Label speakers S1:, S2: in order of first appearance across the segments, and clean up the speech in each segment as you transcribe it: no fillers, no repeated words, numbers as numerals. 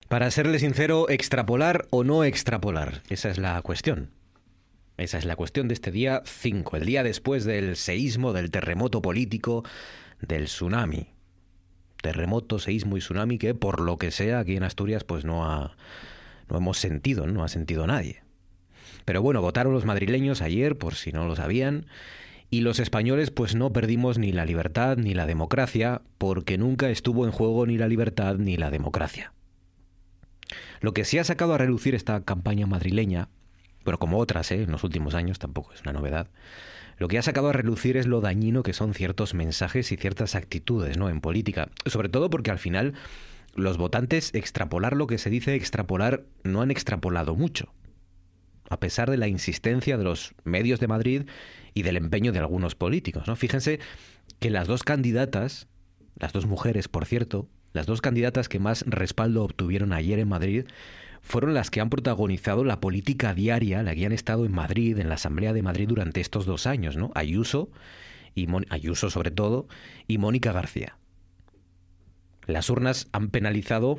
S1: Para serle sincero, ¿extrapolar o no extrapolar? Esa es la cuestión. Esa es la cuestión de este día 5, el día después del seísmo, del terremoto político, del tsunami. Terremoto, seísmo y tsunami que, por lo que sea, aquí en Asturias pues no hemos sentido, no ha sentido nadie. Pero bueno, votaron los madrileños ayer, por si no lo sabían, y los españoles pues no perdimos ni la libertad ni la democracia, porque nunca estuvo en juego ni la libertad ni la democracia. Lo que sí ha sacado a relucir esta campaña madrileña, bueno, como otras, en los últimos años, tampoco es una novedad, lo que ha sacado a relucir es lo dañino que son ciertos mensajes y ciertas actitudes, ¿no?, en política. Sobre todo porque al final los votantes, extrapolar lo que se dice extrapolar, no han extrapolado mucho, a pesar de la insistencia de los medios de Madrid y del empeño de algunos políticos, ¿no? Fíjense que las dos candidatas, las dos mujeres, por cierto, las dos candidatas que más respaldo obtuvieron ayer en Madrid fueron las que han protagonizado la política diaria, la que han estado en Madrid, en la Asamblea de Madrid durante estos 2 años, ¿no? Ayuso sobre todo, y Mónica García. Las urnas han penalizado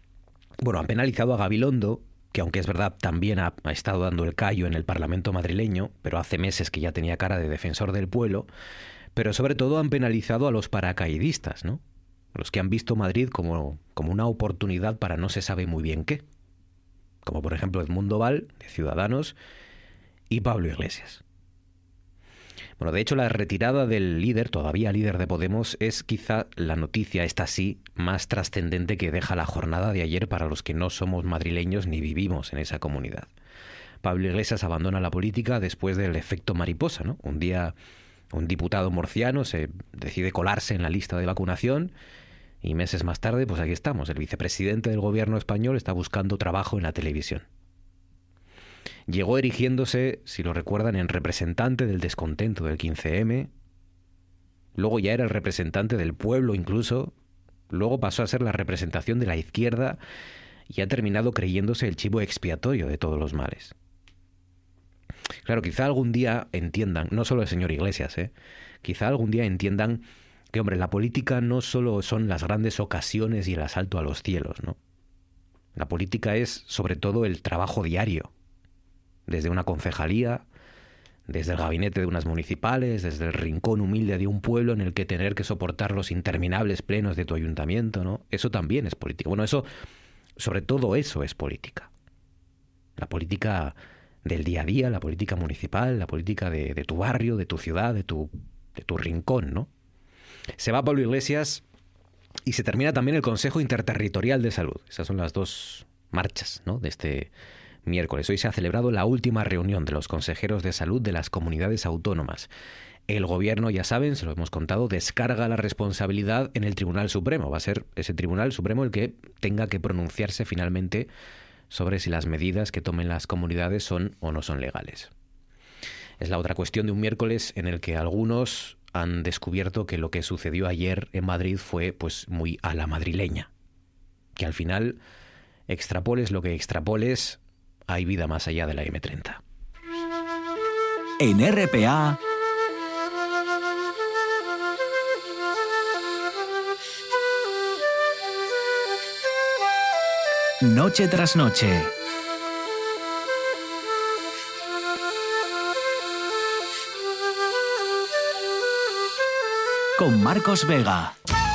S1: a Gabilondo, que aunque es verdad también ha estado dando el callo en el Parlamento madrileño, pero hace meses que ya tenía cara de defensor del pueblo, pero sobre todo han penalizado a los paracaidistas, ¿no? Los que han visto Madrid como una oportunidad para no se sabe muy bien qué. Como por ejemplo Edmundo Val, de Ciudadanos, y Pablo Iglesias. Bueno, de hecho la retirada del líder, todavía líder de Podemos, es quizá la noticia, esta sí, más trascendente que deja la jornada de ayer para los que no somos madrileños ni vivimos en esa comunidad. Pablo Iglesias abandona la política después del efecto mariposa, ¿no? Un día un diputado murciano se decide colarse en la lista de vacunación y meses más tarde, pues aquí estamos. El vicepresidente del gobierno español está buscando trabajo en la televisión. Llegó erigiéndose, si lo recuerdan, en representante del descontento del 15M. Luego ya era el representante del pueblo incluso. Luego pasó a ser la representación de la izquierda y ha terminado creyéndose el chivo expiatorio de todos los males. Claro, quizá algún día entiendan, no solo el señor Iglesias, quizá algún día entiendan que, hombre, la política no solo son las grandes ocasiones y el asalto a los cielos, ¿no? La política es, sobre todo, el trabajo diario. Desde una concejalía, desde el gabinete de unas municipales, desde el rincón humilde de un pueblo en el que tener que soportar los interminables plenos de tu ayuntamiento, ¿no? Eso también es política. Bueno, eso, sobre todo eso es política. La política del día a día, la política municipal, la política de tu barrio, de tu ciudad, de tu rincón, ¿no? Se va Pablo Iglesias y se termina también el Consejo Interterritorial de Salud. Esas son las dos marchas, ¿no?, de este miércoles. Hoy se ha celebrado la última reunión de los consejeros de salud de las comunidades autónomas. El gobierno, ya saben, se lo hemos contado, descarga la responsabilidad en el Tribunal Supremo. Va a ser ese Tribunal Supremo el que tenga que pronunciarse finalmente sobre si las medidas que tomen las comunidades son o no son legales. Es la otra cuestión de un miércoles en el que algunos han descubierto que lo que sucedió ayer en Madrid fue pues muy a la madrileña. Que al final, extrapoles lo que extrapoles, hay vida más allá de la M30.
S2: En RPA, Noche tras noche. Con Marcos Vega.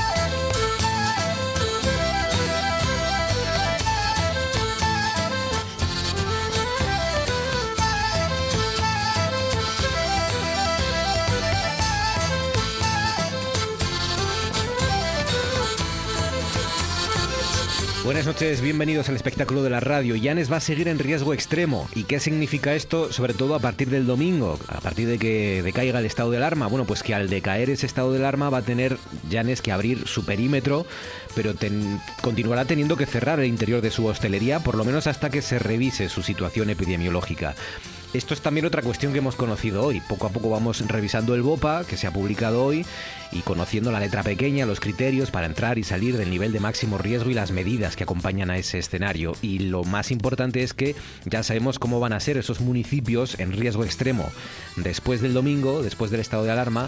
S1: Buenas noches, bienvenidos al espectáculo de la radio. Llanes va a seguir en riesgo extremo. ¿Y qué significa esto? Sobre todo a partir del domingo, a partir de que decaiga el estado de alarma. Bueno, pues que al decaer ese estado de alarma va a tener Llanes que abrir su perímetro, pero continuará teniendo que cerrar el interior de su hostelería, por lo menos hasta que se revise su situación epidemiológica. Esto es también otra cuestión que hemos conocido hoy. Poco a poco vamos revisando el BOPA, que se ha publicado hoy, y conociendo la letra pequeña, los criterios para entrar y salir del nivel de máximo riesgo y las medidas que acompañan a ese escenario. Y lo más importante es que ya sabemos cómo van a ser esos municipios en riesgo extremo después del domingo, después del estado de alarma,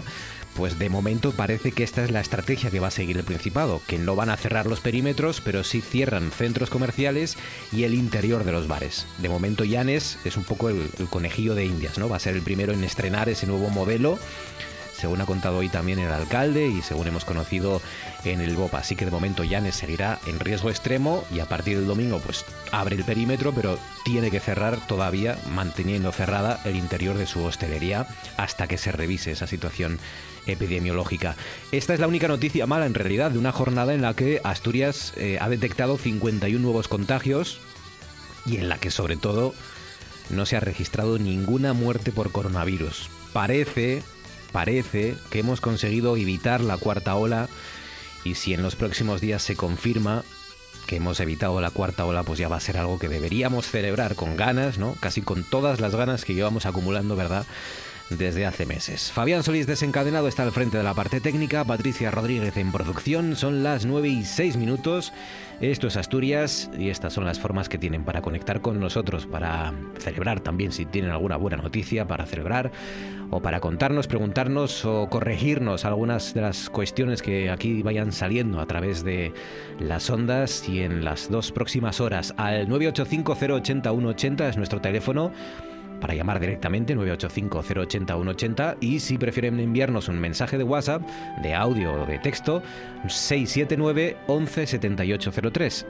S1: Pues de momento parece que esta es la estrategia que va a seguir el Principado, que no van a cerrar los perímetros, pero sí cierran centros comerciales y el interior de los bares. De momento Llanes es un poco el conejillo de Indias, ¿no? Va a ser el primero en estrenar ese nuevo modelo, según ha contado hoy también el alcalde y según hemos conocido en el BOP. Así que de momento Llanes seguirá en riesgo extremo y a partir del domingo pues abre el perímetro, pero tiene que cerrar todavía, manteniendo cerrada el interior de su hostelería hasta que se revise esa situación epidemiológica. Esta es la única noticia mala en realidad de una jornada en la que Asturias ha detectado 51 nuevos contagios y en la que sobre todo no se ha registrado ninguna muerte por coronavirus. Parece que hemos conseguido evitar la cuarta ola y si en los próximos días se confirma que hemos evitado la cuarta ola, pues ya va a ser algo que deberíamos celebrar con ganas, ¿no? Casi con todas las ganas que llevamos acumulando, ¿verdad?, desde hace meses. Fabián Solís desencadenado está al frente de la parte técnica, Patricia Rodríguez en producción. Son las 9:06. Esto es Asturias y estas son las formas que tienen para conectar con nosotros, para celebrar también si tienen alguna buena noticia para celebrar o para contarnos, preguntarnos o corregirnos algunas de las cuestiones que aquí vayan saliendo a través de las ondas y en las 2 próximas horas. Al 985-080-180 es nuestro teléfono para llamar directamente, 985-080-180, y si prefieren enviarnos un mensaje de WhatsApp, de audio o de texto, 679-117803,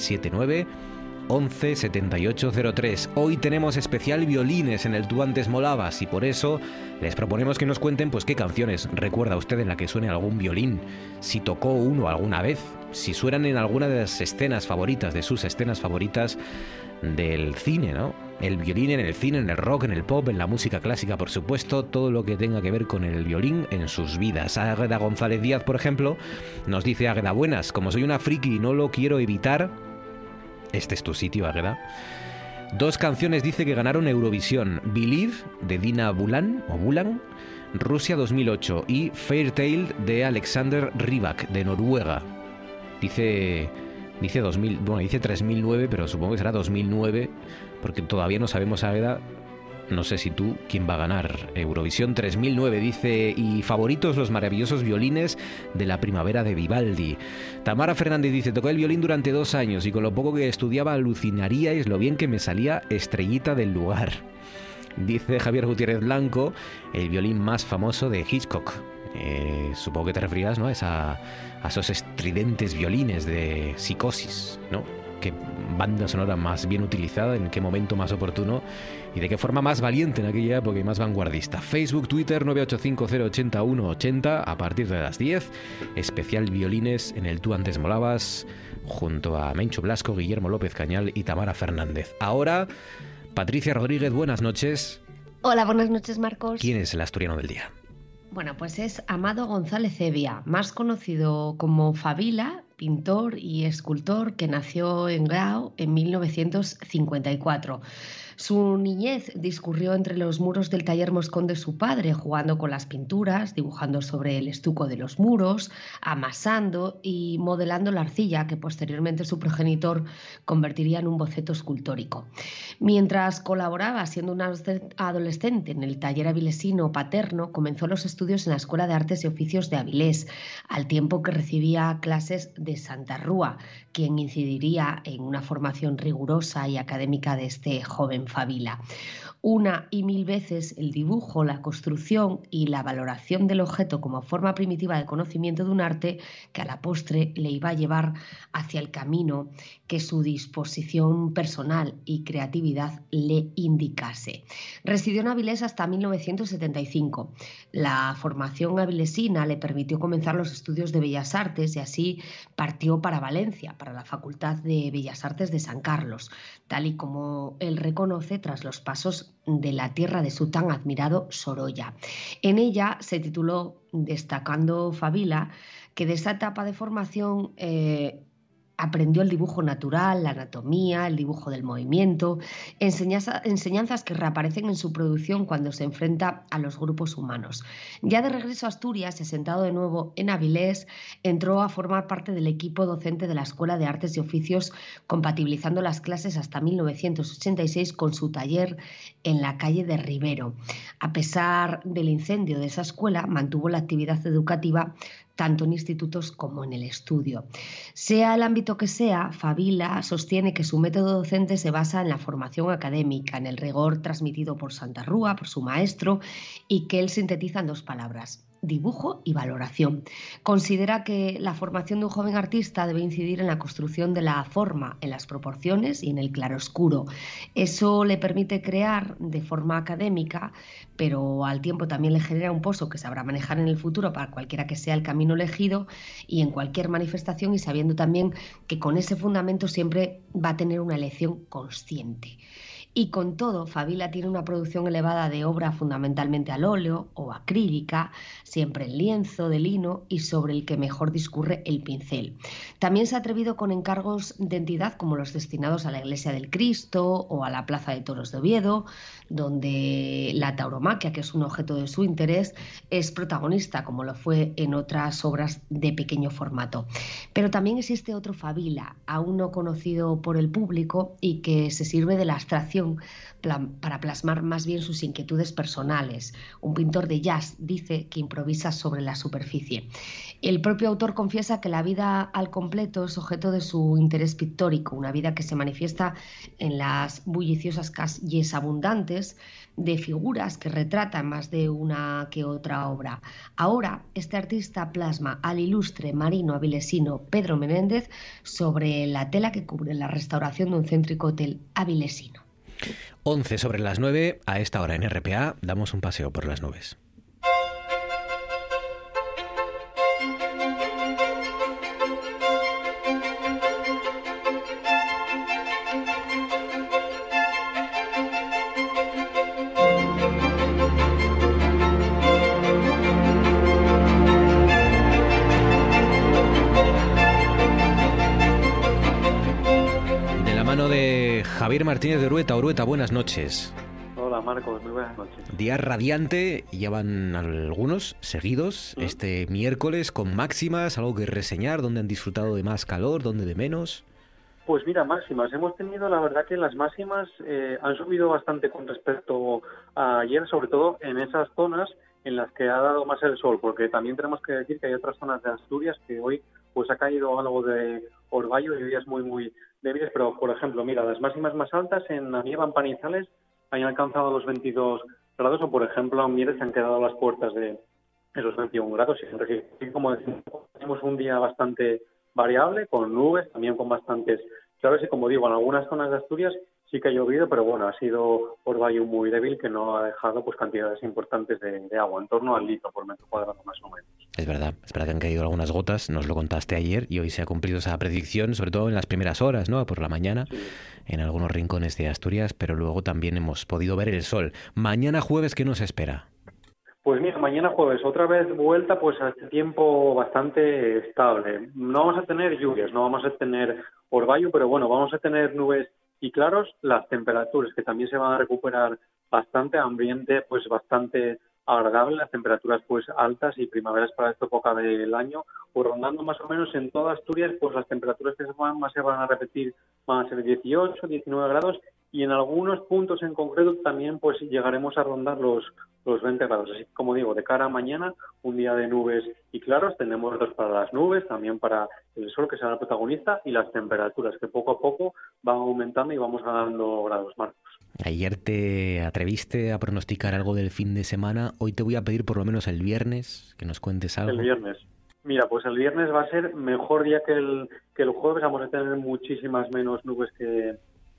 S1: 679-117803. Hoy tenemos especial violines en el Tú Antes Molabas y por eso les proponemos que nos cuenten pues qué canciones recuerda usted en la que suene algún violín, si tocó uno alguna vez, si suenan en alguna de las escenas favoritas, de sus escenas favoritas del cine, ¿no? El violín en el cine, en el rock, en el pop, en la música clásica, por supuesto, todo lo que tenga que ver con el violín en sus vidas. Águeda González Díaz, por ejemplo, nos dice: Águeda, buenas, como soy una friki y no lo quiero evitar, este es tu sitio, Águeda. 2 canciones dice que ganaron Eurovisión: Believe, de Dina Bulan, Rusia 2008, y Fairtale, de Alexander Rybak, de Noruega. Dice 2000, bueno, dice 3009, pero supongo que será 2009, porque todavía no sabemos, Águeda, no sé si tú, quién va a ganar Eurovisión 3009, dice, y favoritos los maravillosos violines de la primavera de Vivaldi. Tamara Fernández dice: toqué el violín durante 2 años y con lo poco que estudiaba alucinaríais lo bien que me salía Estrellita del lugar. Dice Javier Gutiérrez Blanco: el violín más famoso de Hitchcock. Supongo que te referías, ¿no?, a esos estridentes violines de Psicosis, ¿no? Qué banda sonora más bien utilizada, en qué momento más oportuno y de qué forma más valiente en aquella época y más vanguardista. Facebook, Twitter, 985-080-180, a partir de las 10, especial violines en el Tú Antes Molabas, junto a Mencho Blasco, Guillermo López Cañal y Tamara Fernández. Ahora, Patricia Rodríguez, buenas noches.
S3: Hola, buenas noches, Marcos.
S1: ¿Quién es el asturiano del día?
S3: Bueno, pues es Amado González Evia, más conocido como Fabila, pintor y escultor que nació en Grau en 1954. Su niñez discurrió entre los muros del taller Moscón de su padre, jugando con las pinturas, dibujando sobre el estuco de los muros, amasando y modelando la arcilla que posteriormente su progenitor convertiría en un boceto escultórico. Mientras colaboraba siendo un adolescente en el taller avilesino paterno, comenzó los estudios en la Escuela de Artes y Oficios de Avilés, al tiempo que recibía clases de Santa Rúa, quien incidiría en una formación rigurosa y académica de este joven Fabila. Una y mil veces el dibujo, la construcción y la valoración del objeto como forma primitiva de conocimiento de un arte que a la postre le iba a llevar hacia el camino que su disposición personal y creatividad le indicase. Residió en Avilés hasta 1975. La formación avilesina le permitió comenzar los estudios de Bellas Artes y así partió para Valencia, para la Facultad de Bellas Artes de San Carlos, tal y como él reconoce tras los pasos de la tierra de su tan admirado Sorolla. En ella se tituló, destacando Fabila que de esa etapa de formación Aprendió el dibujo natural, la anatomía, el dibujo del movimiento, enseñanzas que reaparecen en su producción cuando se enfrenta a los grupos humanos. Ya de regreso a Asturias y sentado de nuevo en Avilés, entró a formar parte del equipo docente de la Escuela de Artes y Oficios, compatibilizando las clases hasta 1986 con su taller en la calle de Rivero. A pesar del incendio de esa escuela, mantuvo la actividad educativa tanto en institutos como en el estudio. Sea el ámbito que sea, Fabila sostiene que su método docente se basa en la formación académica, en el rigor transmitido por Santa Rúa, por su maestro, y que él sintetiza en 2 palabras: dibujo y valoración. Considera que la formación de un joven artista debe incidir en la construcción de la forma, en las proporciones y en el claroscuro. Eso le permite crear de forma académica, pero al tiempo también le genera un pozo que sabrá manejar en el futuro para cualquiera que sea el camino elegido y en cualquier manifestación, y sabiendo también que con ese fundamento siempre va a tener una elección consciente. Y con todo, Fabila tiene una producción elevada de obra fundamentalmente al óleo o acrílica, siempre en lienzo de lino y sobre el que mejor discurre el pincel. También se ha atrevido con encargos de entidad como los destinados a la Iglesia del Cristo o a la Plaza de Toros de Oviedo, donde la tauromaquia, que es un objeto de su interés, es protagonista, como lo fue en otras obras de pequeño formato. Pero también existe otro Fabila, aún no conocido por el público y que se sirve de la abstracción para plasmar más bien sus inquietudes personales. Un pintor de jazz dice que improvisa sobre la superficie. El propio autor confiesa que la vida al completo es objeto de su interés pictórico, una vida que se manifiesta en las bulliciosas calles abundantes de figuras que retratan más de una que otra obra. Ahora, este artista plasma al ilustre marino avilesino Pedro Menéndez sobre la tela que cubre la restauración de un céntrico hotel avilesino.
S1: 11 sobre las 9, a esta hora en RPA, damos un paseo por las nubes. Javier Martínez de Urueta. Urueta, buenas noches.
S4: Hola Marcos, muy buenas noches.
S1: Día radiante, llevan algunos seguidos este miércoles con máximas, algo que reseñar, donde han disfrutado de más calor, donde de menos.
S4: Pues mira, máximas. Hemos tenido, la verdad que las máximas han subido bastante con respecto a ayer, sobre todo en esas zonas en las que ha dado más el sol, porque también tenemos que decir que hay otras zonas de Asturias que hoy pues ha caído algo de orvallo y hoy es muy débiles, pero por ejemplo, mira, las máximas más altas en Anieva, en Panizales, han alcanzado los 22 grados, o por ejemplo en Mieres se han quedado a las puertas de esos 21 grados, y como decimos, tenemos un día bastante variable, con nubes, también con bastantes claros, y como digo, en algunas zonas de Asturias sí que ha llovido, pero bueno, ha sido orvallo muy débil que no ha dejado pues cantidades importantes de agua, en torno al litro por metro cuadrado más o menos.
S1: Es verdad que han caído algunas gotas, nos lo contaste ayer, y hoy se ha cumplido esa predicción, sobre todo en las primeras horas, ¿no? Por la mañana, sí, en algunos rincones de Asturias, pero luego también hemos podido ver el sol. Mañana jueves, ¿qué nos espera?
S4: Pues mira, mañana jueves, otra vez vuelta pues a este tiempo bastante estable. No vamos a tener lluvias, no vamos a tener orvallo, pero bueno, vamos a tener nubes y claros. Las temperaturas que también se van a recuperar bastante, ambiente pues bastante agradable, las temperaturas pues altas y primaveras para esta época del año, pues rondando más o menos en toda Asturias, pues las temperaturas que se van a repetir van a ser 18, 19 grados, y en algunos puntos en concreto también pues llegaremos a rondar los 20 grados. Así que, como digo, de cara a mañana, un día de nubes y claros, tenemos dos para las nubes, también para el sol, que será el protagonista, y las temperaturas que poco a poco van aumentando y vamos ganando grados, Marcos.
S1: Ayer te atreviste a pronosticar algo del fin de semana. Hoy te voy a pedir por lo menos el viernes que nos cuentes algo.
S4: El viernes. Mira, pues el viernes va a ser mejor día que el jueves. Vamos a tener muchísimas menos nubes que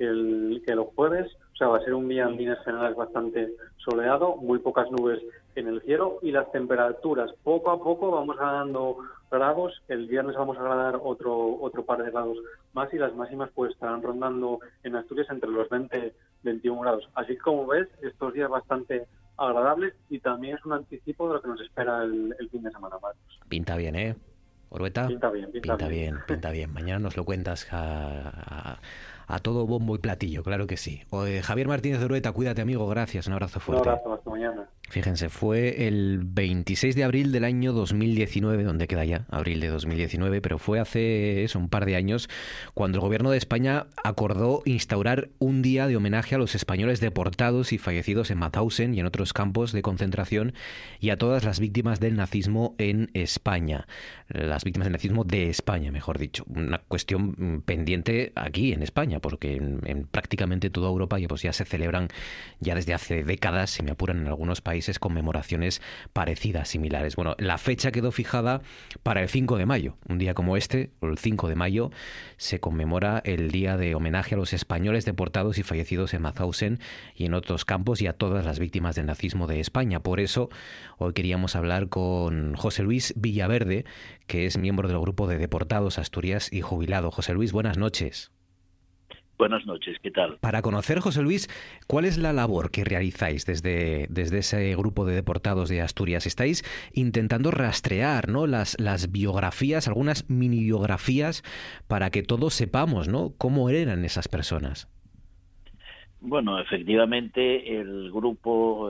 S4: los jueves. O sea, va a ser un día en líneas generales bastante soleado, muy pocas nubes en el cielo, y las temperaturas poco a poco vamos ganando grados. El viernes vamos a ganar otro par de grados más, y las máximas pues estarán rondando en Asturias entre los 20-21 grados. Así que, como ves, estos días bastante agradables, y también es un anticipo de lo que nos espera el fin de semana, Marcos.
S1: Pinta bien, ¿eh? Orueta,
S4: Pinta bien.
S1: pinta bien. Mañana nos lo cuentas a todo bombo y platillo, claro que sí. Javier Martínez de Orueta, cuídate, amigo, gracias, un abrazo
S4: Un
S1: fuerte.
S4: abrazo, hasta mañana.
S1: Fíjense, fue el 26 de abril del año 2019, ¿dónde queda ya? Abril de 2019, pero fue hace un par de años, cuando el gobierno de España acordó instaurar un día de homenaje a los españoles deportados y fallecidos en Mauthausen y en otros campos de concentración y a todas las víctimas del nazismo en España. Las víctimas del nazismo de España, mejor dicho. Una cuestión pendiente aquí en España, porque en prácticamente toda Europa ya se celebran ya desde hace décadas, si me apuran, en algunos países conmemoraciones parecidas, similares. Bueno, la fecha quedó fijada para el 5 de mayo. Un día como este, el 5 de mayo, se conmemora el día de homenaje a los españoles deportados y fallecidos en Mauthausen y en otros campos y a todas las víctimas del nazismo de España. Por eso, hoy queríamos hablar con José Luis Villaverde, que es miembro del grupo de Deportados Asturias y jubilado. José Luis, buenas noches.
S5: Buenas noches, ¿qué tal?
S1: Para conocer, José Luis, ¿cuál es la labor que realizáis desde ese grupo de deportados de Asturias? Estáis intentando rastrear, ¿no?, las biografías, algunas mini biografías, para que todos sepamos, ¿no?, cómo eran esas personas.
S5: Bueno, efectivamente, el grupo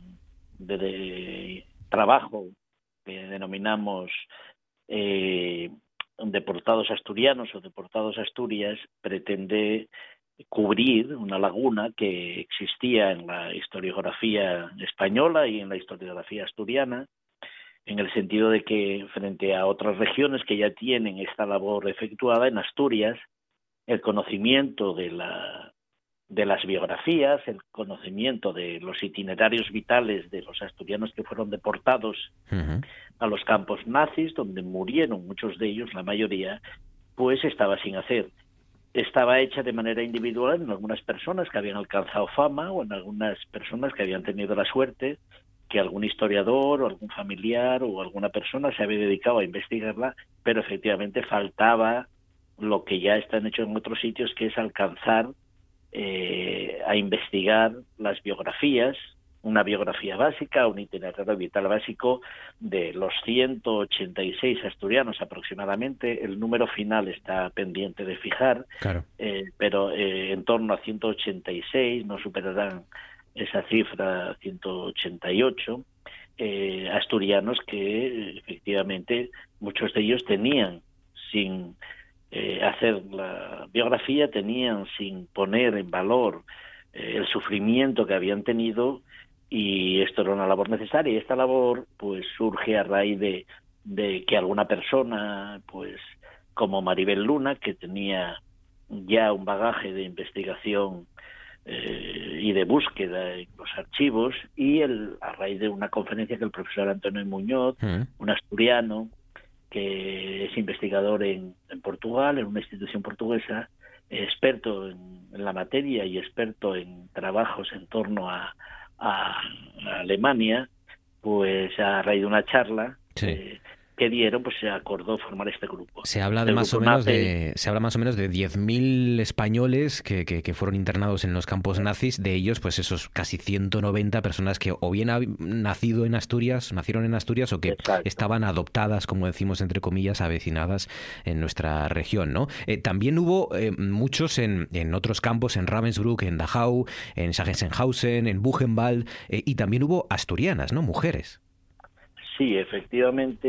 S5: de trabajo que denominamos Deportados Asturianos o Deportados Asturias pretende cubrir una laguna que existía en la historiografía española y en la historiografía asturiana, en el sentido de que frente a otras regiones que ya tienen esta labor efectuada, en Asturias el conocimiento de las biografías, el conocimiento de los itinerarios vitales de los asturianos que fueron deportados a los campos nazis, donde murieron muchos de ellos, la mayoría, pues estaba sin hacer. Estaba hecha de manera individual en algunas personas que habían alcanzado fama o en algunas personas que habían tenido la suerte que algún historiador o algún familiar o alguna persona se había dedicado a investigarla, pero efectivamente faltaba lo que ya están hecho en otros sitios, que es alcanzar a investigar las biografías, una biografía básica, un itinerario vital básico de los 186 asturianos aproximadamente. El número final está pendiente de fijar,
S1: claro.
S5: Pero en torno a 186, no superarán esa cifra, 188, asturianos que efectivamente muchos de ellos tenían sin hacer la biografía, tenían sin poner en valor el sufrimiento que habían tenido, y esto era una labor necesaria. Y esta labor pues surge a raíz de que alguna persona, pues como Maribel Luna, que tenía ya un bagaje de investigación y de búsqueda en los archivos, y a raíz de una conferencia que el profesor Antonio Muñoz, un asturiano que es investigador en Portugal, en una institución portuguesa, experto en la materia y experto en trabajos en torno a Alemania, pues a raíz de una charla que dieron, pues se acordó formar este grupo.
S1: Se habla más o menos de 10.000 españoles que fueron internados en los campos nazis, de ellos pues esos casi 190 personas que o bien nacieron en Asturias o que estaban adoptadas, como decimos entre comillas, avecinadas en nuestra región, ¿no? También hubo muchos en otros campos, en Ravensbrück, en Dachau, en Sachsenhausen, en Buchenwald, y también hubo asturianas, ¿no?, mujeres.
S5: Sí, efectivamente,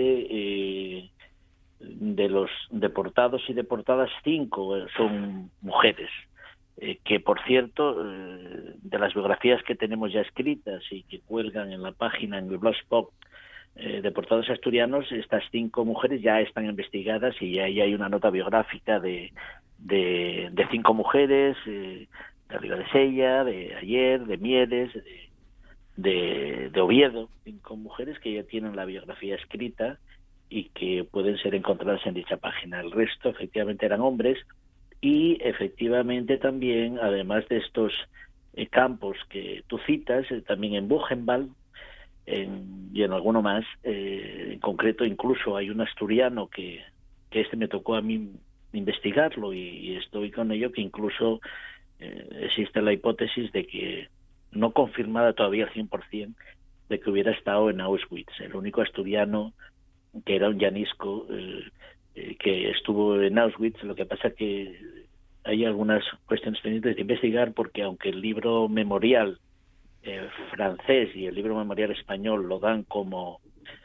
S5: de los deportados y deportadas, 5 son mujeres, que por cierto, de las biografías que tenemos ya escritas y que cuelgan en la página, en el blogspot, Deportados Asturianos, estas 5 mujeres ya están investigadas y ya hay una nota biográfica de 5 mujeres, de Riva de Sella, de Ayer, de Mieres, de Oviedo, 5 mujeres que ya tienen la biografía escrita y que pueden ser encontradas en dicha página. El resto efectivamente eran hombres, y efectivamente también, además de estos campos que tú citas, también en Buchenwald y en alguno más, en concreto incluso hay un asturiano que me tocó a mí investigarlo y estoy con ello, que incluso existe la hipótesis de que, no confirmada todavía al 100%, de que hubiera estado en Auschwitz, el único asturiano que era un llanisco que estuvo en Auschwitz. Lo que pasa que hay algunas cuestiones pendientes de investigar, porque aunque el libro memorial francés y el libro memorial español lo dan como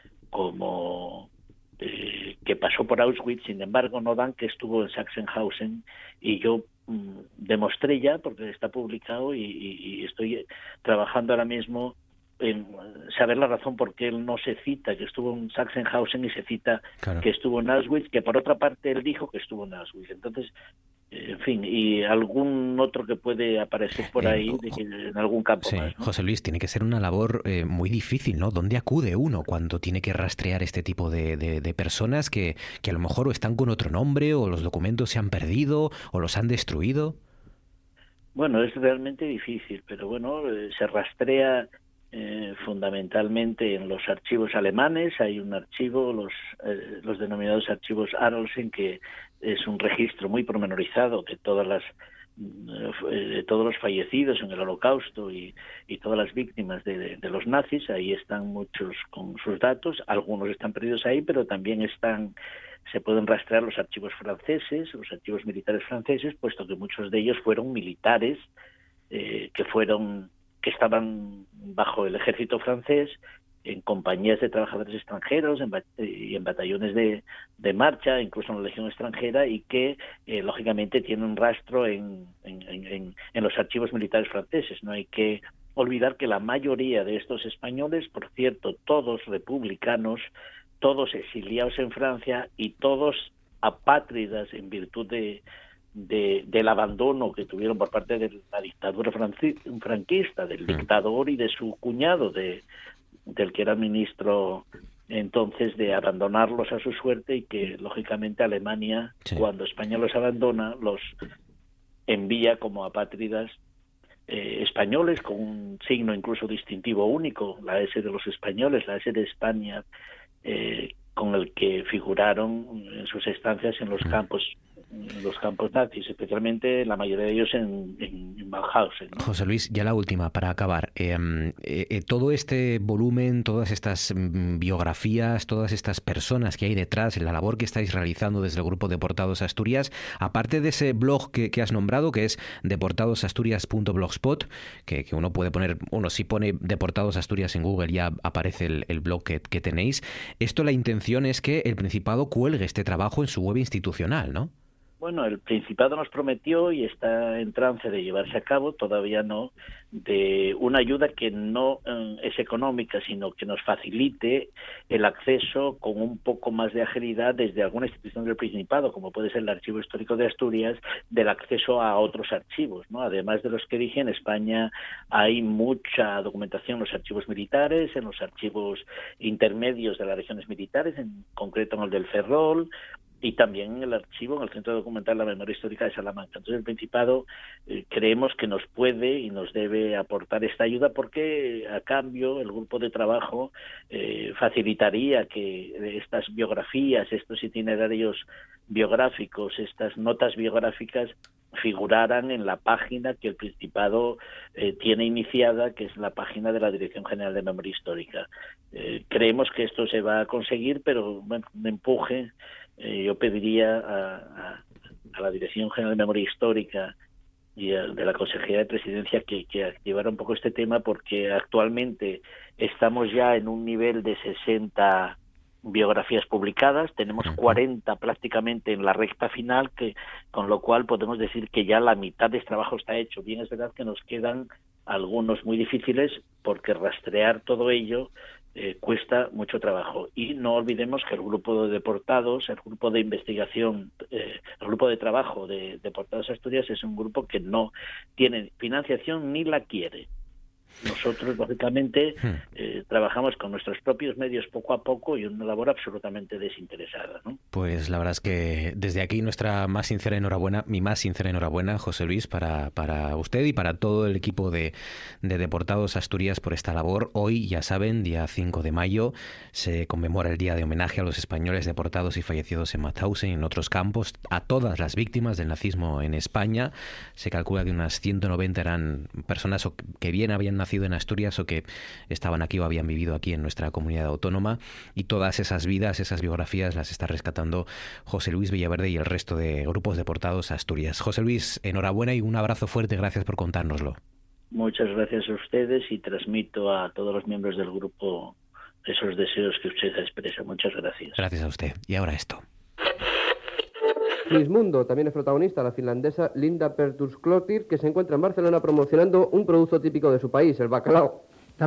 S5: que pasó por Auschwitz, sin embargo no dan que estuvo en Sachsenhausen, y yo demostré ya, porque está publicado, y estoy trabajando ahora mismo en saber la razón por qué él no se cita que estuvo en Sachsenhausen y se cita que estuvo en Auschwitz, que por otra parte él dijo que estuvo en Auschwitz. Entonces, en fin, y algún otro que puede aparecer por ahí en algún campo más, ¿no?
S1: José Luis, tiene que ser una labor muy difícil, ¿no? ¿Dónde acude uno cuando tiene que rastrear este tipo de personas que a lo mejor o están con otro nombre, o los documentos se han perdido o los han destruido?
S5: Bueno, es realmente difícil, pero bueno, se rastrea fundamentalmente en los archivos alemanes. Hay un archivo, los denominados archivos Arolsen, que es un registro muy pormenorizado de todos los fallecidos en el Holocausto y todas las víctimas de los nazis. Ahí están muchos con sus datos, algunos están perdidos ahí, pero también se pueden rastrear los archivos franceses, los archivos militares franceses, puesto que muchos de ellos fueron militares que estaban bajo el ejército francés, en compañías de trabajadores extranjeros y en batallones de marcha, incluso en la Legión extranjera, y que lógicamente tienen un rastro en los archivos militares franceses. No hay que olvidar que la mayoría de estos españoles, por cierto, todos republicanos, todos exiliados en Francia y todos apátridas en virtud del abandono que tuvieron por parte de la dictadura franquista, del dictador y de su cuñado, del que era ministro entonces, de abandonarlos a su suerte, y que lógicamente Alemania, cuando España los abandona, los envía como apátridas españoles, con un signo incluso distintivo único, la S de los españoles, la S de España, con el que figuraron en sus estancias en los campos nazis, especialmente la mayoría de ellos en Mauthausen, ¿no?
S1: José Luis, ya la última, para acabar. Todo este volumen, todas estas biografías, todas estas personas que hay detrás, la labor que estáis realizando desde el Grupo Deportados Asturias, aparte de ese blog que has nombrado, que es deportadosasturias.blogspot, que uno puede poner, si pone Deportados Asturias en Google ya aparece el blog que tenéis. Esto, la intención es que el Principado cuelgue este trabajo en su web institucional, ¿no?
S5: Bueno, el Principado nos prometió, y está en trance de llevarse a cabo, todavía no, de una ayuda que no es económica, sino que nos facilite el acceso con un poco más de agilidad desde alguna institución del Principado, como puede ser el Archivo Histórico de Asturias, del acceso a otros archivos, ¿no? Además de los que dije, en España hay mucha documentación en los archivos militares, en los archivos intermedios de las regiones militares, en concreto en el del Ferrol, y también en el archivo, en el Centro Documental de la Memoria Histórica de Salamanca. Entonces, el Principado creemos que nos puede y nos debe aportar esta ayuda, porque a cambio el grupo de trabajo facilitaría que estas biografías, estos itinerarios biográficos, estas notas biográficas figuraran en la página que el Principado tiene iniciada, que es la página de la Dirección General de Memoria Histórica. Creemos que esto se va a conseguir, pero bueno, un empuje. Yo pediría a la Dirección General de Memoria Histórica y de la Consejería de Presidencia que activara un poco este tema, porque actualmente estamos ya en un nivel de 60 biografías publicadas, tenemos 40 prácticamente en la recta final, con lo cual podemos decir que ya la mitad de este trabajo está hecho. Bien, es verdad que nos quedan algunos muy difíciles, porque rastrear todo ello cuesta mucho trabajo. Y no olvidemos que el grupo de deportados, el grupo de investigación, el grupo de trabajo de Deportados Asturias es un grupo que no tiene financiación ni la quiere. Nosotros, lógicamente, trabajamos con nuestros propios medios poco a poco, y una labor absolutamente desinteresada, ¿no?
S1: Pues la verdad es que desde aquí nuestra más sincera enhorabuena, mi más sincera enhorabuena, José Luis, para usted y para todo el equipo de Deportados Asturias por esta labor. Hoy, ya saben, día 5 de mayo, se conmemora el día de homenaje a los españoles deportados y fallecidos en Mauthausen y en otros campos, a todas las víctimas del nazismo en España. Se calcula que unas 190 eran personas que bien habían nacido en Asturias o que estaban aquí o habían vivido aquí en nuestra comunidad autónoma, y todas esas vidas, esas biografías las está rescatando José Luis Villaverde y el resto de grupos deportados a Asturias. José Luis, enhorabuena y un abrazo fuerte, gracias por contárnoslo.
S5: Muchas gracias a ustedes y transmito a todos los miembros del grupo esos deseos que usted expresa. Muchas gracias.
S1: Gracias a usted. Y ahora esto.
S6: Miss Mundo también es protagonista, la finlandesa Linda Pertusklotir, que se encuentra en Barcelona promocionando un producto típico de su país, el bacalao.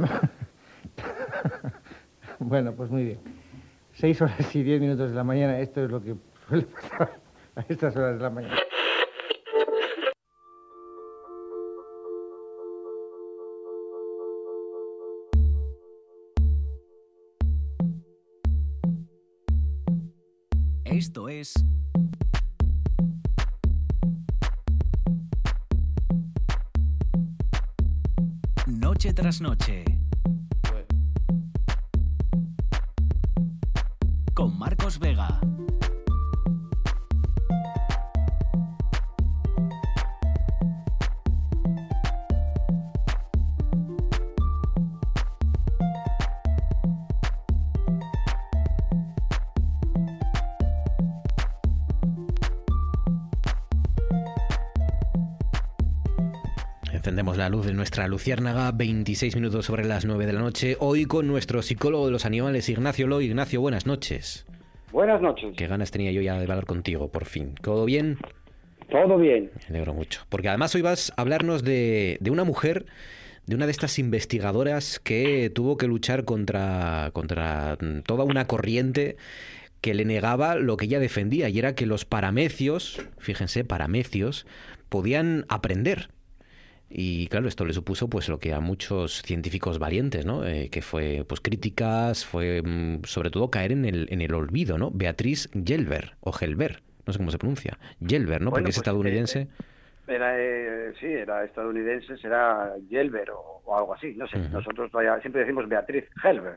S7: Bueno, pues muy bien. 6 horas y 10 minutos de la mañana, esto es lo que suele pasar a estas horas de la mañana.
S2: Esto es Noche tras Noche con Marcos Vega.
S1: Encendemos la luz de nuestra luciérnaga, 26 minutos sobre las 9 de la noche, hoy con nuestro psicólogo de los animales, Ignacio Loy. Ignacio, buenas noches.
S8: Buenas noches.
S1: Qué ganas tenía yo ya de hablar contigo, por fin. ¿Todo bien?
S8: Todo bien.
S1: Me alegro mucho. Porque además hoy vas a hablarnos de una mujer, de una de estas investigadoras que tuvo que luchar contra toda una corriente que le negaba lo que ella defendía, y era que los paramecios, fíjense, paramecios, podían aprender. Y claro, esto le supuso pues lo que a muchos científicos valientes, ¿no? Que fue pues críticas, fue sobre todo caer en el olvido, ¿no? Beatriz Gelber, o Gelber, no sé cómo se pronuncia, Gelber, ¿no? Porque es estadounidense.
S8: Era estadounidense, será Gelber o algo así, no sé.
S1: Uh-huh.
S8: Nosotros siempre decimos Beatriz Gelber.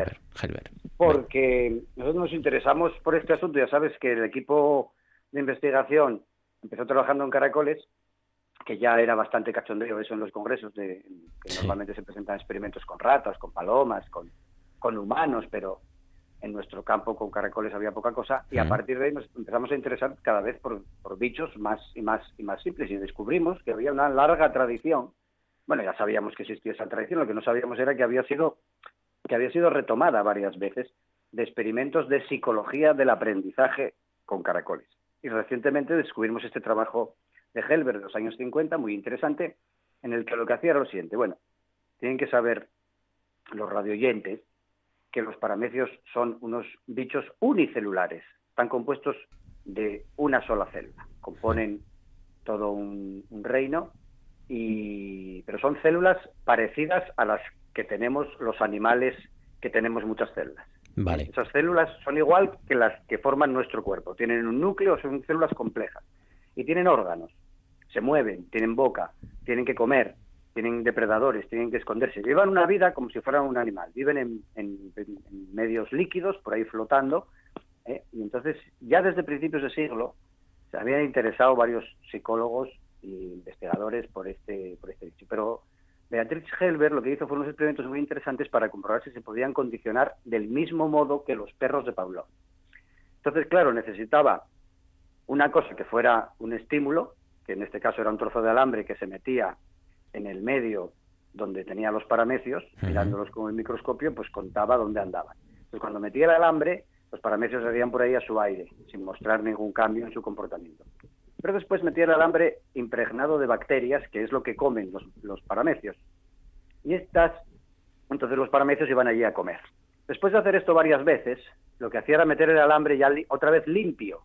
S8: Porque nosotros nos interesamos por este asunto. Ya sabes que el equipo de investigación empezó trabajando en caracoles, que ya era bastante cachondeo eso en los congresos, que sí. Normalmente se presentan experimentos con ratas, con palomas, con humanos, pero en nuestro campo con caracoles había poca cosa, y a partir de ahí nos empezamos a interesar cada vez por bichos más y más simples, y descubrimos que había una larga tradición. Bueno, ya sabíamos que existía esa tradición, lo que no sabíamos era que había sido retomada varias veces, de experimentos de psicología del aprendizaje con caracoles. Y recientemente descubrimos este trabajo de Gelber de los años 50, muy interesante, en el que lo que hacía era lo siguiente. Bueno, tienen que saber los radioyentes que los paramecios son unos bichos unicelulares, están compuestos de una sola célula, componen todo un reino, pero son células parecidas a las que tenemos los animales, que tenemos muchas células.
S1: Vale.
S8: Esas células son igual que las que forman nuestro cuerpo, tienen un núcleo, son células complejas, y tienen órganos, se mueven, tienen boca, tienen que comer, tienen depredadores, tienen que esconderse. Llevan una vida como si fueran un animal, viven en medios líquidos, por ahí flotando, y entonces ya desde principios de siglo se habían interesado varios psicólogos e investigadores por este bicho. Pero Beatriz Gelber lo que hizo fue unos experimentos muy interesantes para comprobar si se podían condicionar del mismo modo que los perros de Pavlov. Entonces, claro, necesitaba una cosa que fuera un estímulo, que en este caso era un trozo de alambre que se metía en el medio donde tenía los paramecios, mirándolos con el microscopio, pues contaba dónde andaban. Entonces, cuando metía el alambre, los paramecios salían por ahí a su aire, sin mostrar ningún cambio en su comportamiento. Pero después metía el alambre impregnado de bacterias, que es lo que comen los paramecios. Y entonces los paramecios iban allí a comer. Después de hacer esto varias veces, lo que hacía era meter el alambre ya otra vez limpio,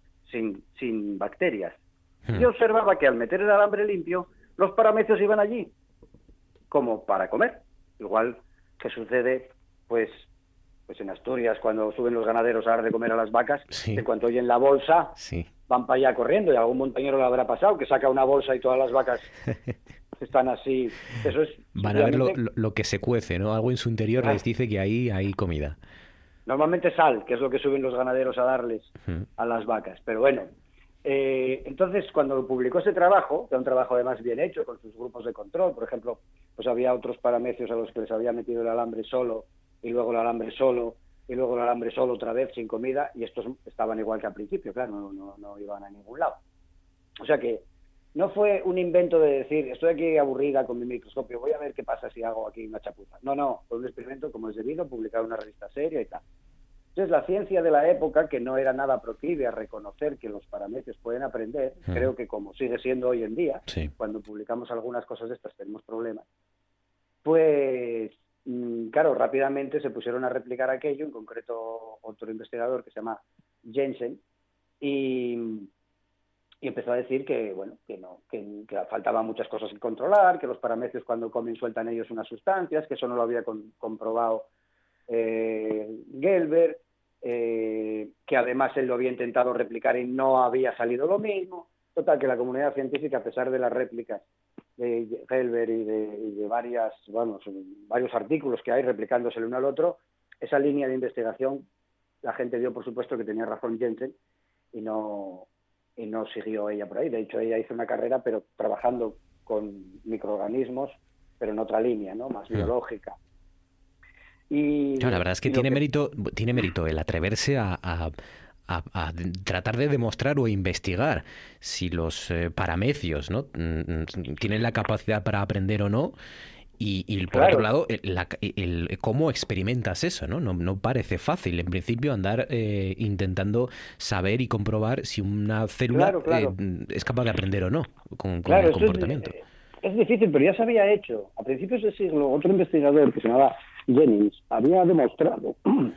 S8: sin bacterias. Y observaba que al meter el alambre limpio, los paramecios iban allí, como para comer. Igual que sucede, pues en Asturias, cuando suben los ganaderos a dar de comer a las vacas, que cuando oyen la bolsa, van para allá corriendo, y algún montañero le habrá pasado, que saca una bolsa y todas las vacas están así. Eso es...
S1: Van a ver lo que se cuece, ¿no? Algo en su interior les dice que ahí hay comida.
S8: Normalmente sal, que es lo que suben los ganaderos a darles a las vacas. Pero bueno, Entonces, cuando publicó ese trabajo, que era un trabajo además bien hecho, con sus grupos de control, por ejemplo, pues había otros paramecios a los que les había metido el alambre solo, y luego el alambre solo, y luego el alambre solo otra vez, sin comida, y estos estaban igual que al principio, claro, no iban a ningún lado. O sea que no fue un invento de decir, estoy aquí aburrida con mi microscopio, voy a ver qué pasa si hago aquí una chapuza. No, fue un experimento como es debido, publicado en una revista seria y tal. Entonces, la ciencia de la época, que no era nada proclive a reconocer que los paramecios pueden aprender, creo que como sigue siendo hoy en día, cuando publicamos algunas cosas de estas tenemos problemas, pues, claro, rápidamente se pusieron a replicar aquello, en concreto otro investigador que se llama Jensen, y empezó a decir que, bueno, que faltaban muchas cosas que controlar, que los paramecios cuando comen sueltan ellos unas sustancias, que eso no lo había comprobado Gelbert, que además él lo había intentado replicar y no había salido lo mismo. Total, que la comunidad científica, a pesar de las réplicas de Gelbert y de varios artículos que hay replicándose el uno al otro, esa línea de investigación, la gente dio por supuesto que tenía razón Jensen y no siguió ella por ahí. De hecho, ella hizo una carrera, pero trabajando con microorganismos, pero en otra línea, ¿no? Más biológica. Y
S1: la verdad es que tiene mérito el atreverse a tratar de demostrar o investigar si los paramecios, ¿no? tienen la capacidad para aprender o no. Y por otro lado, cómo experimentas eso, ¿no? No parece fácil, en principio, andar intentando saber y comprobar si una célula es capaz de aprender o no con el comportamiento.
S8: Es difícil, pero ya se había hecho. A principios del siglo, otro investigador que se llamaba Jennings había demostrado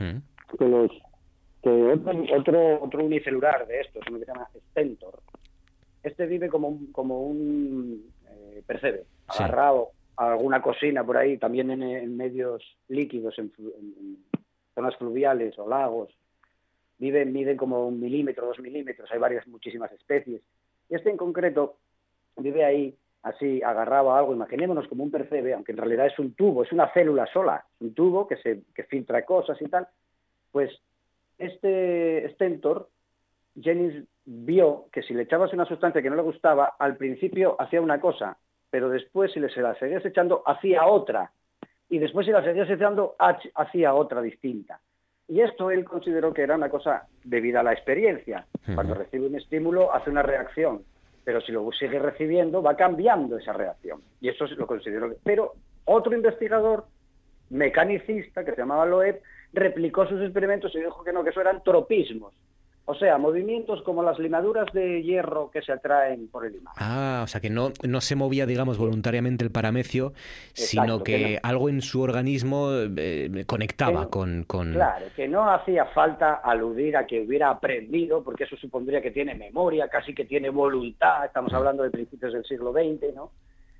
S8: que otro unicelular de estos, uno que se llama Stentor, vive como un percebe, agarrado a alguna cocina por ahí, también en medios líquidos, en zonas fluviales o lagos. Miden como 1 milímetro, 2 milímetros, hay muchísimas especies. Y en concreto vive ahí así, agarrado a algo, imaginémonos como un percebe, aunque en realidad es un tubo, es una célula sola, un tubo que filtra cosas y tal. Pues este Stentor, Jennings vio que si le echabas una sustancia que no le gustaba, al principio hacía una cosa, pero después si se la seguías echando, hacía otra. Y después si la seguías echando, hacía otra distinta. Y esto él consideró que era una cosa debida a la experiencia. Cuando recibe un estímulo, hace una reacción. Pero si lo sigue recibiendo, va cambiando esa reacción. Y eso lo considero. Pero otro investigador, mecanicista, que se llamaba Loeb, replicó sus experimentos y dijo que no, que eso eran tropismos. O sea, movimientos como las limaduras de hierro que se atraen por el imán.
S1: O sea, que no se movía, digamos, voluntariamente el paramecio, sino que algo en su organismo conectaba con...
S8: Claro, que no hacía falta aludir a que hubiera aprendido, porque eso supondría que tiene memoria, casi que tiene voluntad, estamos hablando de principios del siglo XX, ¿no?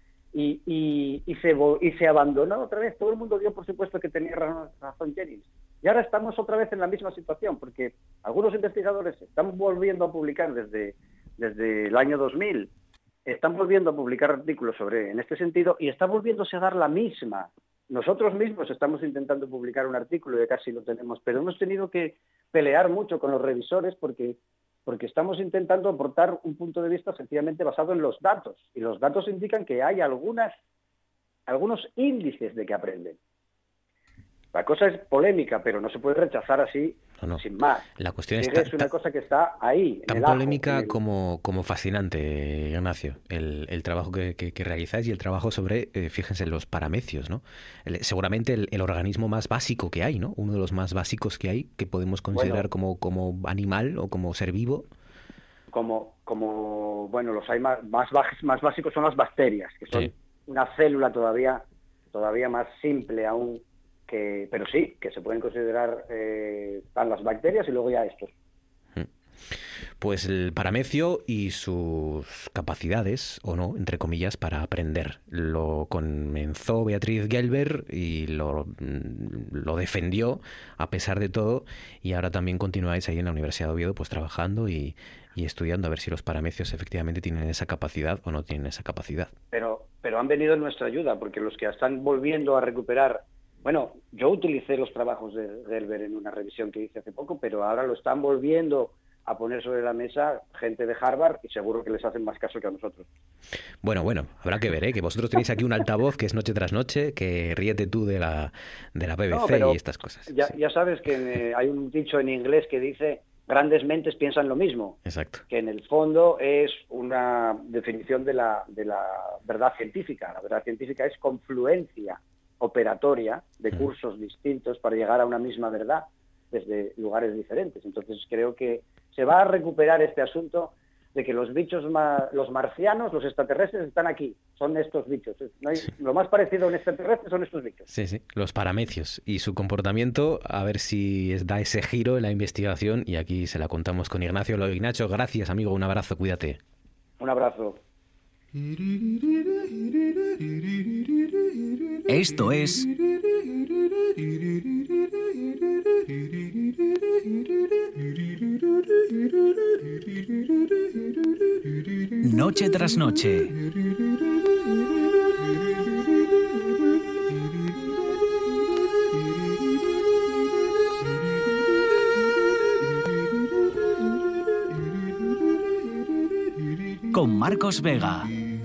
S8: Y se abandonó otra vez. Todo el mundo dio por supuesto que tenía razón Jennings. Y ahora estamos otra vez en la misma situación, porque algunos investigadores están volviendo a publicar desde el año 2000, están volviendo a publicar artículos en este sentido, y está volviéndose a dar la misma. Nosotros mismos estamos intentando publicar un artículo y casi lo tenemos, pero hemos tenido que pelear mucho con los revisores porque estamos intentando aportar un punto de vista sencillamente basado en los datos. Y los datos indican que hay algunos índices de que aprenden. La cosa es polémica, pero no se puede rechazar así, sin más.
S1: La cuestión
S8: es una cosa que está ahí.
S1: Tan polémica como fascinante, Ignacio, el trabajo que realizáis y el trabajo sobre, fíjense, los paramecios, ¿no? Seguramente el organismo más básico que hay, ¿no? Uno de los más básicos que hay, que podemos considerar como animal o como ser vivo.
S8: Los hay más básicos son las bacterias, que son una célula todavía más simple aún. Pero sí, que se pueden considerar están las bacterias y luego ya estos.
S1: Pues el paramecio y sus capacidades, o no, entre comillas, para aprender. Lo comenzó Beatriz Gelbert y lo defendió a pesar de todo, y ahora también continuáis ahí en la Universidad de Oviedo pues trabajando y estudiando a ver si los paramecios efectivamente tienen esa capacidad o no tienen esa capacidad.
S8: Pero han venido en nuestra ayuda, porque los que están volviendo a recuperar... Bueno, yo utilicé los trabajos de Gelbert en una revisión que hice hace poco, pero ahora lo están volviendo a poner sobre la mesa gente de Harvard y seguro que les hacen más caso que a nosotros.
S1: Bueno, habrá que ver, que vosotros tenéis aquí un altavoz que es Noche tras Noche, que ríete tú de la BBC y estas cosas.
S8: Ya sabes que hay un dicho en inglés que dice grandes mentes piensan lo mismo.
S1: Exacto.
S8: Que en el fondo es una definición de la verdad científica. La verdad científica es confluencia operatoria de cursos distintos para llegar a una misma verdad desde lugares diferentes. Entonces creo que se va a recuperar este asunto de que los bichos, los marcianos, los extraterrestres están aquí, son estos bichos. Lo más parecido a un extraterrestre son estos bichos.
S1: Sí, los paramecios y su comportamiento, a ver si da ese giro en la investigación, y aquí se la contamos con Ignacio. Ignacio, gracias, amigo, un abrazo, cuídate.
S8: Un abrazo.
S2: Esto es Noche tras Noche. Con Marcos Vega.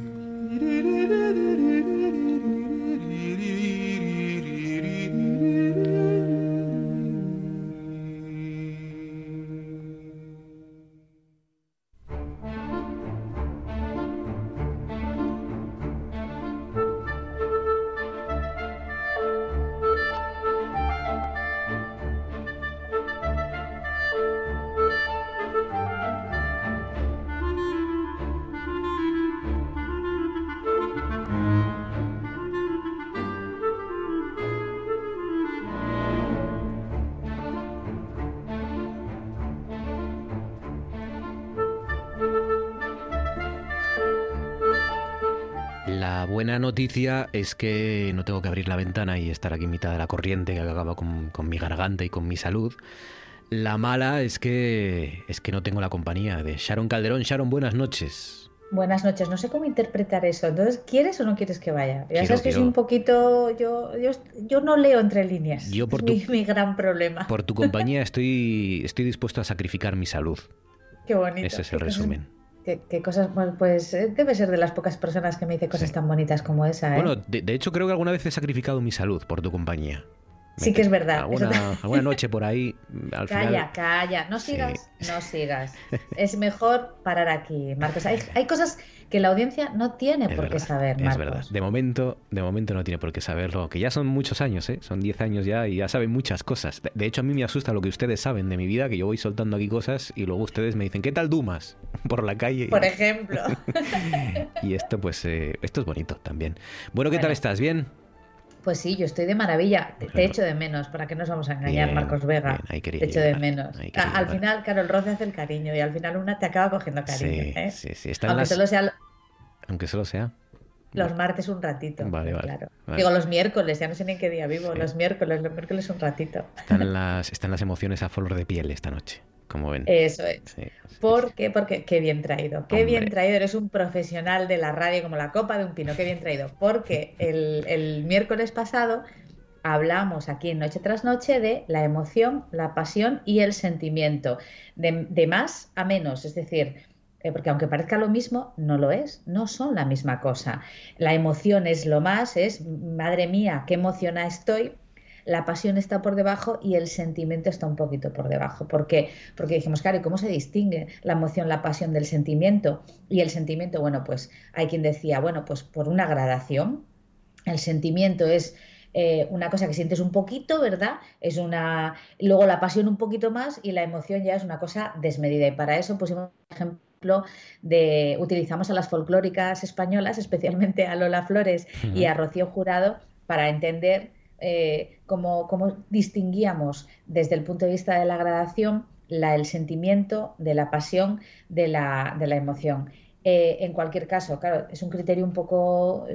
S1: La buena noticia es que no tengo que abrir la ventana y estar aquí en mitad de la corriente que acaba con mi garganta y con mi salud. La mala es que no tengo la compañía de Sharon Calderón. Sharon, buenas noches.
S9: Buenas noches. No sé cómo interpretar eso. Entonces, ¿quieres o no quieres que vaya? Ya sabes que
S1: quiero.
S9: Es un poquito... Yo no leo entre líneas.
S1: Yo
S9: Es mi gran problema.
S1: Por tu compañía estoy dispuesto a sacrificar mi salud.
S9: Qué bonito.
S1: Ese es el resumen.
S9: ¿Qué cosas? Bueno, pues debe ser de las pocas personas que me dice cosas tan bonitas como esa, ¿eh?
S1: Bueno, de hecho creo que alguna vez he sacrificado mi salud por tu compañía.
S9: Sí que es verdad.
S1: Alguna noche por ahí, al final...
S9: Calla, no sigas. Es mejor parar aquí, Marcos. Hay cosas que la audiencia no tiene por qué saber, Marcos.
S1: Es verdad. De momento no tiene por qué saberlo, que ya son muchos años, ¿eh? Son 10 años ya y ya saben muchas cosas. De hecho, a mí me asusta lo que ustedes saben de mi vida, que yo voy soltando aquí cosas y luego ustedes me dicen, ¿qué tal Dumas? Por la calle.
S9: Por ejemplo.
S1: Y esto, pues, esto es bonito también. Bueno, ¿qué tal estás? ¿Bien?
S9: Pues sí, yo estoy de maravilla. Te echo de menos, ¿para qué nos vamos a engañar, Marcos Vega? Te echo de menos. Al final, claro, el roce hace el cariño y al final una te acaba cogiendo cariño.
S1: Sí.
S9: Aunque
S1: solo sea
S9: los martes un ratito.
S1: Vale.
S9: Digo, los miércoles, ya no sé ni en qué día vivo. Sí. Los miércoles un ratito.
S1: Están las emociones a flor de piel esta noche, como ven.
S9: Eso es. Sí. ¿Por qué? Porque qué bien traído. Qué bien traído. Eres un profesional de la radio como la copa de un pino. Qué bien traído. Porque el miércoles pasado hablamos aquí en Noche tras Noche de la emoción, la pasión y el sentimiento. De más a menos. Es decir, porque aunque parezca lo mismo, no lo es. No son la misma cosa. La emoción es lo más. Es, madre mía, qué emocionada estoy. La pasión está por debajo y el sentimiento está un poquito por debajo. ¿Por qué? Porque dijimos, claro, ¿y cómo se distingue la emoción, la pasión del sentimiento? Y el sentimiento, bueno, pues hay quien decía, bueno, pues por una gradación. El sentimiento es una cosa que sientes un poquito, ¿verdad? Luego la pasión un poquito más y la emoción ya es una cosa desmedida. Y para eso pusimos ejemplo utilizamos a las folclóricas españolas, especialmente a Lola Flores y a Rocío Jurado, para entender cómo distinguíamos desde el punto de vista de la gradación el sentimiento de la pasión de la emoción. En cualquier caso, claro, es un criterio un poco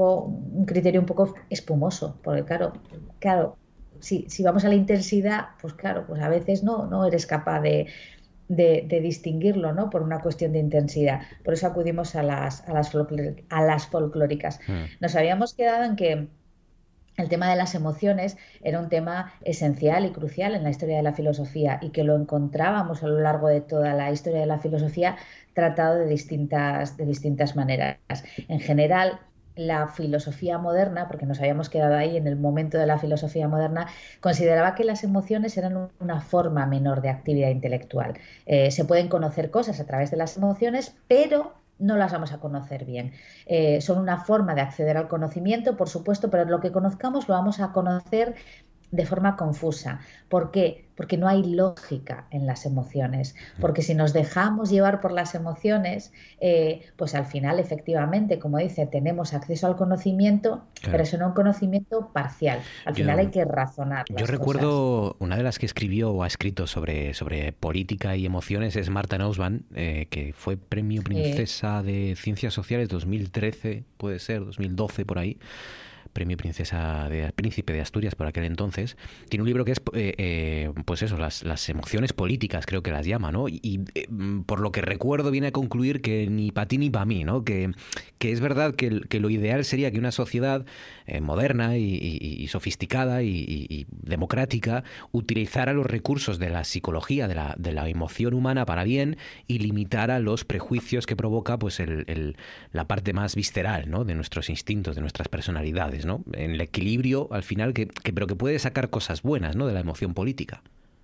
S9: espumoso, porque claro, si vamos a la intensidad, pues claro, pues a veces no eres capaz de distinguirlo, ¿no? Por una cuestión de intensidad. Por eso acudimos a las folclóricas. Nos habíamos quedado en que el tema de las emociones era un tema esencial y crucial en la historia de la filosofía y que lo encontrábamos a lo largo de toda la historia de la filosofía tratado de distintas maneras. En general, la filosofía moderna, porque nos habíamos quedado ahí en el momento de la filosofía moderna, consideraba que las emociones eran una forma menor de actividad intelectual. Se pueden conocer cosas a través de las emociones, pero no las vamos a conocer bien. Son una forma de acceder al conocimiento, por supuesto, pero lo que conozcamos lo vamos a conocer de forma confusa. ¿Por qué? Porque no hay lógica en las emociones. Porque si nos dejamos llevar por las emociones, pues al final, efectivamente, como dice, tenemos acceso al conocimiento, claro, pero es un conocimiento parcial. Al final hay que razonar las
S1: Yo recuerdo
S9: cosas.
S1: una de las que escribió o ha escrito sobre política y emociones es Marta Nussbaum, que fue Premio Princesa de Ciencias Sociales 2013, puede ser, 2012 por ahí. Premio Príncipe de Asturias por aquel entonces. Tiene un libro que es, pues eso, las emociones políticas, creo que las llama, ¿no? Y por lo que recuerdo viene a concluir que ni para ti ni para mí, ¿no? Que es verdad que lo ideal sería que una sociedad moderna y sofisticada y democrática utilizara los recursos de la psicología, de la emoción humana para bien y limitara los prejuicios que provoca pues la parte más visceral, ¿no? De nuestros instintos, de nuestras personalidades, ¿no? En el equilibrio, al final, pero que puede sacar cosas buenas, ¿no? De la emoción política.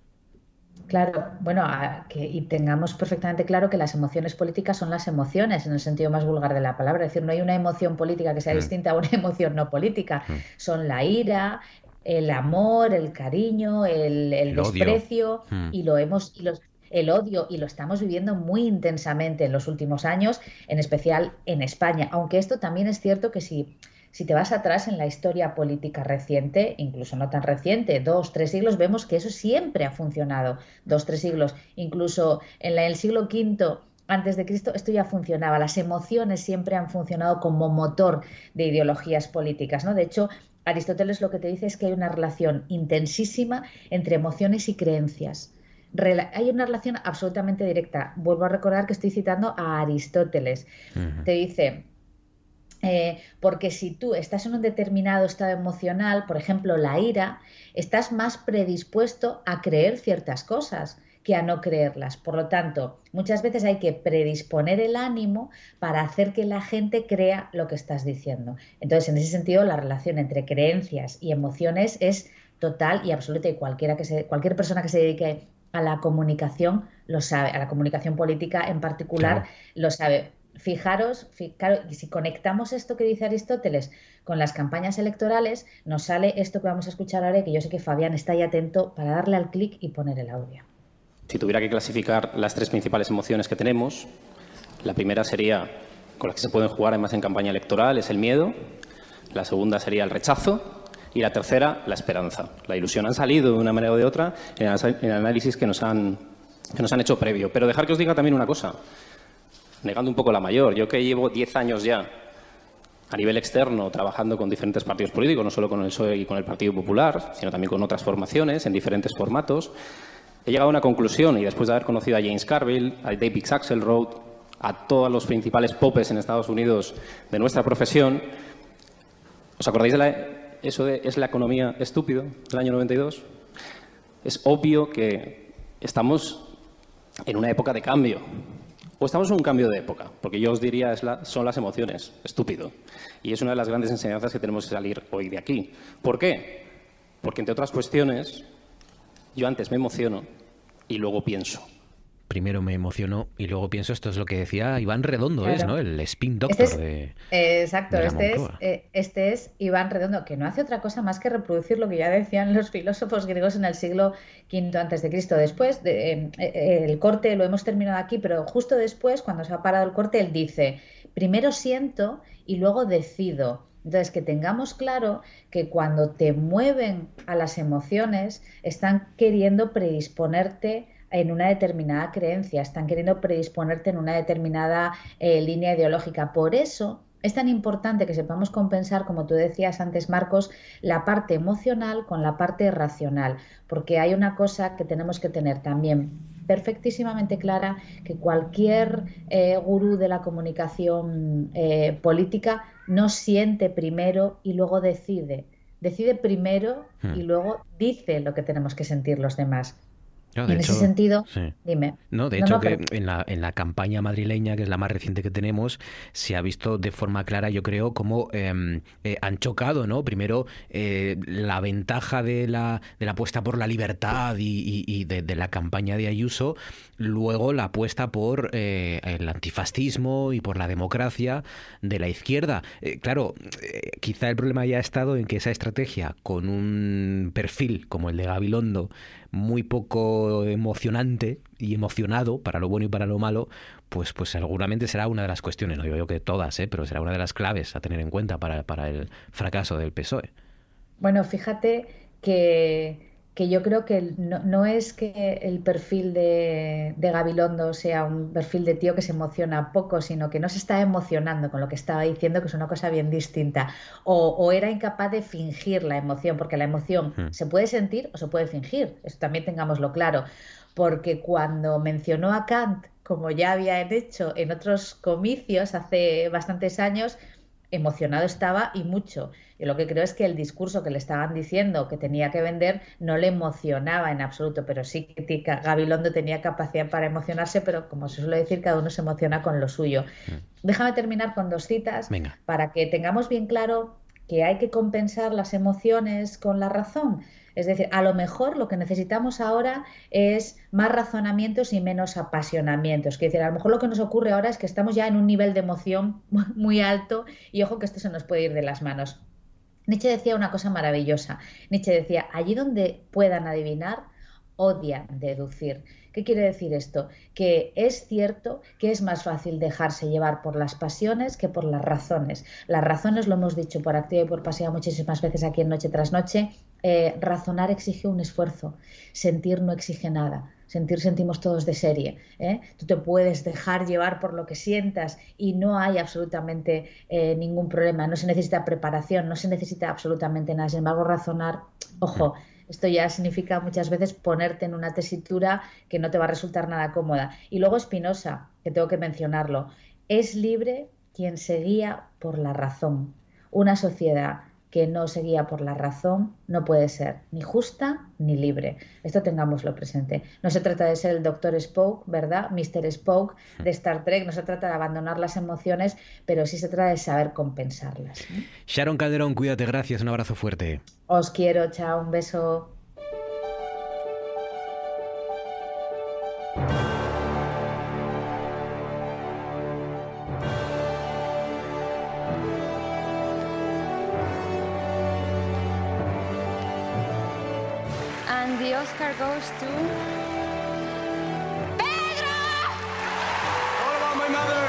S9: Claro, bueno, y tengamos perfectamente claro que las emociones políticas son las emociones en el sentido más vulgar de la palabra. Es decir, no hay una emoción política que sea distinta a una emoción no política. Son la ira, el amor, el cariño, el desprecio, odio. El odio, y lo estamos viviendo muy intensamente en los últimos años, en especial en España. Aunque esto también es cierto que si te vas atrás en la historia política reciente, incluso no tan reciente, 2, 3 siglos, vemos que eso siempre ha funcionado. 2, 3 siglos, incluso en el siglo V antes de Cristo, esto ya funcionaba. Las emociones siempre han funcionado como motor de ideologías políticas, ¿no? De hecho, Aristóteles lo que te dice es que hay una relación intensísima entre emociones y creencias. Hay una relación absolutamente directa. Vuelvo a recordar que estoy citando a Aristóteles. Te dice... porque si tú estás en un determinado estado emocional, por ejemplo la ira, estás más predispuesto a creer ciertas cosas que a no creerlas. Por lo tanto, muchas veces hay que predisponer el ánimo para hacer que la gente crea lo que estás diciendo. Entonces, en ese sentido, la relación entre creencias y emociones es total y absoluta, y cualquier persona que se dedique a la comunicación lo sabe, a la comunicación política en particular, claro, lo sabe. Fijaros, si conectamos esto que dice Aristóteles con las campañas electorales, nos sale esto que vamos a escuchar ahora, que yo sé que Fabián está ahí atento para darle al clic y poner el audio.
S10: Si tuviera que clasificar las 3 principales emociones que tenemos, la primera sería, con las que se pueden jugar además en campaña electoral, es el miedo. La segunda sería el rechazo. Y la tercera, la esperanza. La ilusión. Han salido de una manera o de otra en el análisis que nos han hecho previo. Pero dejar que os diga también una cosa. Negando un poco la mayor, yo que llevo 10 años ya a nivel externo trabajando con diferentes partidos políticos, no solo con el PSOE y con el Partido Popular, sino también con otras formaciones en diferentes formatos, he llegado a una conclusión, y después de haber conocido a James Carville, a David Axelrod, a todos los principales popes en Estados Unidos de nuestra profesión, ¿os acordáis de eso de ¿es la economía estúpido? Del año 92. Es obvio que estamos en una época de cambio. O estamos en un cambio de época, porque yo os diría son las emociones, estúpido. Y es una de las grandes enseñanzas que tenemos que salir hoy de aquí. ¿Por qué? Porque, entre otras cuestiones, yo antes me emociono y luego pienso.
S1: Primero me emociono y luego pienso, esto es lo que decía Iván Redondo, claro. ¿No? El spin doctor
S9: exacto, este es Iván Redondo, que no hace otra cosa más que reproducir lo que ya decían los filósofos griegos en el siglo V a.C. Después, el corte lo hemos terminado aquí, pero justo después, cuando se ha parado el corte, él dice, primero siento y luego decido. Entonces, que tengamos claro que cuando te mueven a las emociones, están queriendo predisponerte en una determinada creencia, están queriendo predisponerte en una determinada línea ideológica. Por eso es tan importante que sepamos compensar, como tú decías antes, Marcos, la parte emocional con la parte racional, porque hay una cosa que tenemos que tener también perfectísimamente clara, que cualquier gurú de la comunicación política no siente primero y luego decide. decide primero y luego dice lo que tenemos que sentir los demás.
S1: No,
S9: en ese sentido,
S1: sí.
S9: dime.
S1: No, de hecho, que en la campaña madrileña, que es la más reciente que tenemos, se ha visto de forma clara, yo creo, cómo han chocado, ¿no? Primero, la ventaja de la apuesta por la libertad y de la campaña de Ayuso, luego la apuesta por el antifascismo y por la democracia de la izquierda. Claro, quizá el problema haya estado en que esa estrategia, con un perfil como el de Gabilondo, muy poco emocionante y emocionado para lo bueno y para lo malo, pues seguramente será una de las cuestiones, no digo yo que todas, pero será una de las claves a tener en cuenta para el fracaso del PSOE.
S9: Bueno, fíjate que yo creo que no es que el perfil de Gabilondo sea un perfil de tío que se emociona poco, sino que no se está emocionando con lo que estaba diciendo, que es una cosa bien distinta. O era incapaz de fingir la emoción, porque la emoción se puede sentir o se puede fingir, eso también tengámoslo claro. Porque cuando mencionó a Kant, como ya habían hecho en otros comicios hace bastantes años, emocionado estaba y mucho. Yo lo que creo es que el discurso que le estaban diciendo que tenía que vender no le emocionaba en absoluto, pero sí que Gabilondo tenía capacidad para emocionarse, pero como se suele decir, cada uno se emociona con lo suyo. Déjame terminar con 2 citas.
S1: Venga.
S9: Para que tengamos bien claro que hay que compensar las emociones con la razón. Es decir, a lo mejor lo que necesitamos ahora es más razonamientos y menos apasionamientos. Es decir, a lo mejor lo que nos ocurre ahora es que estamos ya en un nivel de emoción muy alto y ojo que esto se nos puede ir de las manos. Nietzsche decía una cosa maravillosa. Nietzsche decía, allí donde puedan adivinar, odian deducir. ¿Qué quiere decir esto? Que es cierto que es más fácil dejarse llevar por las pasiones que por las razones. Las razones, lo hemos dicho por activa y por pasiva muchísimas veces aquí en Noche tras Noche, razonar exige un esfuerzo, sentir no exige nada. Sentimos todos de serie, ¿eh? Tú te puedes dejar llevar por lo que sientas y no hay absolutamente ningún problema, no se necesita preparación, no se necesita absolutamente nada. Sin embargo, razonar, ojo, esto ya significa muchas veces ponerte en una tesitura que no te va a resultar nada cómoda. Y luego Spinoza, que tengo que mencionarlo, es libre quien se guía por la razón. Una sociedad que no se guía por la razón no puede ser ni justa ni libre. Esto tengámoslo presente. No se trata de ser el Dr. Spock, ¿verdad? Mr. Spock de Star Trek. No se trata de abandonar las emociones, pero sí se trata de saber compensarlas, ¿eh?
S1: Sharon Calderón, cuídate, gracias, un abrazo fuerte.
S9: Os quiero, chao, un beso.
S11: And the Oscar goes to Pedro!
S12: What about my mother?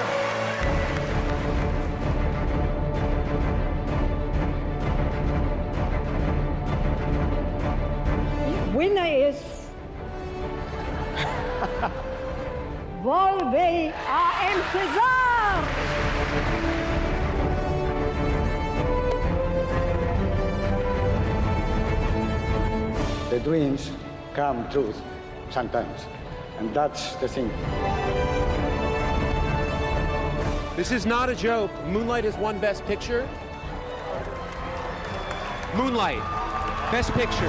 S13: Winner is Volve a empezar.
S14: The dreams come true sometimes, and that's the thing.
S12: This is not a joke. Moonlight has won Best Picture. Moonlight, Best Picture.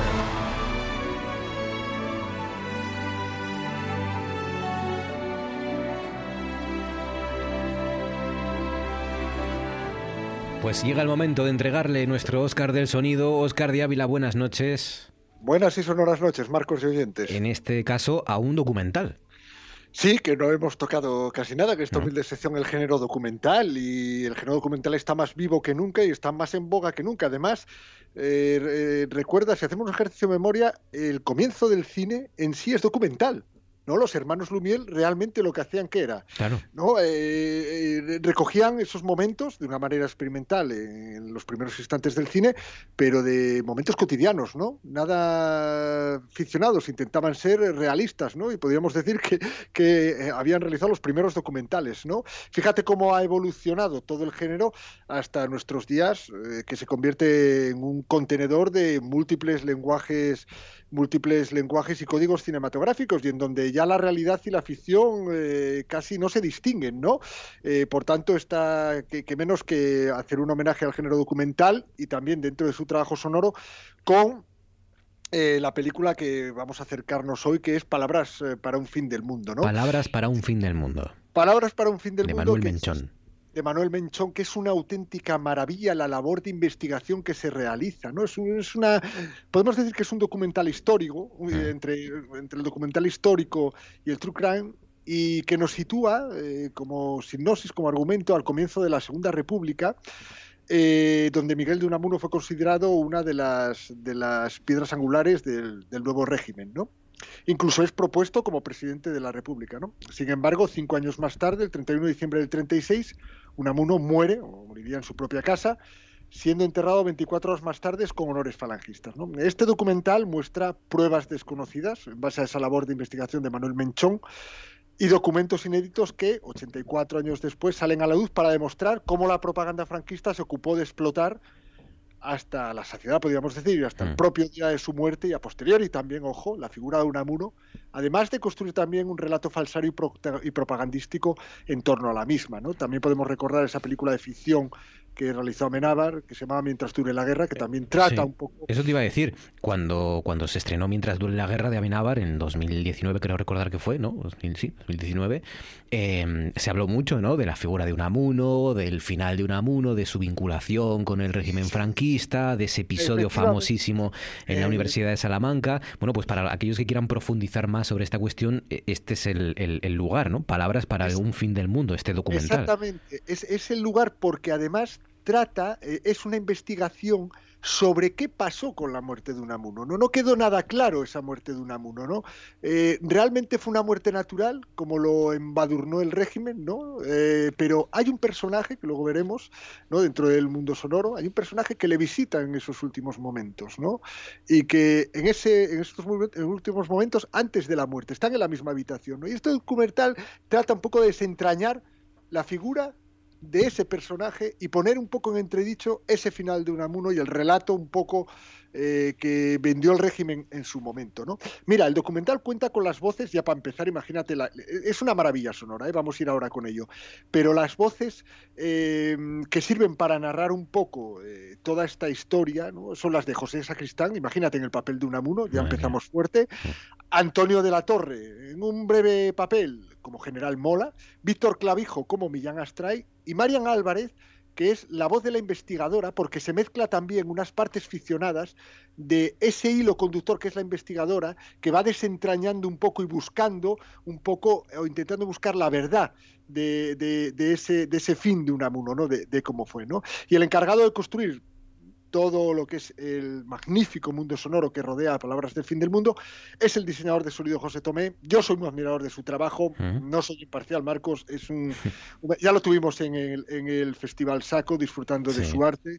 S1: Pues llega el momento de entregarle nuestro Óscar del sonido. Óscar de Ávila, buenas noches.
S15: Buenas y sonoras noches, Marcos y oyentes.
S1: En este caso, a un documental.
S15: Sí, que no hemos tocado casi nada, que esta humilde sección el género documental, y el género documental está más vivo que nunca y está más en boga que nunca. Además, recuerda, si hacemos un ejercicio de memoria, el comienzo del cine en sí es documental. ¿No? Los hermanos Lumière realmente lo que hacían que era,
S1: claro,
S15: ¿no? Recogían esos momentos de una manera experimental en los primeros instantes del cine, pero de momentos cotidianos, ¿no? Nada ficcionados, intentaban ser realistas, ¿no? Y podríamos decir que habían realizado los primeros documentales, ¿no? Fíjate cómo ha evolucionado todo el género hasta nuestros días, que se convierte en un contenedor de múltiples lenguajes y códigos cinematográficos, y en donde ya la realidad y la ficción casi no se distinguen, ¿no? Por tanto, está que menos que hacer un homenaje al género documental y también dentro de su trabajo sonoro con la película que vamos a acercarnos hoy, que es Palabras para un fin del mundo, ¿no?
S1: Palabras para un fin del mundo.
S15: Palabras para un fin del mundo.
S1: De Manuel Menchón.
S15: De Manuel Menchón, que es una auténtica maravilla la labor de investigación que se realiza, ¿no? Podemos decir que es un documental histórico, entre el documental histórico y el true crime, y que nos sitúa como sinopsis, como argumento, al comienzo de la Segunda República, donde Miguel de Unamuno fue considerado una de las piedras angulares del nuevo régimen, ¿no? Incluso es propuesto como presidente de la República, ¿no? Sin embargo, 5 años más tarde, el 31 de diciembre del 36, Unamuno muere, o moriría en su propia casa, siendo enterrado 24 horas más tarde con honores falangistas, ¿no? Este documental muestra pruebas desconocidas en base a esa labor de investigación de Manuel Menchón y documentos inéditos que 84 años después salen a la luz para demostrar cómo la propaganda franquista se ocupó de explotar hasta la saciedad, podríamos decir, hasta el propio día de su muerte y a posteriori también, ojo, la figura de Unamuno, además de construir también un relato falsario y propagandístico en torno a la misma, ¿no? También podemos recordar esa película de ficción que realizó Amenábar, que se llamaba Mientras dure la guerra, que también trata un poco...
S1: Eso te iba a decir, cuando se estrenó Mientras dure la guerra de Amenábar, en 2019, creo recordar que fue, ¿no? 2019, se habló mucho, ¿no? De la figura de Unamuno, del final de Unamuno, de su vinculación con el régimen franquista, de ese episodio famosísimo en la Universidad de Salamanca. Bueno, pues para aquellos que quieran profundizar más sobre esta cuestión, este es el lugar, ¿no? Palabras para un fin del mundo, este documental.
S15: Exactamente, es el lugar porque además es una investigación sobre qué pasó con la muerte de Unamuno, ¿no? No quedó nada claro esa muerte de Unamuno, ¿no? Realmente fue una muerte natural, como lo embadurnó el régimen, ¿no? Pero hay un personaje, que luego veremos, ¿no? Dentro del mundo sonoro, hay un personaje que le visita en esos últimos momentos, ¿no? Y que en estos últimos momentos, antes de la muerte, están en la misma habitación, ¿no? Y este documental trata un poco de desentrañar la figura de ese personaje y poner un poco en entredicho ese final de Unamuno y el relato un poco que vendió el régimen en su momento, ¿no? Mira, el documental cuenta con las voces, ya para empezar, imagínate, es una maravilla sonora, vamos a ir ahora con ello, pero las voces que sirven para narrar un poco toda esta historia, ¿no? Son las de José Sacristán, imagínate en el papel de Unamuno, ya empezamos fuerte, Antonio de la Torre en un breve papel como General Mola, Víctor Clavijo como Millán Astray y Marian Álvarez, que es la voz de la investigadora, porque se mezcla también unas partes ficcionadas de ese hilo conductor que es la investigadora, que va desentrañando un poco y buscando un poco, o intentando buscar la verdad de ese fin de Unamuno, ¿no? De cómo fue, ¿no? Y el encargado de construir todo lo que es el magnífico mundo sonoro que rodea Palabras del fin del mundo es el diseñador de sonido José Tomé. Yo soy muy admirador de su trabajo, no soy imparcial, Marcos, ya lo tuvimos en el Festival Saco disfrutando de su arte.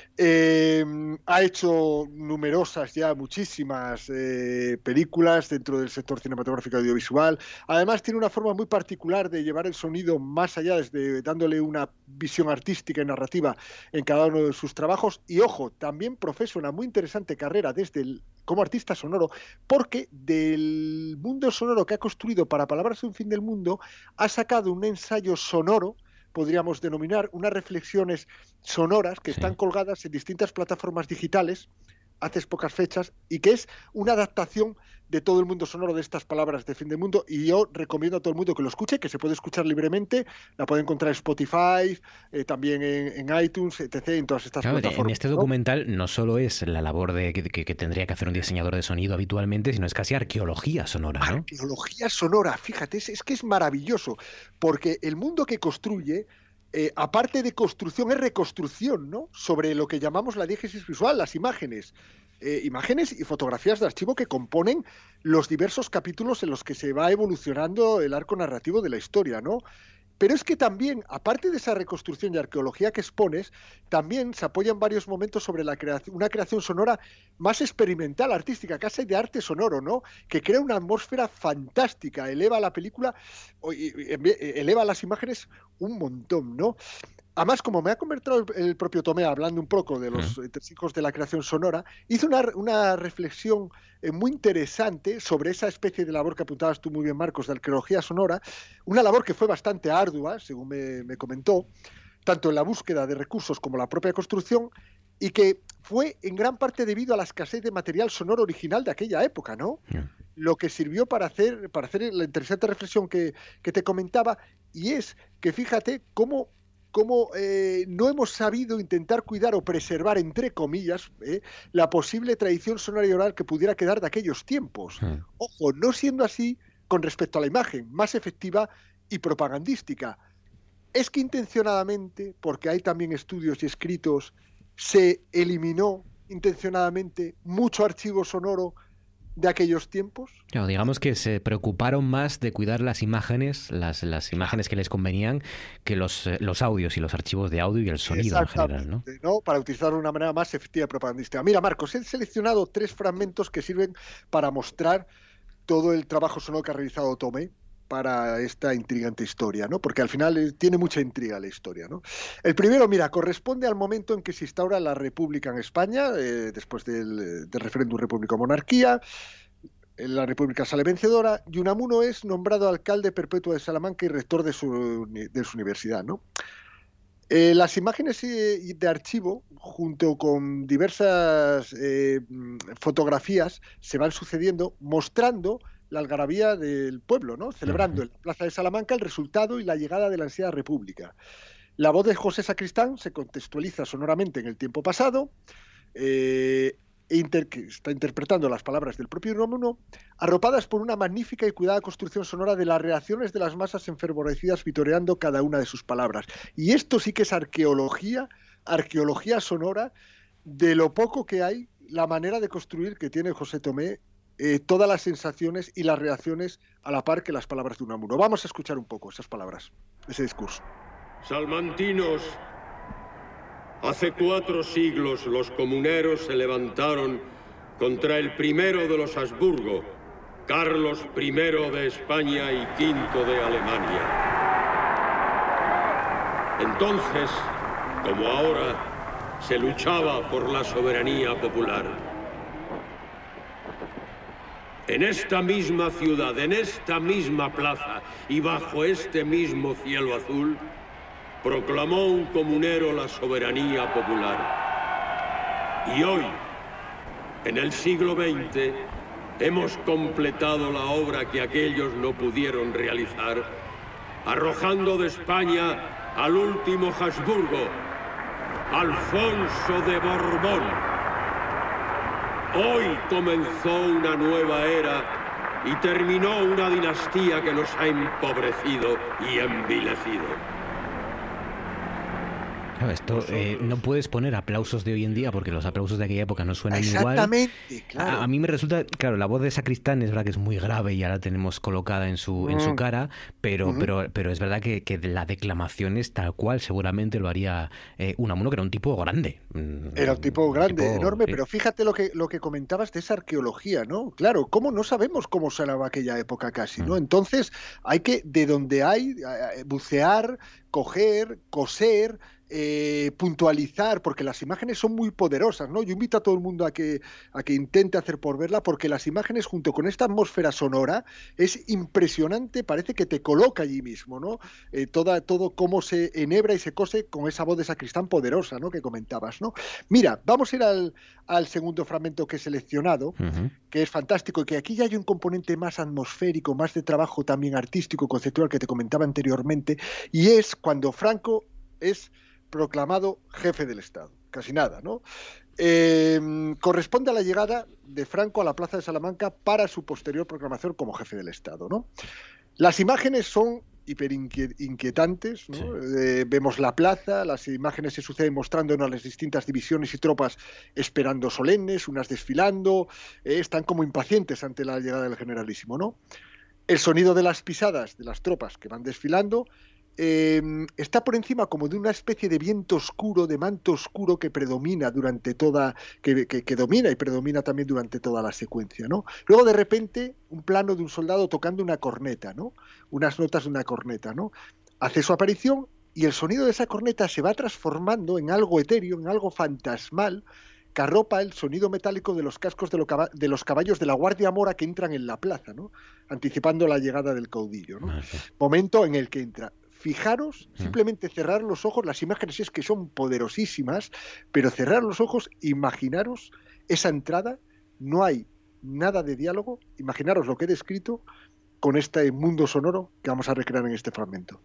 S15: Ha hecho muchísimas películas dentro del sector cinematográfico audiovisual. Además tiene una forma muy particular de llevar el sonido más allá, dándole una visión artística y narrativa en cada uno de sus trabajos. Y ojo, también profesa una muy interesante carrera como artista sonoro, porque del mundo sonoro que ha construido para Palabras de un fin del mundo ha sacado un ensayo sonoro, podríamos denominar, unas reflexiones sonoras que están colgadas en distintas plataformas digitales hace pocas fechas, y que es una adaptación de todo el mundo sonoro de estas Palabras de fin del mundo, y yo recomiendo a todo el mundo que lo escuche, que se puede escuchar libremente, la puede encontrar en Spotify, también en iTunes, etc., en todas estas plataformas.
S1: En este documental no solo es la labor que tendría que hacer un diseñador de sonido habitualmente, sino es casi arqueología sonora, ¿no?
S15: Arqueología sonora, fíjate, es que es maravilloso, porque el mundo que construye, aparte de construcción, es reconstrucción, ¿no? Sobre lo que llamamos la diégesis visual, las imágenes. Imágenes y fotografías de archivo que componen los diversos capítulos en los que se va evolucionando el arco narrativo de la historia, ¿no? Pero es que también, aparte de esa reconstrucción y arqueología que expones, también se apoya en varios momentos sobre una creación sonora más experimental, artística, casi de arte sonoro, ¿no? Que crea una atmósfera fantástica, eleva la película, eleva las imágenes un montón, ¿no? Además, como me ha comentado el propio Tomé, hablando un poco de los entresijos de la creación sonora, hizo una reflexión muy interesante sobre esa especie de labor que apuntabas tú muy bien, Marcos, de arqueología sonora, una labor que fue bastante ardua, según me comentó, tanto en la búsqueda de recursos como la propia construcción, y que fue en gran parte debido a la escasez de material sonoro original de aquella época, ¿no? Lo que sirvió para hacer la interesante reflexión que te comentaba, y es que fíjate cómo no hemos sabido intentar cuidar o preservar, entre comillas, la posible tradición sonora y oral que pudiera quedar de aquellos tiempos. Ojo, no siendo así con respecto a la imagen, más efectiva y propagandística. Es que intencionadamente, porque hay también estudios y escritos, se eliminó intencionadamente mucho archivo sonoro de aquellos tiempos.
S1: Claro, digamos que se preocuparon más de cuidar las imágenes, las imágenes que les convenían, que los audios y los archivos de audio y el sonido en general, ¿no?
S15: Para utilizarlo de una manera más efectiva y propagandística. Mira, Marcos, he seleccionado 3 fragmentos que sirven para mostrar todo el trabajo sonoro que ha realizado Tomé para esta intrigante historia, ¿no? Porque al final tiene mucha intriga la historia, ¿no? El primero, mira, corresponde al momento en que se instaura la República en España, después del referéndum República-Monarquía. La República sale vencedora y Unamuno es nombrado alcalde perpetuo de Salamanca y rector de su universidad, ¿no? Las imágenes de archivo, junto con diversas fotografías, se van sucediendo mostrando la algarabía del pueblo, ¿no? Celebrando en la plaza de Salamanca el resultado y la llegada de la ansiada república. La voz de José Sacristán se contextualiza sonoramente en el tiempo pasado, que está interpretando las palabras del propio Unamuno, arropadas por una magnífica y cuidada construcción sonora de las reacciones de las masas enfervorecidas vitoreando cada una de sus palabras. Y esto sí que es arqueología sonora, de lo poco que hay, la manera de construir que tiene José Tomé, todas las sensaciones y las reacciones a la par que las palabras de Unamuno. Vamos a escuchar un poco esas palabras, ese discurso.
S16: Salmantinos, hace 4 siglos los comuneros se levantaron contra el primero de los Habsburgo, Carlos I de España y V de Alemania. Entonces, como ahora, se luchaba por la soberanía popular. En esta misma ciudad, en esta misma plaza y bajo este mismo cielo azul, proclamó un comunero la soberanía popular. Y hoy, en el siglo XX, hemos completado la obra que aquellos no pudieron realizar, arrojando de España al último Habsburgo, Alfonso de Borbón. Hoy comenzó una nueva era y terminó una dinastía que nos ha empobrecido y envilecido.
S1: Claro, esto no puedes poner aplausos de hoy en día porque los aplausos de aquella época no suenan igual.
S15: Exactamente, claro.
S1: A mí me resulta, claro, la voz de Sacristán es verdad que es muy grave y ya la tenemos colocada en su cara, pero es verdad que la declamación es tal cual seguramente lo haría Unamuno, que era un tipo grande.
S15: Era un tipo grande, enorme, pero fíjate lo que comentabas de esa arqueología, ¿no? Claro, ¿cómo no sabemos cómo sonaba aquella época casi, ¿no? Entonces hay que, de donde hay, bucear, coger, coser, puntualizar, porque las imágenes son muy poderosas, ¿no? Yo invito a todo el mundo a que intente hacer por verla, porque las imágenes junto con esta atmósfera sonora es impresionante, parece que te coloca allí mismo, ¿no? Todo cómo se enhebra y se cose con esa voz de Sacristán poderosa, ¿no? Que comentabas, ¿no? Mira, vamos a ir al segundo fragmento que he seleccionado, que es fantástico, y que aquí ya hay un componente más atmosférico, más de trabajo también artístico, conceptual, que te comentaba anteriormente, y es cuando Franco es proclamado jefe del Estado. Casi nada, ¿no? Corresponde a la llegada de Franco a la plaza de Salamanca para su posterior proclamación como jefe del Estado, ¿no? Las imágenes son hiperinquietantes, ¿no? Sí. Vemos la plaza, las imágenes se suceden mostrándonos las distintas divisiones y tropas esperando solemnes, unas desfilando, están como impacientes ante la llegada del generalísimo, ¿no? El sonido de las pisadas de las tropas que van desfilando está por encima como de una especie de viento oscuro, de manto oscuro que predomina durante toda, que domina y predomina también durante toda la secuencia, ¿no? Luego de repente un plano de un soldado tocando una corneta, ¿no? Unas notas de una corneta, ¿no? Hace su aparición y el sonido de esa corneta se va transformando en algo etéreo, en algo fantasmal, que arropa el sonido metálico de los cascos de los caballos de la Guardia Mora que entran en la plaza, ¿no? Anticipando la llegada del caudillo, ¿no? Momento en el que entra. Fijaros, simplemente cerrar los ojos, las imágenes es que son poderosísimas, pero cerrar los ojos, imaginaros esa entrada, no hay nada de diálogo, imaginaros lo que he descrito con este mundo sonoro que vamos a recrear en este fragmento.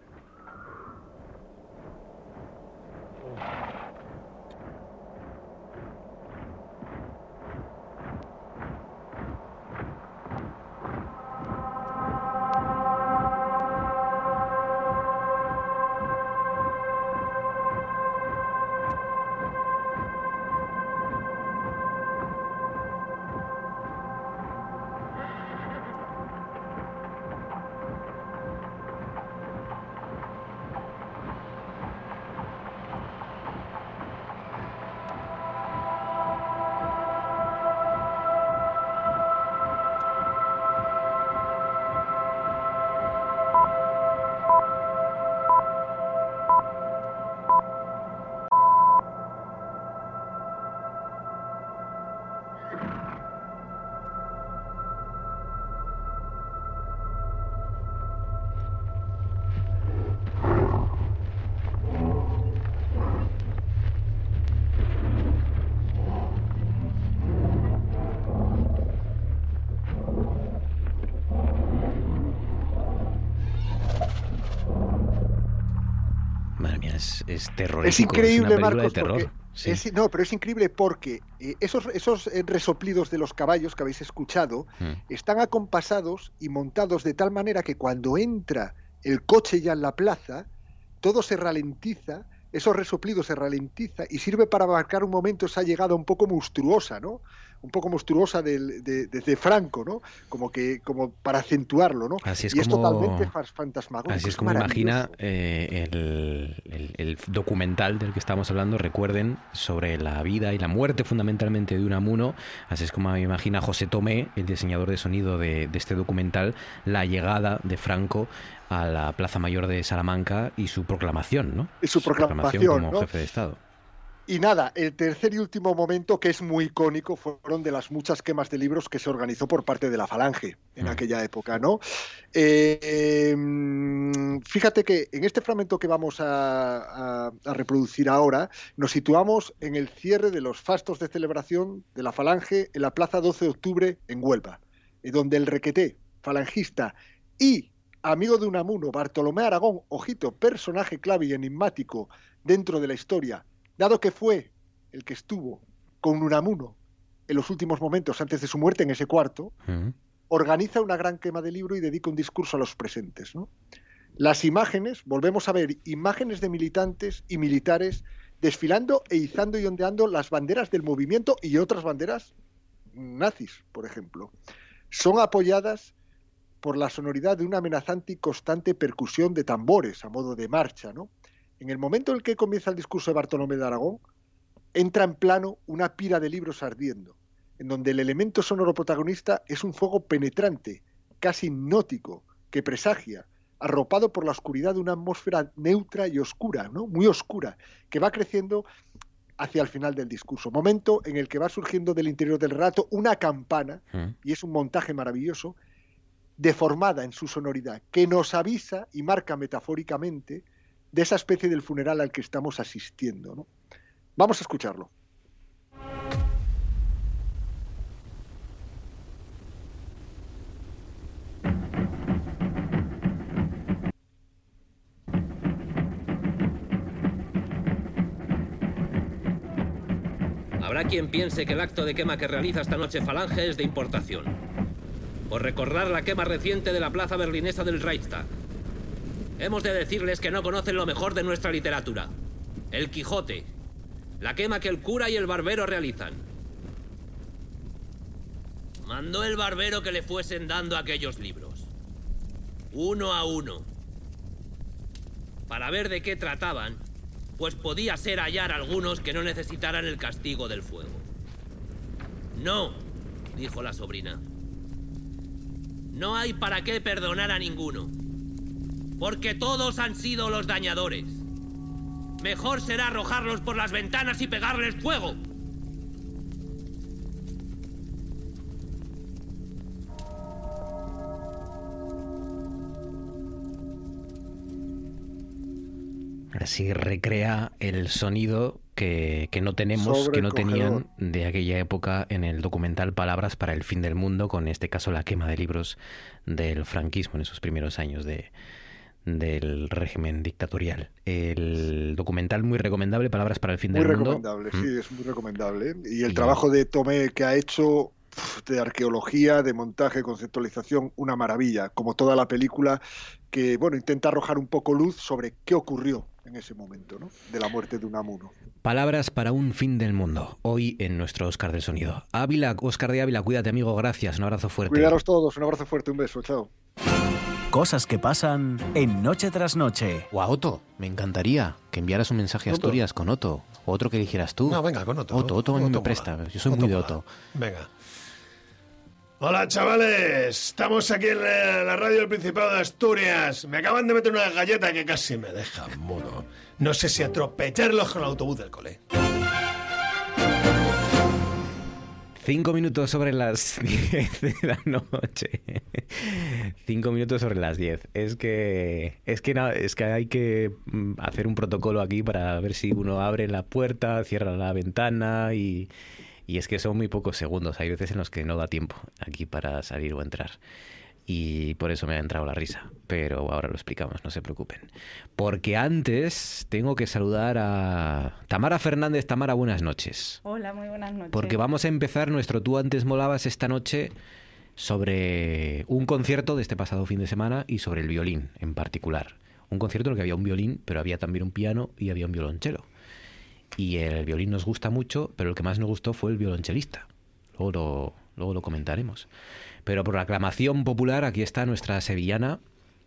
S1: Es terrorífico.
S15: Es increíble,
S1: es una
S15: Marcos,
S1: de terror. Sí.
S15: Pero es increíble porque esos resoplidos de los caballos que habéis escuchado están acompasados y montados de tal manera que cuando entra el coche ya en la plaza, todo se ralentiza, esos resoplidos se ralentiza y sirve para marcar un momento esa llegada un poco monstruosa, ¿no? Un poco monstruosa de Franco, ¿no? Como para acentuarlo, ¿no?
S1: Así es,
S15: y
S1: como,
S15: es totalmente fantasmagórico.
S1: Así es como imagina el documental del que estamos hablando, recuerden, sobre la vida y la muerte fundamentalmente de Unamuno. Así es como imagina José Tomé, el diseñador de sonido de este documental, la llegada de Franco a la Plaza Mayor de Salamanca y su proclamación, ¿no?
S15: Y su proclamación
S1: como
S15: ¿no?
S1: jefe de Estado.
S15: Y nada, el tercer y último momento, que es muy icónico, fueron de las muchas quemas de libros que se organizó por parte de la Falange en aquella época, ¿no? Fíjate que en este fragmento que vamos a reproducir ahora, nos situamos en el cierre de los fastos de celebración de la Falange en la Plaza 12 de Octubre en Huelva, donde el requeté falangista y amigo de Unamuno, Bartolomé Aragón, ojito, personaje clave y enigmático dentro de la historia, dado que fue el que estuvo con Unamuno en los últimos momentos antes de su muerte en ese cuarto, organiza una gran quema de libro y dedica un discurso a los presentes, ¿no? Las imágenes, volvemos a ver imágenes de militantes y militares desfilando e izando y ondeando las banderas del movimiento y otras banderas nazis, por ejemplo. Son apoyadas por la sonoridad de una amenazante y constante percusión de tambores a modo de marcha, ¿no? En el momento en el que comienza el discurso de Bartolomé de Aragón, entra en plano una pira de libros ardiendo, en donde el elemento sonoro protagonista es un fuego penetrante, casi hipnótico, que presagia, arropado por la oscuridad de una atmósfera neutra y oscura, ¿no? Muy oscura, que va creciendo hacia el final del discurso. Momento en el que va surgiendo del interior del relato una campana, y es un montaje maravilloso, deformada en su sonoridad, que nos avisa y marca metafóricamente de esa especie del funeral al que estamos asistiendo, ¿no? Vamos a escucharlo.
S17: Habrá quien piense que el acto de quema que realiza esta noche Falange es de importación, por recordar la quema reciente de la plaza berlinesa del Reichstag. Hemos de decirles que no conocen lo mejor de nuestra literatura: El Quijote, la quema que el cura y el barbero realizan. Mandó el barbero que le fuesen dando aquellos libros, uno a uno, para ver de qué trataban, pues podía ser hallar algunos que no necesitaran el castigo del fuego. No, dijo la sobrina. No hay para qué perdonar a ninguno. porque todos han sido los dañadores. Mejor será arrojarlos por las ventanas y pegarles fuego.
S1: Así recrea el sonido que no tenemos, que no tenían de aquella época en el documental Palabras para el fin del mundo, con en este caso la quema de libros del franquismo en esos primeros años del régimen dictatorial. El documental muy recomendable, Palabras para el fin del mundo.
S15: Muy recomendable, sí, es muy recomendable. Y el trabajo de Tomé que ha hecho de arqueología, de montaje, conceptualización, una maravilla, como toda la película que, bueno, intenta arrojar un poco luz sobre qué ocurrió en ese momento, ¿no?, de la muerte de Unamuno.
S1: Palabras para un fin del mundo, hoy en nuestro Óscar del Sonido. Óscar de Ávila, cuídate, amigo, gracias, un abrazo fuerte.
S15: Cuidaros todos, un abrazo fuerte, un beso, chao.
S2: Cosas que pasan en Noche tras Noche.
S1: O a Otto, me encantaría que enviaras un mensaje a Asturias con Otto, o otro que eligieras tú.
S18: No, venga, con Otto.
S1: Otto a mí me presta, yo soy muy de Otto.
S18: Venga. Hola, chavales. Estamos aquí en la radio del Principado de Asturias. Me acaban de meter una galleta que casi me deja mudo. No sé si atropellarlos con el autobús del cole.
S1: 5 minutos sobre las 10 de la noche. 5 minutos sobre las 10. Es que hay que hacer un protocolo aquí para ver si uno abre la puerta, cierra la ventana y es que son muy pocos segundos. Hay veces en los que no da tiempo aquí para salir o entrar. Y por eso me ha entrado la risa. Pero ahora lo explicamos, no se preocupen. Porque antes tengo que saludar a Tamara Fernández. Tamara, buenas noches.
S19: Hola, muy buenas noches.
S1: Porque vamos a empezar nuestro Tú antes molabas esta noche sobre un concierto de este pasado fin de semana y sobre el violín en particular. Un concierto en el que había un violín, pero había también un piano y había un violonchelo. Y el violín nos gusta mucho, pero el que más nos gustó fue el violonchelista. Luego lo comentaremos. Pero por la aclamación popular, aquí está nuestra sevillana.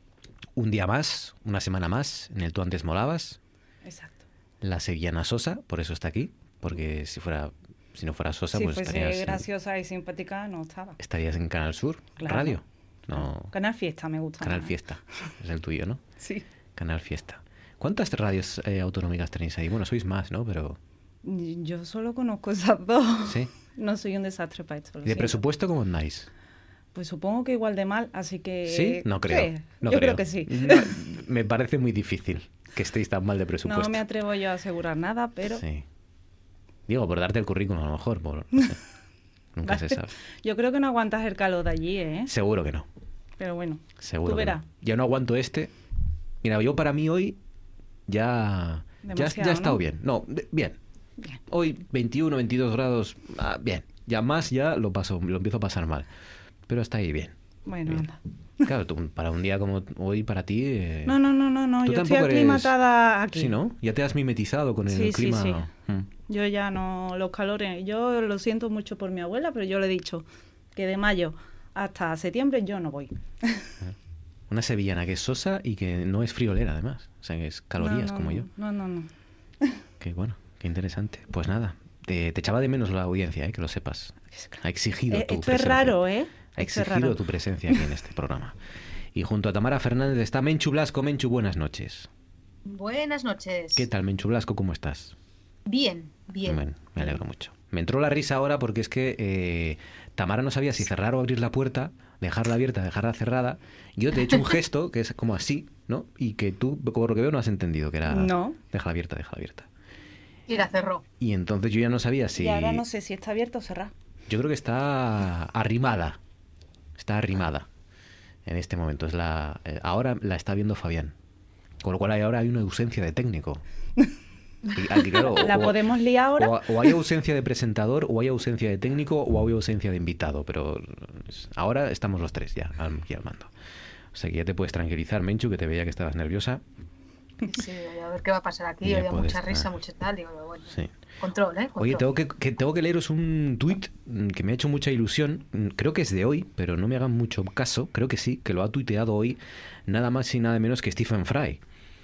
S1: Un día más, una semana más, en el Tú antes molabas.
S19: Exacto.
S1: La sevillana Sosa, por eso está aquí. Porque si no fuera Sosa, pues estarías...
S19: Si fuese graciosa y simpática, no estaba.
S1: Estarías en Canal Sur,
S19: claro.
S1: Radio. No.
S19: Canal Fiesta me gusta.
S1: Canal Fiesta, es el tuyo, ¿no?
S19: Sí.
S1: Canal Fiesta. ¿Cuántas radios autonómicas tenéis ahí? Bueno, sois más, ¿no? Pero...
S19: Yo solo conozco esas dos.
S1: ¿Sí?
S19: No soy un desastre para esto.
S1: ¿Y de presupuesto cómo andáis?
S19: Pues supongo que igual de mal, así que...
S1: ¿Sí? No creo.
S19: Sí, yo creo que sí.
S1: Me parece muy difícil que estéis tan mal de presupuesto.
S19: No me atrevo yo a asegurar nada, pero...
S1: Sí. Digo, por darte el currículum a lo mejor, no sé. Nunca
S19: vale.
S1: se sabe.
S19: Yo creo que no aguantas el calor de allí, ¿eh?
S1: Seguro que no.
S19: Pero bueno,
S1: seguro
S19: tú verás.
S1: No. Yo no aguanto este. Mira, yo para mí hoy ya he estado bien. No, bien. Hoy 21, 22 grados, bien. Ya más lo empiezo a pasar mal. Pero está ahí bien.
S19: Bueno,
S1: bien.
S19: Anda.
S1: Claro, para un día como hoy, para ti...
S19: No, yo estoy aclimatada aquí.
S1: Sí, ¿no? Ya te has mimetizado con el clima.
S19: Sí. Yo ya no... Los calores... Yo lo siento mucho por mi abuela, pero yo le he dicho que de mayo hasta septiembre yo no voy.
S1: Una sevillana que es sosa y que no es friolera, además. O sea, que es calorías como yo.
S19: No.
S1: Qué bueno, qué interesante. Pues nada, te echaba de menos la audiencia, que lo sepas. Ha exigido tu presencia.
S19: Esto es raro, ¿eh?
S1: Ha exigido tu presencia aquí en este programa. Y junto a Tamara Fernández está Menchu Blasco. Menchu, buenas noches.
S20: Buenas noches.
S1: ¿Qué tal, Menchu Blasco? ¿Cómo estás?
S20: Bien.
S1: Bueno, me alegro mucho. Me entró la risa ahora porque es que Tamara no sabía si cerrar o abrir la puerta, dejarla abierta, dejarla cerrada. Yo te he hecho un gesto que es como así, ¿no? Y que tú, por lo que veo, no has entendido, que era...
S19: No.
S1: Déjala abierta.
S20: Y la cerró.
S1: Y entonces yo ya no sabía si...
S19: Y ahora no sé si está abierta o cerrada.
S1: Yo creo que está arrimada. Está arrimada en este momento. Ahora la está viendo Fabián. Con lo cual ahora hay una ausencia de técnico. Y claro,
S19: ¿la podemos liar ahora?
S1: O hay ausencia de presentador, o hay ausencia de técnico, o hay ausencia de invitado. Pero ahora estamos los tres ya aquí al mando. O sea que ya te puedes tranquilizar, Menchu, que te veía que estabas nerviosa.
S20: Sí, a ver qué va a pasar aquí. Había mucha risa, mucho tal. Digo, bueno, sí. Control.
S1: Oye, tengo que leeros un tuit que me ha hecho mucha ilusión. Creo que es de hoy, pero no me hagan mucho caso. Creo que sí, que lo ha tuiteado hoy nada más y nada menos que Stephen Fry.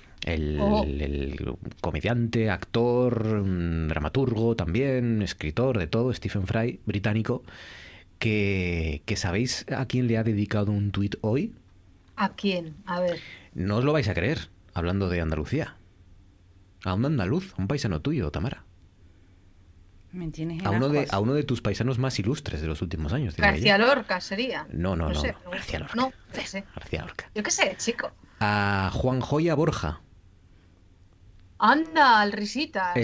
S1: El comediante, actor, dramaturgo también, escritor de todo, Stephen Fry, británico, que ¿sabéis a quién le ha dedicado un tuit hoy?
S20: ¿A quién? A ver.
S1: No os lo vais a creer, hablando de Andalucía. A un andaluz, a un paisano tuyo, Tamara.
S19: Me tienes en
S1: a uno de tus paisanos más ilustres de los últimos años.
S20: García Lorca sería.
S1: No.
S20: García Lorca. No sé.
S1: García Lorca.
S20: Yo qué sé, chico.
S1: A Juan Joya Borja.
S20: Anda, el Risitas.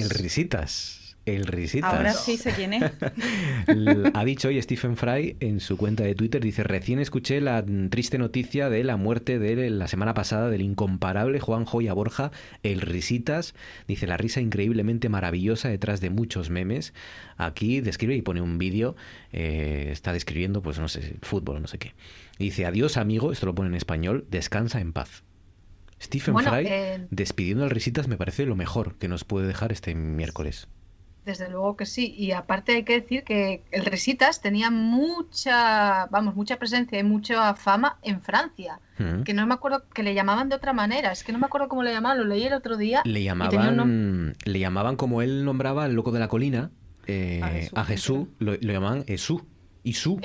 S1: El Risitas.
S19: Ahora sí sé quién es.
S1: Ha dicho hoy Stephen Fry en su cuenta de Twitter, dice: recién escuché la triste noticia de la muerte de la semana pasada del incomparable Juan Joya Borja, el Risitas. Dice: la risa increíblemente maravillosa detrás de muchos memes. Aquí describe y pone un vídeo, está describiendo, pues no sé, fútbol, no sé qué. Y dice: adiós amigo, esto lo pone en español, descansa en paz. Stephen Fry despidiendo al Risitas me parece lo mejor que nos puede dejar este miércoles.
S20: Desde luego que sí, y aparte hay que decir que el Risitas tenía mucha presencia y mucha fama en Francia, que no me acuerdo, que le llamaban de otra manera, es que no me acuerdo cómo le llamaban, lo leí el otro día.
S1: Le llamaban como él nombraba al loco de la colina, a Jesús, lo llamaban Esú. Isú,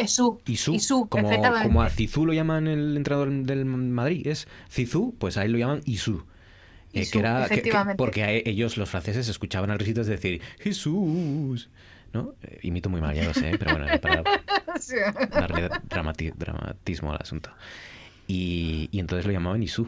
S1: como a Zizou lo llaman el entrenador del Madrid, es Zizou, pues a él lo llaman Isú. Porque ellos, los franceses, escuchaban al Risitas decir Jesús, ¿no? Imito muy mal, ya lo sé, pero bueno, para darle dramatismo al asunto. Y entonces lo llamaban Isú,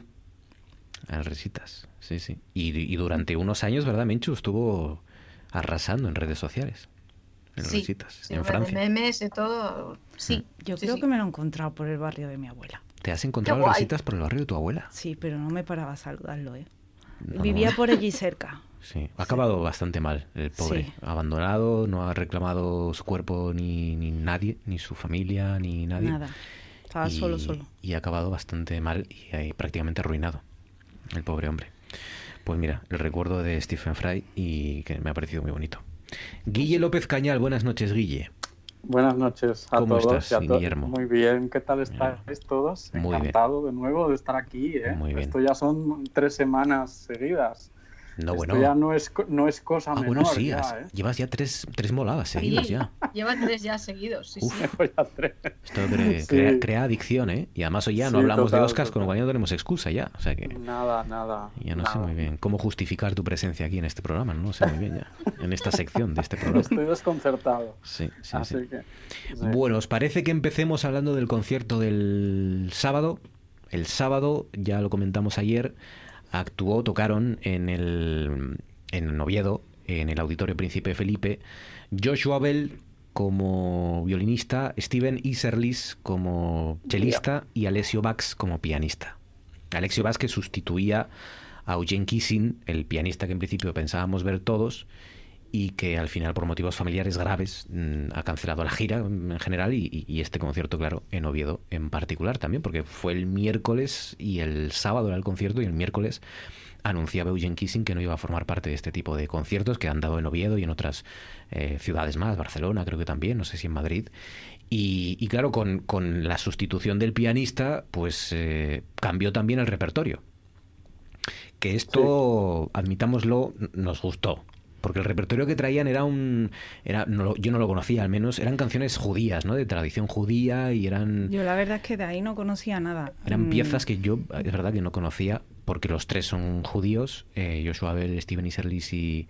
S1: al Risitas, sí. Y durante unos años, ¿verdad, Menchu? Estuvo arrasando en redes sociales. Risitas, en Francia.
S20: De memes y todo, sí.
S19: Yo creo que me lo he encontrado por el barrio de mi abuela.
S1: ¿Te has encontrado al Risitas por el barrio de tu abuela?
S19: Sí, pero no me paraba a saludarlo, Vivía por allí cerca.
S1: Sí, ha acabado bastante mal el pobre. Sí. Abandonado, no ha reclamado su cuerpo ni nadie, ni su familia, ni nadie.
S19: Nada, estaba solo.
S1: Y ha acabado bastante mal y prácticamente arruinado el pobre hombre. Pues mira, el recuerdo de Stephen Fry y que me ha parecido muy bonito. Guille López Cañal, buenas noches, Guille.
S21: Buenas noches a
S1: ¿Cómo
S21: todos.
S1: estás, Guillermo?
S21: Muy bien, ¿qué tal estáis todos?
S1: Muy
S21: Encantado bien. De nuevo de estar aquí.
S1: Muy bien.
S21: Esto ya son 3 semanas seguidas.
S1: No,
S21: Esto
S1: bueno.
S21: ya no es cosa menor.
S1: Bueno, sí,
S21: ya,
S1: llevas ya tres moladas seguidas ya.
S20: Lleva 3 ya seguidos, sí.
S21: Ya 3.
S1: Esto crea adicción, ¿eh? Y además hoy ya no hablamos de Oscars, con lo cual ya no tenemos excusa ya. O sea que
S21: Nada.
S1: Ya no sé muy bien cómo justificar tu presencia aquí en este programa, no sé muy bien ya. En esta sección de este programa.
S21: Estoy desconcertado.
S1: Sí.
S21: Que,
S1: Bueno, ¿os parece que empecemos hablando del concierto del sábado? El sábado, ya lo comentamos ayer, tocaron en Oviedo, en el Auditorio Príncipe Felipe, Joshua Bell como violinista, Steven Iserlis como chelista y Alessio Bax como pianista. Alessio Bax, que sustituía a Eugene Kissing, el pianista que en principio pensábamos ver todos y que al final por motivos familiares graves ha cancelado la gira en general y este concierto, claro, en Oviedo en particular también, porque fue el miércoles y el sábado era el concierto y el miércoles anunciaba Eugene Kissing que no iba a formar parte de este tipo de conciertos que han dado en Oviedo y en otras ciudades más, Barcelona creo que también, no sé si en Madrid. Y claro, con la sustitución del pianista, pues cambió también el repertorio. Que esto, admitámoslo, nos gustó. Porque el repertorio que traían yo no lo conocía, al menos eran canciones judías, ¿no? De tradición judía y eran...
S19: Yo la verdad es que de ahí no conocía nada.
S1: Eran piezas que yo, es verdad que no conocía, porque los 3 son judíos, Joshua Bell, Steven Iserlis y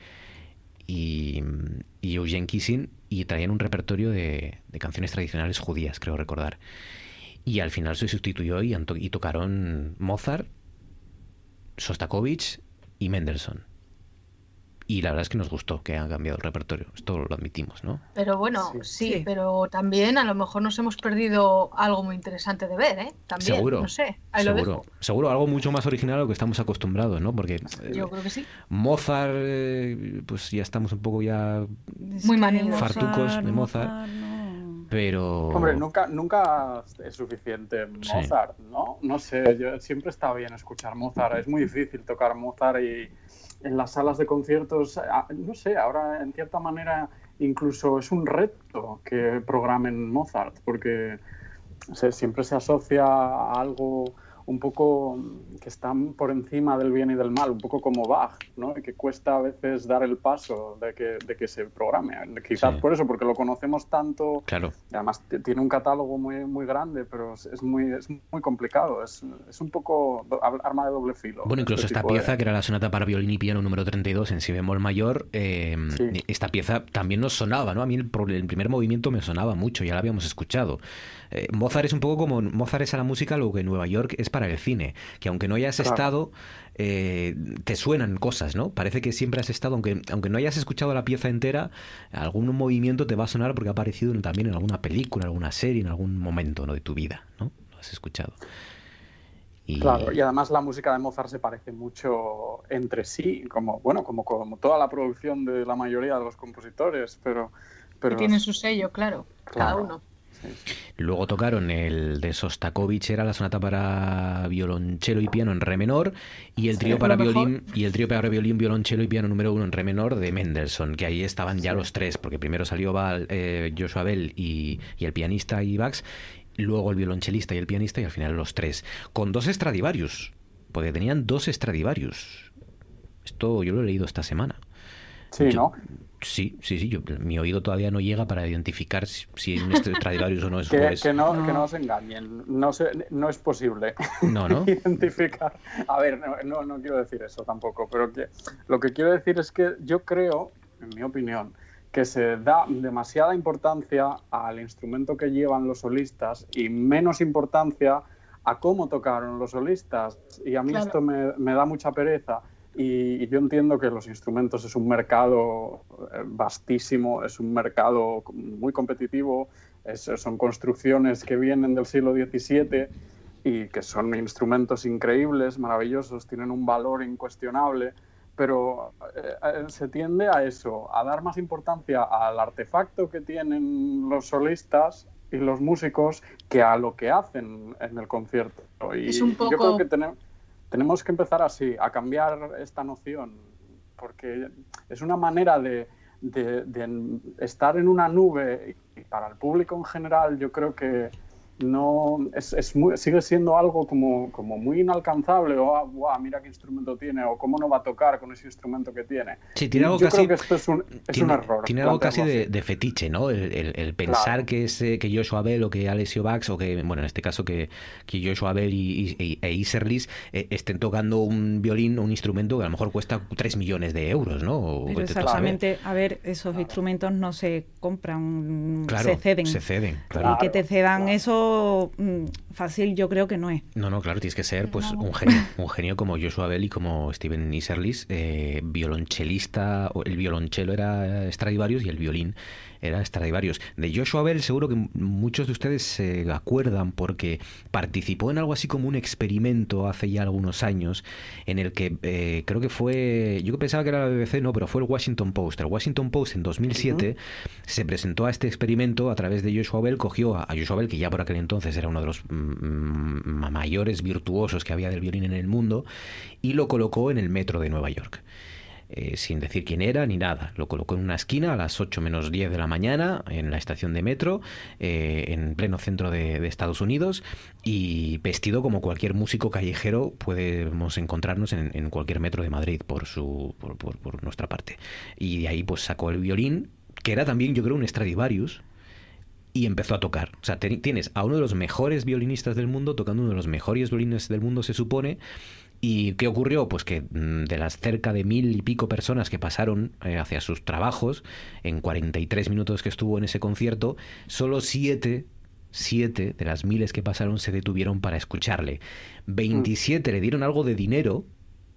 S1: Eugene Kissing, y traían un repertorio de canciones tradicionales judías, creo recordar. Y al final se sustituyó y tocaron Mozart, Shostakovich y Mendelssohn. Y la verdad es que nos gustó que han cambiado el repertorio. Esto lo admitimos, ¿no?
S20: Pero bueno, sí, pero también a lo mejor nos hemos perdido algo muy interesante de ver, ¿eh? También,
S1: seguro,
S20: no sé.
S1: Seguro, algo mucho más original a lo que estamos acostumbrados, ¿no? Porque
S20: yo creo que sí.
S1: Mozart, pues ya estamos un poco ya
S20: muy manidos.
S1: Fartucos de Mozart. Pero...
S21: Hombre, nunca es suficiente Mozart, ¿no? No sé, yo siempre está bien escuchar Mozart. Es muy difícil tocar Mozart y... En las salas de conciertos, no sé, ahora en cierta manera incluso es un reto que programen Mozart, porque siempre se asocia a algo un poco que están por encima del bien y del mal, un poco como Bach, ¿no? Y que cuesta a veces dar el paso de que se programe. Quizás por eso, porque lo conocemos tanto.
S1: Claro.
S21: Además tiene un catálogo muy grande, pero es muy complicado. Es un poco arma de doble filo.
S1: Bueno, incluso esta pieza, que era la sonata para violín y piano número 32 en si bemol mayor, esta pieza también nos sonaba, ¿no? A mí el primer movimiento me sonaba mucho, ya la habíamos escuchado. Mozart es un poco como Mozart es a la música lo que Nueva York es para el cine, que aunque no hayas estado, te suenan cosas, ¿no? Parece que siempre has estado, aunque no hayas escuchado la pieza entera, algún movimiento te va a sonar porque ha aparecido también en alguna película, en alguna serie, en algún momento, ¿no?, de tu vida, ¿no? Lo has escuchado.
S21: Claro, y además la música de Mozart se parece mucho entre sí, como toda la producción de la mayoría de los compositores, pero
S20: que tiene su sello, claro, cada uno.
S21: Sí.
S1: Luego tocaron el de Sostakovich, era la sonata para violonchelo y piano en re menor, y el trío para violín violonchelo y piano número 1 en re menor de Mendelssohn, que ahí estaban ya los tres, porque primero salió Joshua Bell y el pianista y Bax, luego el violonchelista y el pianista, y al final los tres, con 2 Stradivarius, porque tenían 2 Stradivarius. Esto yo lo he leído esta semana.
S21: Sí, ¿no?
S1: Sí, mi oído todavía no llega para identificar si un Stradivarius o no es.
S21: Que no os engañen, no es posible identificar. A ver, no quiero decir eso tampoco, pero lo que quiero decir es que yo creo, en mi opinión, que se da demasiada importancia al instrumento que llevan los solistas y menos importancia a cómo tocaron los solistas. Y a mí esto me da mucha pereza. Y yo entiendo que los instrumentos es un mercado vastísimo, es un mercado muy competitivo, son construcciones que vienen del siglo XVII y que son instrumentos increíbles, maravillosos, tienen un valor incuestionable, pero se tiende a eso, a dar más importancia al artefacto que tienen los solistas y los músicos que a lo que hacen en el concierto. Y
S20: es un poco...
S21: yo creo que tenemos que empezar así, a cambiar esta noción, porque es una manera de estar en una nube, y para el público en general yo creo que no sigue siendo algo como muy inalcanzable, o mira qué instrumento tiene, o cómo no va a tocar con ese instrumento que tiene.
S1: Sí, tiene algo
S21: yo
S1: casi,
S21: creo que esto es un error.
S1: Tiene algo casi de fetiche, ¿no? El pensar que Joshua Bell o que Alessio Bax, o que, bueno, en este caso que Joshua Bell e Isserlis estén tocando un violín o un instrumento que a lo mejor cuesta 3 millones de euros, ¿no?
S19: Pero exactamente, a ver, esos instrumentos no se compran, se ceden.
S1: Claro.
S19: Y que te cedan eso fácil, yo creo que no es.
S1: No, claro, tienes que ser pues un genio como Joshua Bell y como Steven Isserlis, violonchelista. El violonchelo era Stradivarius y el violín era Stradivarius. De Joshua Bell seguro que muchos de ustedes se acuerdan porque participó en algo así como un experimento hace ya algunos años en el que creo que fue, yo pensaba que era la BBC, no, pero fue el Washington Post. El Washington Post en 2007 se presentó a este experimento a través de Joshua Bell, cogió a Joshua Bell, que ya por aquel entonces era uno de los mayores virtuosos que había del violín en el mundo, y lo colocó en el metro de Nueva York. Sin decir quién era ni nada. Lo colocó en una esquina a las 8 menos 10 de la mañana en la estación de metro, en pleno centro de Estados Unidos, y vestido como cualquier músico callejero podemos encontrarnos en cualquier metro de Madrid por nuestra parte. Y de ahí pues sacó el violín, que era también, yo creo, un Stradivarius, y empezó a tocar. O sea, tienes a uno de los mejores violinistas del mundo tocando uno de los mejores violines del mundo, se supone. ¿Y qué ocurrió? Pues que de las cerca de 1000 y pico personas que pasaron hacia sus trabajos, en 43 minutos que estuvo en ese concierto, solo 7 de las miles que pasaron se detuvieron para escucharle. 27 le dieron algo de dinero.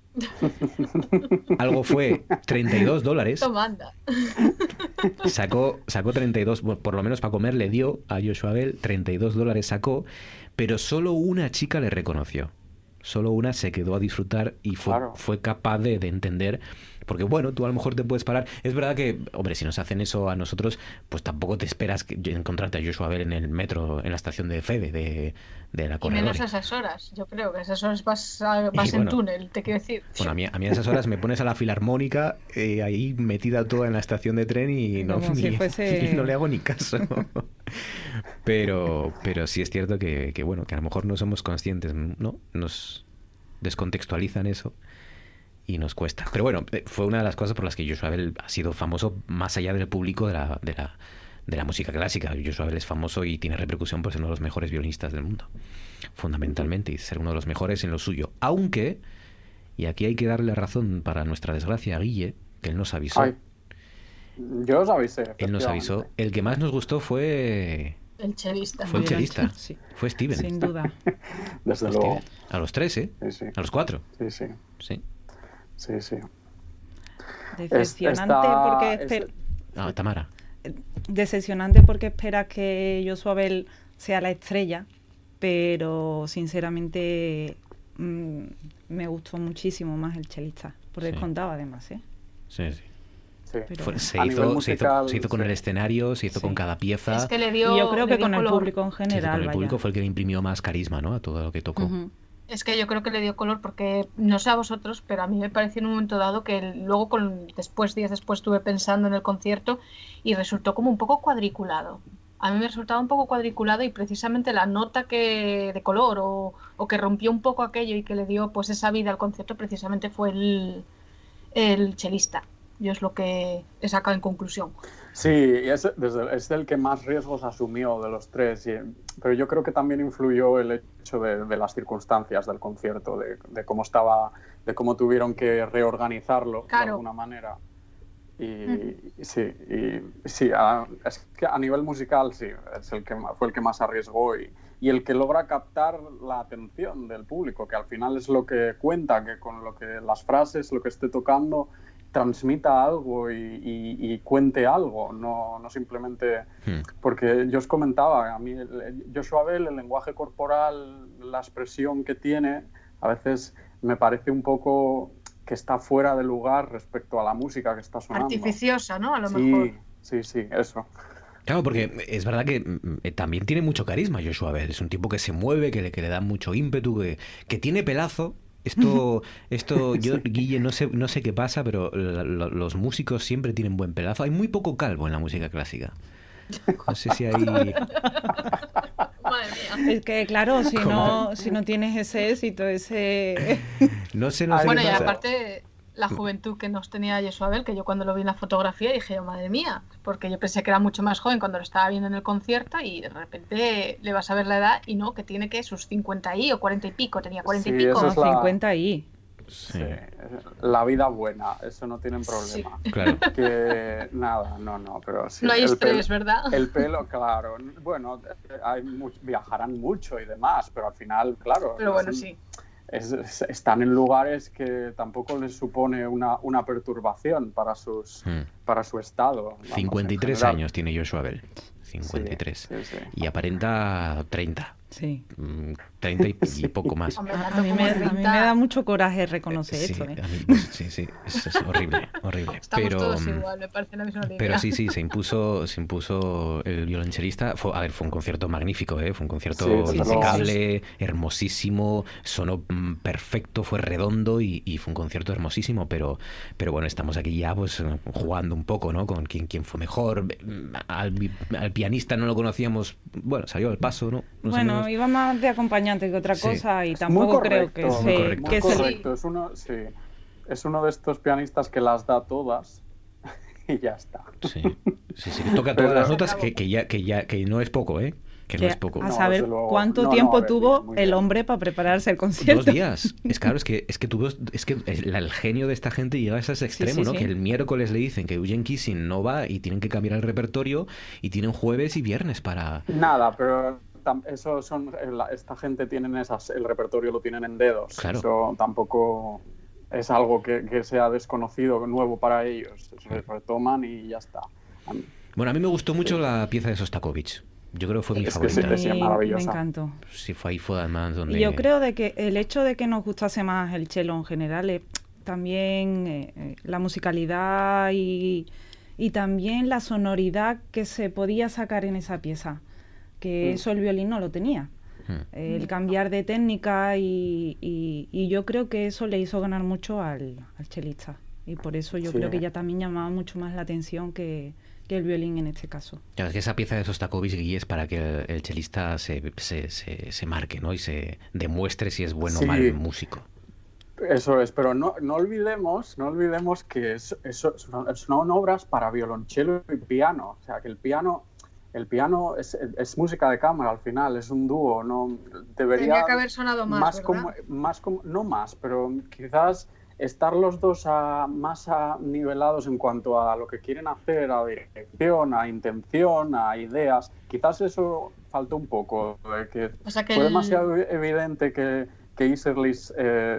S1: Algo fue $32.
S20: Tomanda.
S1: Sacó 32, bueno, por lo menos para comer le dio a Joshua Bell, $32 sacó, pero solo una chica le reconoció. Solo una se quedó a disfrutar y fue capaz de entender, porque bueno, tú a lo mejor te puedes parar. Es verdad que, hombre, si nos hacen eso a nosotros, pues tampoco te esperas encontrarte a Joshua Bell en el metro, en la estación de Febe, de la corredora.
S20: Y menos a esas horas, yo creo que a esas horas vas en túnel, te quiero decir.
S1: Bueno, a mí a esas horas me pones a la Filarmónica ahí metida toda en la estación de tren y no le hago ni caso. Pero sí es cierto que bueno, que a lo mejor no somos conscientes, ¿no? Nos descontextualizan eso y nos cuesta. Pero bueno, fue una de las cosas por las que Joshua Bell ha sido famoso más allá del público de la música clásica. Joshua Bell es famoso y tiene repercusión por ser uno de los mejores violinistas del mundo, fundamentalmente, y ser uno de los mejores en lo suyo. Aunque, y aquí hay que darle razón para nuestra desgracia a Guille, que él nos avisó.
S21: Ay, yo os avisé.
S1: Él nos avisó. El que más nos gustó fue...
S20: El chelista.
S1: Fue el chelista.
S19: Sí.
S1: Fue Steven.
S19: Sin duda.
S21: Desde luego.
S1: A los 3, ¿eh?
S21: Sí, sí.
S1: A los 4.
S21: Sí, sí.
S1: Sí.
S21: Sí, sí.
S19: Decepcionante porque...
S1: No, Tamara.
S19: Decepcionante porque esperas que Joshua Bell sea la estrella, pero sinceramente me gustó muchísimo más el chelista. Por descontado, además, ¿eh?
S1: Sí, sí.
S19: Pero
S1: Se hizo con el escenario, se hizo con cada pieza.
S20: Es que le dio,
S19: y yo creo que con
S20: color.
S19: El público en general.
S1: Con el público fue el que le imprimió más carisma, ¿no? A todo lo que tocó.
S20: Es que yo creo que le dio color porque, no sé a vosotros, pero a mí me pareció en un momento dado que luego, días después, estuve pensando en el concierto y resultó como un poco cuadriculado. A mí me resultaba un poco cuadriculado y precisamente la nota de color o que rompió un poco aquello y que le dio pues esa vida al concierto precisamente fue el chelista. Yo es lo que he sacado en conclusión.
S21: Sí, es el que más riesgos asumió de los tres, pero yo creo que también influyó el hecho de las circunstancias del concierto, de cómo estaba, de cómo tuvieron que reorganizarlo de alguna manera. Es que a nivel musical sí, fue el que más arriesgó y el que logra captar la atención del público, que al final es lo que cuenta, que con lo que las frases, lo que esté tocando, transmita algo y cuente algo, no simplemente... Porque yo os comentaba, a mí Joshua Bell, el lenguaje corporal, la expresión que tiene, a veces me parece un poco que está fuera de lugar respecto a la música que está sonando.
S20: Artificiosa, ¿no? A lo mejor.
S21: Sí, eso.
S1: Claro, porque es verdad que también tiene mucho carisma Joshua Bell. Es un tipo que se mueve, que le da mucho ímpetu, que tiene pelazo. Esto yo, Guille, no sé qué pasa, pero los músicos siempre tienen buen pelazo. Hay muy poco calvo en la música clásica. No sé si hay...
S20: Madre mía.
S19: Es que, claro, si no tienes ese éxito, ese...
S1: No sé
S20: bueno,
S1: qué
S20: y
S1: pasa.
S20: aparte la juventud que nos tenía Joshua Bell, que yo cuando lo vi en la fotografía dije, oh, madre mía, porque yo pensé que era mucho más joven cuando lo estaba viendo en el concierto y de repente le vas a ver la edad y no, que tiene que sus 50 y o 40 y pico, tenía 40 y pico.
S19: No, 50 y...
S21: Sí. La vida buena, eso no tienen problema.
S1: Sí. Claro.
S21: Que nada, no, pero sí.
S20: No hay estrés, ¿verdad?
S21: El pelo, claro. Bueno, viajarán mucho y demás, pero al final, claro.
S20: Pero bueno, sí.
S21: Están en lugares que tampoco les supone una perturbación para su estado.
S1: 53 años tiene Joshua Bell. 53.
S21: Sí.
S1: Y aparenta 30.
S19: Sí.
S1: 30 y poco más.
S19: A mí me da mucho coraje reconocer esto.
S1: A mí, sí, es horrible.
S20: Estamos todos igual, me parece la misma línea.
S1: Pero sí, se impuso el violonchelista. Fue un concierto magnífico, fue un concierto impecable, hermosísimo, sonó perfecto, fue redondo y fue un concierto hermosísimo, pero bueno, estamos aquí ya pues jugando un poco, ¿no? Con quién fue mejor. Al pianista no lo conocíamos, bueno, salió al paso, ¿no?
S19: Bueno, iba más de acompañante que otra cosa y tampoco creo que
S21: sea correcto. Es uno de estos pianistas que las da todas y ya está.
S1: Sí, que toca todas las notas, que no es poco, que no es poco.
S19: A saber cuánto tiempo tuvo el hombre para prepararse el concierto.
S1: 2 días. Es que el genio de esta gente llega a ese extremo, ¿no? Que el miércoles le dicen que Eugene Kissing no va y tienen que cambiar el repertorio y tienen jueves y viernes para...
S21: Nada, pero eso esta gente tienen el repertorio lo tienen en dedos.
S1: Claro.
S21: Eso tampoco es algo que sea desconocido, nuevo para ellos. Se retoman y ya está.
S1: Bueno, a mí me gustó mucho la pieza de Sostakovich. Yo creo que fue mi favorita.
S21: Sí, maravillosa.
S19: Me encantó.
S1: Sí, fue además donde...
S19: Y yo creo de que el hecho de que nos gustase más el cello en general, también la musicalidad y también la sonoridad que se podía sacar en esa pieza, que eso el violín no lo tenía. El cambiar de técnica y yo creo que eso le hizo ganar mucho al chelista. Y por eso yo creo que ella también llamaba mucho más la atención que el violín en este caso.
S1: Claro, es que esa pieza de Sostakovich, Guille, es para que el chelista se marque, ¿no? Y se demuestre si es bueno o mal músico.
S21: Eso es, pero no olvidemos que son obras para violonchelo y piano. O sea, que el piano es música de cámara al final, es un dúo. No debería
S20: Tenía que haber sonado más,
S21: no más, pero quizás estar los dos más nivelados en cuanto a lo que quieren hacer, a dirección, a intención, a ideas. Quizás eso faltó un poco. Fue demasiado evidente que Isserlis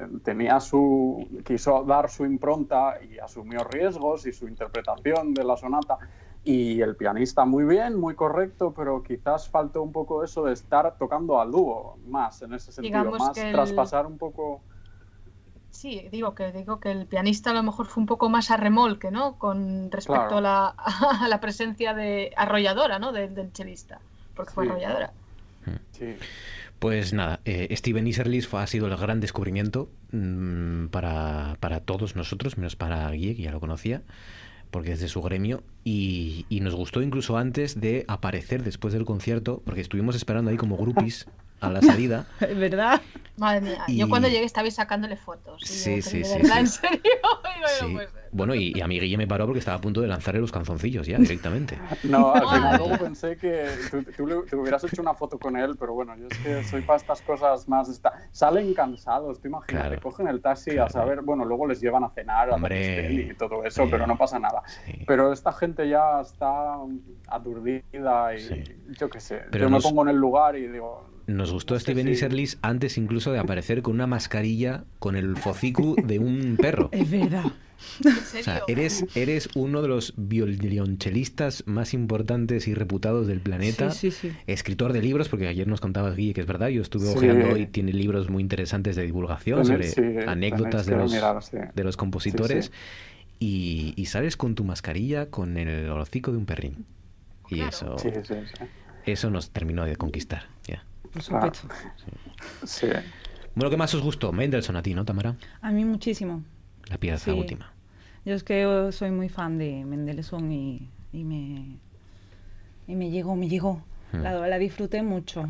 S21: quiso dar su impronta y asumió riesgos y su interpretación de la sonata. Y el pianista muy bien, muy correcto, pero quizás faltó un poco eso de estar tocando al dúo más en ese sentido,
S20: digamos
S21: más traspasar un poco.
S20: Sí, digo que el pianista a lo mejor fue un poco más a remolque, ¿no? Con respecto a la presencia arrolladora, ¿no? del chelista, porque fue arrolladora.
S21: Sí.
S1: Pues nada, Stephen Isserlis ha sido el gran descubrimiento para todos nosotros, menos para Guille, que ya lo conocía, porque es de su gremio, y nos gustó incluso antes de aparecer después del concierto, porque estuvimos esperando ahí como groupies a la salida.
S19: ¿Es verdad?
S20: Madre mía, yo cuando llegué estabais sacándole fotos.
S1: Sí.
S20: ¿En serio?
S1: Sí. Bueno, y a mí Guille me paró porque estaba a punto de lanzarle los calzoncillos ya directamente.
S21: No, al final luego pensé que tú hubieras hecho una foto con él, pero bueno, yo es que soy para estas cosas más... Salen cansados, tú imagínate, cogen el taxi a saber... Bueno, luego les llevan a cenar, a y todo eso, pero no pasa nada. Sí. Pero esta gente ya está aturdida y yo qué sé. Pero yo me pongo en el lugar y digo...
S1: Nos gustó Stephen Isserlis antes incluso de aparecer con una mascarilla con el focicu de un perro.
S19: Es verdad.
S1: O sea, eres uno de los violonchelistas más importantes y reputados del planeta.
S19: Sí.
S1: Escritor de libros, porque ayer nos contabas, Guille, que es verdad. Yo estuve ojeando y tiene libros muy interesantes de divulgación sobre anécdotas de los compositores. Sí. Y sales con tu mascarilla con el hocico de un perrín. Y eso nos terminó de conquistar. Ya.
S19: Por supuesto.
S21: Sí.
S1: Bueno, ¿qué más os gustó? Mendelssohn a ti, ¿no, Tamara?
S19: A mí muchísimo.
S1: La pieza última.
S19: Yo es que soy muy fan de Mendelssohn y me llegó. La disfruté mucho.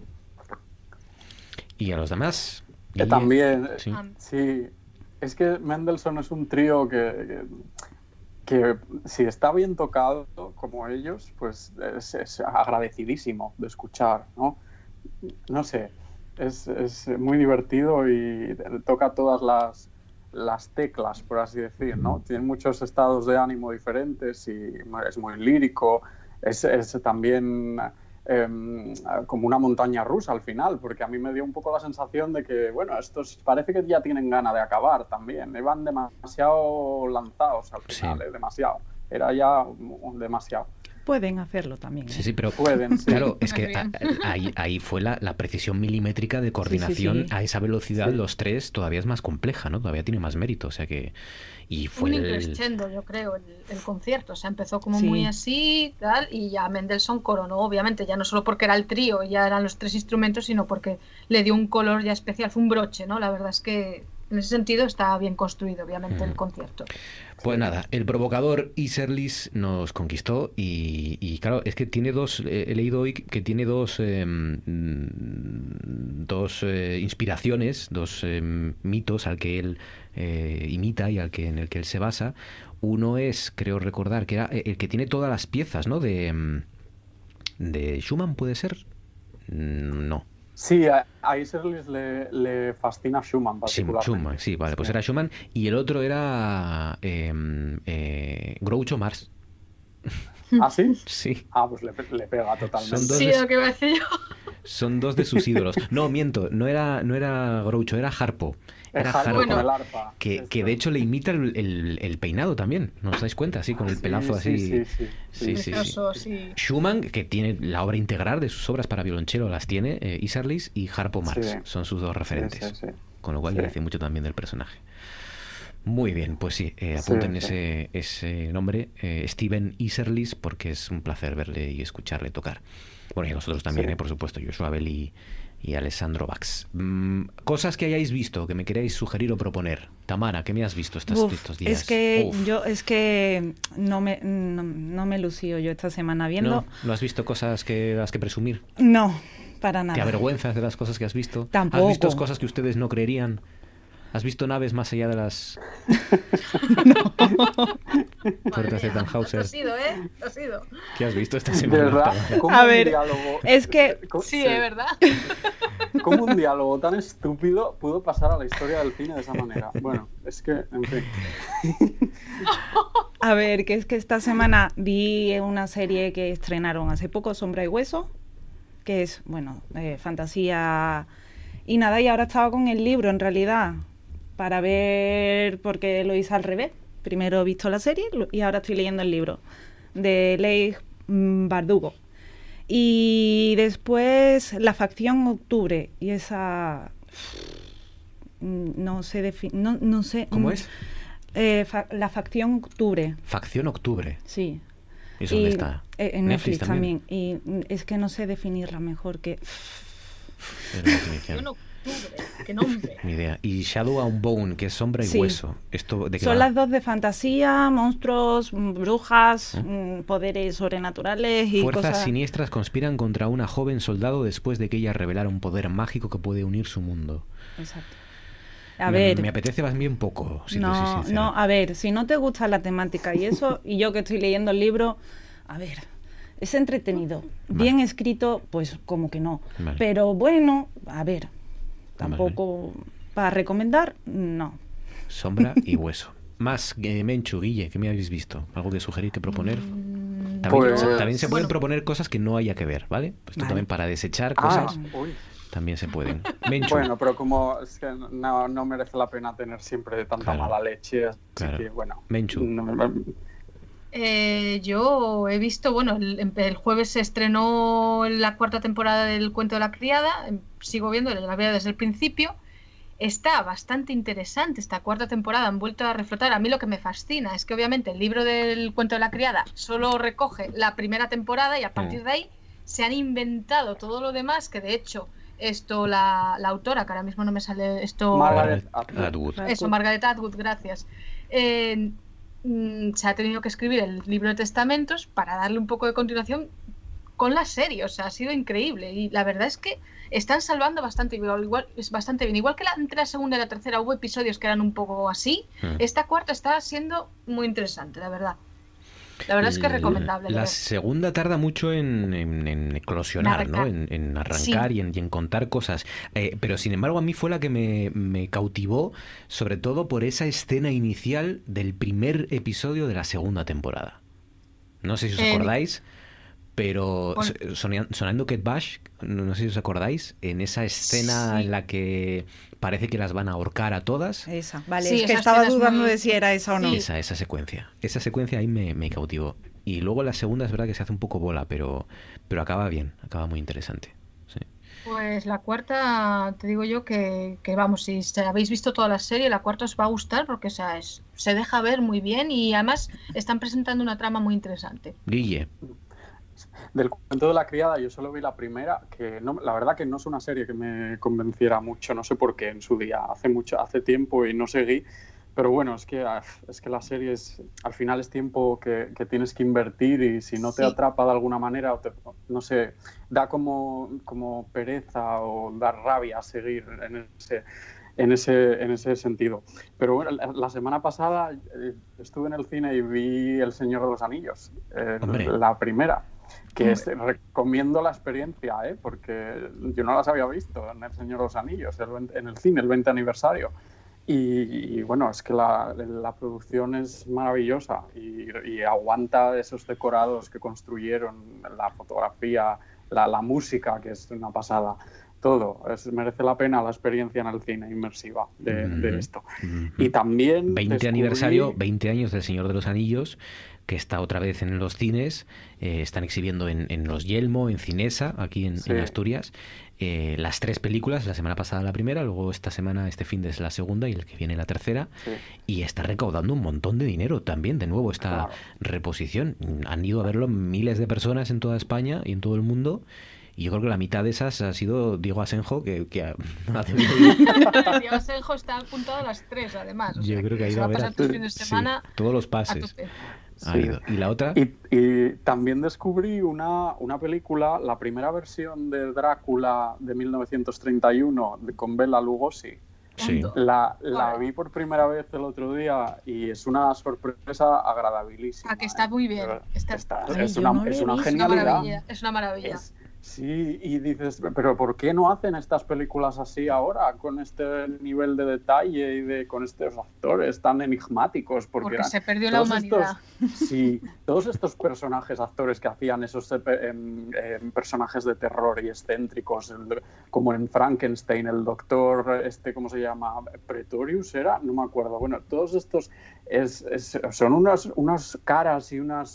S1: ¿Y a los demás?
S21: Que también, sí. Es que Mendelssohn es un trío que si está bien tocado como ellos, pues es agradecidísimo de escuchar, ¿no? No sé, es muy divertido y toca todas las teclas, por así decir, ¿no? Tiene muchos estados de ánimo diferentes y es muy lírico, es también como una montaña rusa al final, porque a mí me dio un poco la sensación de que, bueno, estos parece que ya tienen ganas de acabar también, van demasiado lanzados al final, demasiado, era ya demasiado.
S19: Pueden hacerlo también.
S1: Sí, pero
S21: pueden,
S1: claro, es que ahí fue la precisión milimétrica de coordinación a esa velocidad, los tres, todavía es más compleja, ¿no? Todavía tiene más mérito, o sea que... Y fue
S20: un crescendo, yo creo, el concierto. O sea, empezó como muy así, tal, y ya Mendelssohn coronó, obviamente, ya no solo porque era el trío, ya eran los tres instrumentos, sino porque le dio un color ya especial, fue un broche, ¿no? La verdad es que en ese sentido está bien construido, obviamente, el concierto.
S1: Pues nada, el provocador Isserlis nos conquistó y claro, es que tiene he leído hoy que tiene dos inspiraciones, dos mitos al que él imita y en el que él se basa. Uno es, creo recordar, que era el que tiene todas las piezas, ¿no? De Schumann, ¿puede ser? No.
S21: Sí, a Isserlis le fascina Schumann, particularmente.
S1: Schumann, sí, vale, pues era Schumann. Y el otro era Groucho Marx.
S21: ¿Ah, sí?
S1: Sí.
S21: Ah, pues le pega totalmente.
S20: Sí, lo que iba a decir yo.
S1: Son dos de sus ídolos. No, miento, no era Groucho, era Harpo. Era Harpo,
S21: bueno, el arpa,
S1: que de hecho le imita el peinado también, ¿no os dais cuenta? Así, con el pelazo así. Sí. Schumann, que tiene la obra integral de sus obras para violonchelo, las tiene Isserlis, y Harpo Marx son sus dos referentes. Con lo cual le dice mucho también del personaje. Muy bien, pues sí, apunten ese nombre, Steven Isserlis, porque es un placer verle y escucharle tocar. Bueno, y a nosotros también, por supuesto, Joshua Bell y Alessandro Bax. Cosas que hayáis visto, que me queráis sugerir o proponer. Tamara, ¿qué me has visto estos días?
S19: Es que no me lució yo esta semana viendo.
S1: ¿No has visto cosas de las que presumir?
S19: No, para nada.
S1: ¿Te avergüenzas de las cosas que has visto?
S19: Tampoco.
S1: ¿Has visto cosas que ustedes no creerían? ¿Has visto naves más allá de las puertas de Tannhauser?
S20: Lo ha sido, ¿eh? Lo ha sido.
S1: ¿Qué has visto esta semana?
S21: ¿Verdad?
S19: A ver, es que...
S20: Sí, es verdad.
S21: ¿Cómo un diálogo tan estúpido pudo pasar a la historia del cine de esa manera? Bueno, es que, en fin.
S19: A ver, que es que esta semana vi una serie que estrenaron hace poco, Sombra y Hueso, que es, bueno, fantasía y nada, y ahora estaba con el libro, en realidad, para ver, porque lo hice al revés. Primero he visto la serie y ahora estoy leyendo el libro de Leigh Bardugo. Y después La Facción Octubre, y esa no sé no sé.
S1: ¿Cómo es?
S19: La Facción Octubre.
S1: Facción Octubre.
S19: Sí.
S1: ¿Y dónde está?
S19: En Netflix también. Y es que no sé definirla mejor que...
S20: Facción Octubre, qué nombre.
S1: Ni idea. Y Shadow and Bone, que es sombra y hueso. ¿Esto de qué
S19: Son
S1: va?
S19: las dos de fantasía, monstruos, brujas, poderes sobrenaturales y
S1: Fuerzas
S19: cosas...
S1: siniestras conspiran contra una joven soldado después de que ella revelara un poder mágico que puede unir su mundo.
S19: Exacto. Me
S1: apetece más bien poco, si te soy sincera.
S19: No, a ver, si no te gusta la temática y eso, y yo que estoy leyendo el libro, a ver, es entretenido. Bien escrito, pues como que no.
S1: Vale.
S19: Pero bueno, a ver, tampoco para recomendar, no.
S1: Sombra y hueso. Más Menchu, Guille, ¿qué me habéis visto? ¿Algo que sugerir, que proponer? También se pueden proponer cosas que no haya que ver, ¿vale? Pues esto también para desechar cosas... También se pueden. Menchu.
S21: Bueno, pero como es que no merece la pena tener siempre tanta mala leche, así que bueno.
S1: Menchu.
S20: Yo he visto, bueno, el jueves se estrenó la 4ª temporada del Cuento de la Criada, sigo viendo, la veo desde el principio. Está bastante interesante esta 4ª temporada, han vuelto a reflotar. A mí lo que me fascina es que obviamente el libro del Cuento de la Criada solo recoge la primera temporada y a partir de ahí se han inventado todo lo demás, que de hecho... la autora, que ahora mismo no me sale esto...
S21: Margaret Atwood.
S20: Eso, Margaret Atwood, gracias. Se ha tenido que escribir el libro de testamentos para darle un poco de continuación con la serie. O sea, ha sido increíble. Y la verdad es que están salvando bastante bien. Igual que entre la segunda y la tercera hubo episodios que eran un poco así, esta 4ª está siendo muy interesante, la verdad. La verdad es que es recomendable.
S1: La segunda tarda mucho en eclosionar, ¿no? En arrancar y en contar cosas. Pero sin embargo a mí fue la que me cautivó, sobre todo por esa escena inicial del primer episodio de la segunda temporada. No sé si os acordáis, pero sonando Kate Bush, no sé si os acordáis, en esa escena en la que parece que las van a ahorcar a todas.
S19: Esa, vale, es que estaba dudando de si era esa o no.
S1: Esa secuencia. Esa secuencia ahí me cautivó. Y luego la segunda es verdad que se hace un poco bola, pero acaba bien, acaba muy interesante. Sí.
S20: Pues la 4ª, te digo yo que vamos, si habéis visto toda la serie, la 4ª os va a gustar porque se deja ver muy bien y además están presentando una trama muy interesante.
S1: Guille.
S21: Del Cuento de la Criada yo solo vi la primera, que la verdad que no es una serie que me convenciera mucho, no sé por qué en su día, hace tiempo y no seguí, pero bueno, es que la serie al final es tiempo que tienes que invertir y si no te atrapa de alguna manera, no sé, da como pereza o da rabia seguir en ese sentido. Pero bueno, la semana pasada estuve en el cine y vi El Señor de los Anillos, la primera. Que recomiendo la experiencia, porque yo no las había visto en El Señor de los Anillos, en el cine, el 20 aniversario. Y bueno, es que la producción es maravillosa y aguanta esos decorados que construyeron, la fotografía, la música, que es una pasada. todo. Merece la pena la experiencia en el cine inmersiva de esto. Y también
S1: 20 aniversario, 20 años del Señor de los Anillos, que está otra vez en los cines, están exhibiendo en Los Yelmo, en Cinesa, aquí en Asturias, las 3 películas, la semana pasada la primera, luego esta semana, este fin de es la segunda y el que viene la tercera, y está recaudando un montón de dinero también, de nuevo, esta reposición. Han ido a verlo miles de personas en toda España y en todo el mundo, y yo creo que la mitad de esas ha sido Diego Asenjo, que ha debido ir.
S20: Diego Asenjo está apuntado a las 3, además. O
S1: yo
S20: sea,
S1: creo que ha ido a ver
S20: pasar tus fines de semana
S1: todos los pases. Ha ido. ¿Y la otra?
S21: Y también descubrí una película, la primera versión de Drácula de 1931 con Bela Lugosi.
S1: Sí.
S21: La vi por primera vez el otro día y es una sorpresa agradabilísima.
S20: Que está muy bien.
S21: Es una genialidad.
S20: Es una maravilla.
S21: Sí, y dices, pero ¿por qué no hacen estas películas así ahora, con este nivel de detalle y con estos actores tan enigmáticos?
S20: Porque se perdió la humanidad.
S21: Todos estos personajes, actores que hacían esos personajes de terror y excéntricos, como en Frankenstein, el doctor, ¿cómo se llama? Pretorius, ¿era? No me acuerdo. Bueno, todos estos son unas caras y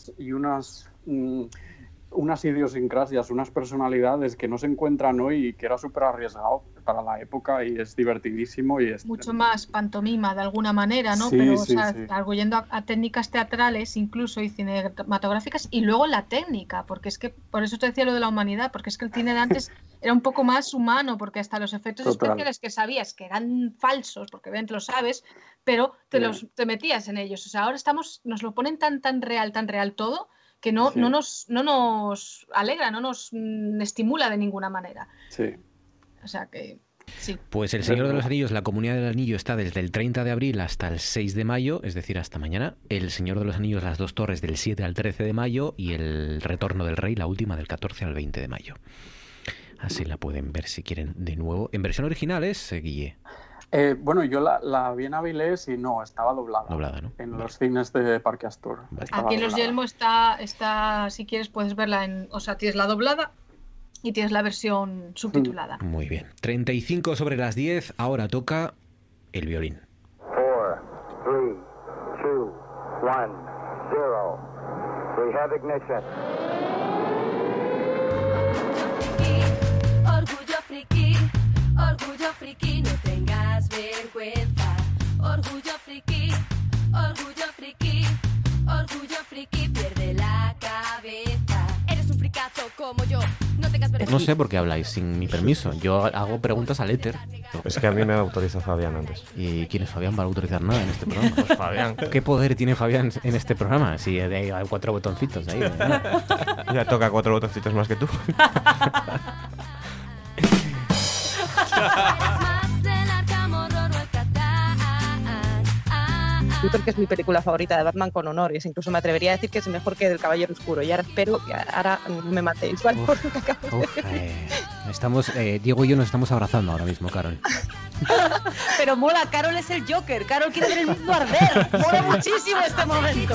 S21: unas idiosincrasias, unas personalidades que no se encuentran hoy y que era súper arriesgado para la época y es divertidísimo. Y es
S20: mucho más pantomima de alguna manera, ¿no?
S21: Sí,
S20: pero
S21: sí,
S20: arguyendo a técnicas teatrales incluso y cinematográficas, y luego la técnica, porque es que, por eso te decía lo de la humanidad, porque es que el cine de antes era un poco más humano, porque hasta los efectos especiales que sabías que eran falsos, porque obviamente lo sabes, pero te metías en ellos. O sea, ahora nos lo ponen tan real todo, que no nos alegra, no nos estimula de ninguna manera.
S21: Sí.
S20: O sea que sí.
S1: Pues El Señor de los Anillos, la Comunidad del Anillo, está desde el 30 de abril hasta el 6 de mayo, es decir, hasta mañana. El Señor de los Anillos, Las Dos Torres, del 7 al 13 de mayo, y El Retorno del Rey, la última, del 14 al 20 de mayo. Así la pueden ver si quieren de nuevo. En versión original es, Guille.
S21: Bueno, yo la vi en Avilés y no, estaba doblada.
S1: Doblada, ¿no?
S21: En los cines de Parque Astur.
S20: Aquí en Los Yelmo está, si quieres puedes verla tienes la doblada y tienes la versión subtitulada.
S1: Muy bien. 35 sobre las 10, ahora toca el violín.
S3: 4, 3, 2, 1, 0. We have ignition.
S22: Orgullo friki, orgullo friki, no tengas vergüenza. Orgullo friki, orgullo friki, orgullo friki, pierde la cabeza. Eres un fricazo como yo, no tengas vergüenza.
S1: No sé por qué habláis sin mi permiso. Yo hago preguntas al éter.
S23: Es que a mí me autoriza Fabián antes.
S1: ¿Y quién es Fabián para autorizar nada en este programa?
S23: Pues Fabián.
S1: ¿Qué poder tiene Fabián en este programa? Si hay 4 botoncitos ahí.
S23: Ya toca 4 botoncitos más que tú.
S24: Porque es mi película favorita de Batman con honores. Incluso me atrevería a decir que es mejor que del Caballero Oscuro. Y ahora espero que ahora me matéis, ¿vale? Por lo que acabo de decir.
S1: Diego y yo nos estamos abrazando ahora mismo, Carol.
S24: Pero mola, Carol es el Joker. Carol quiere ver el mundo arder. Mola muchísimo este momento.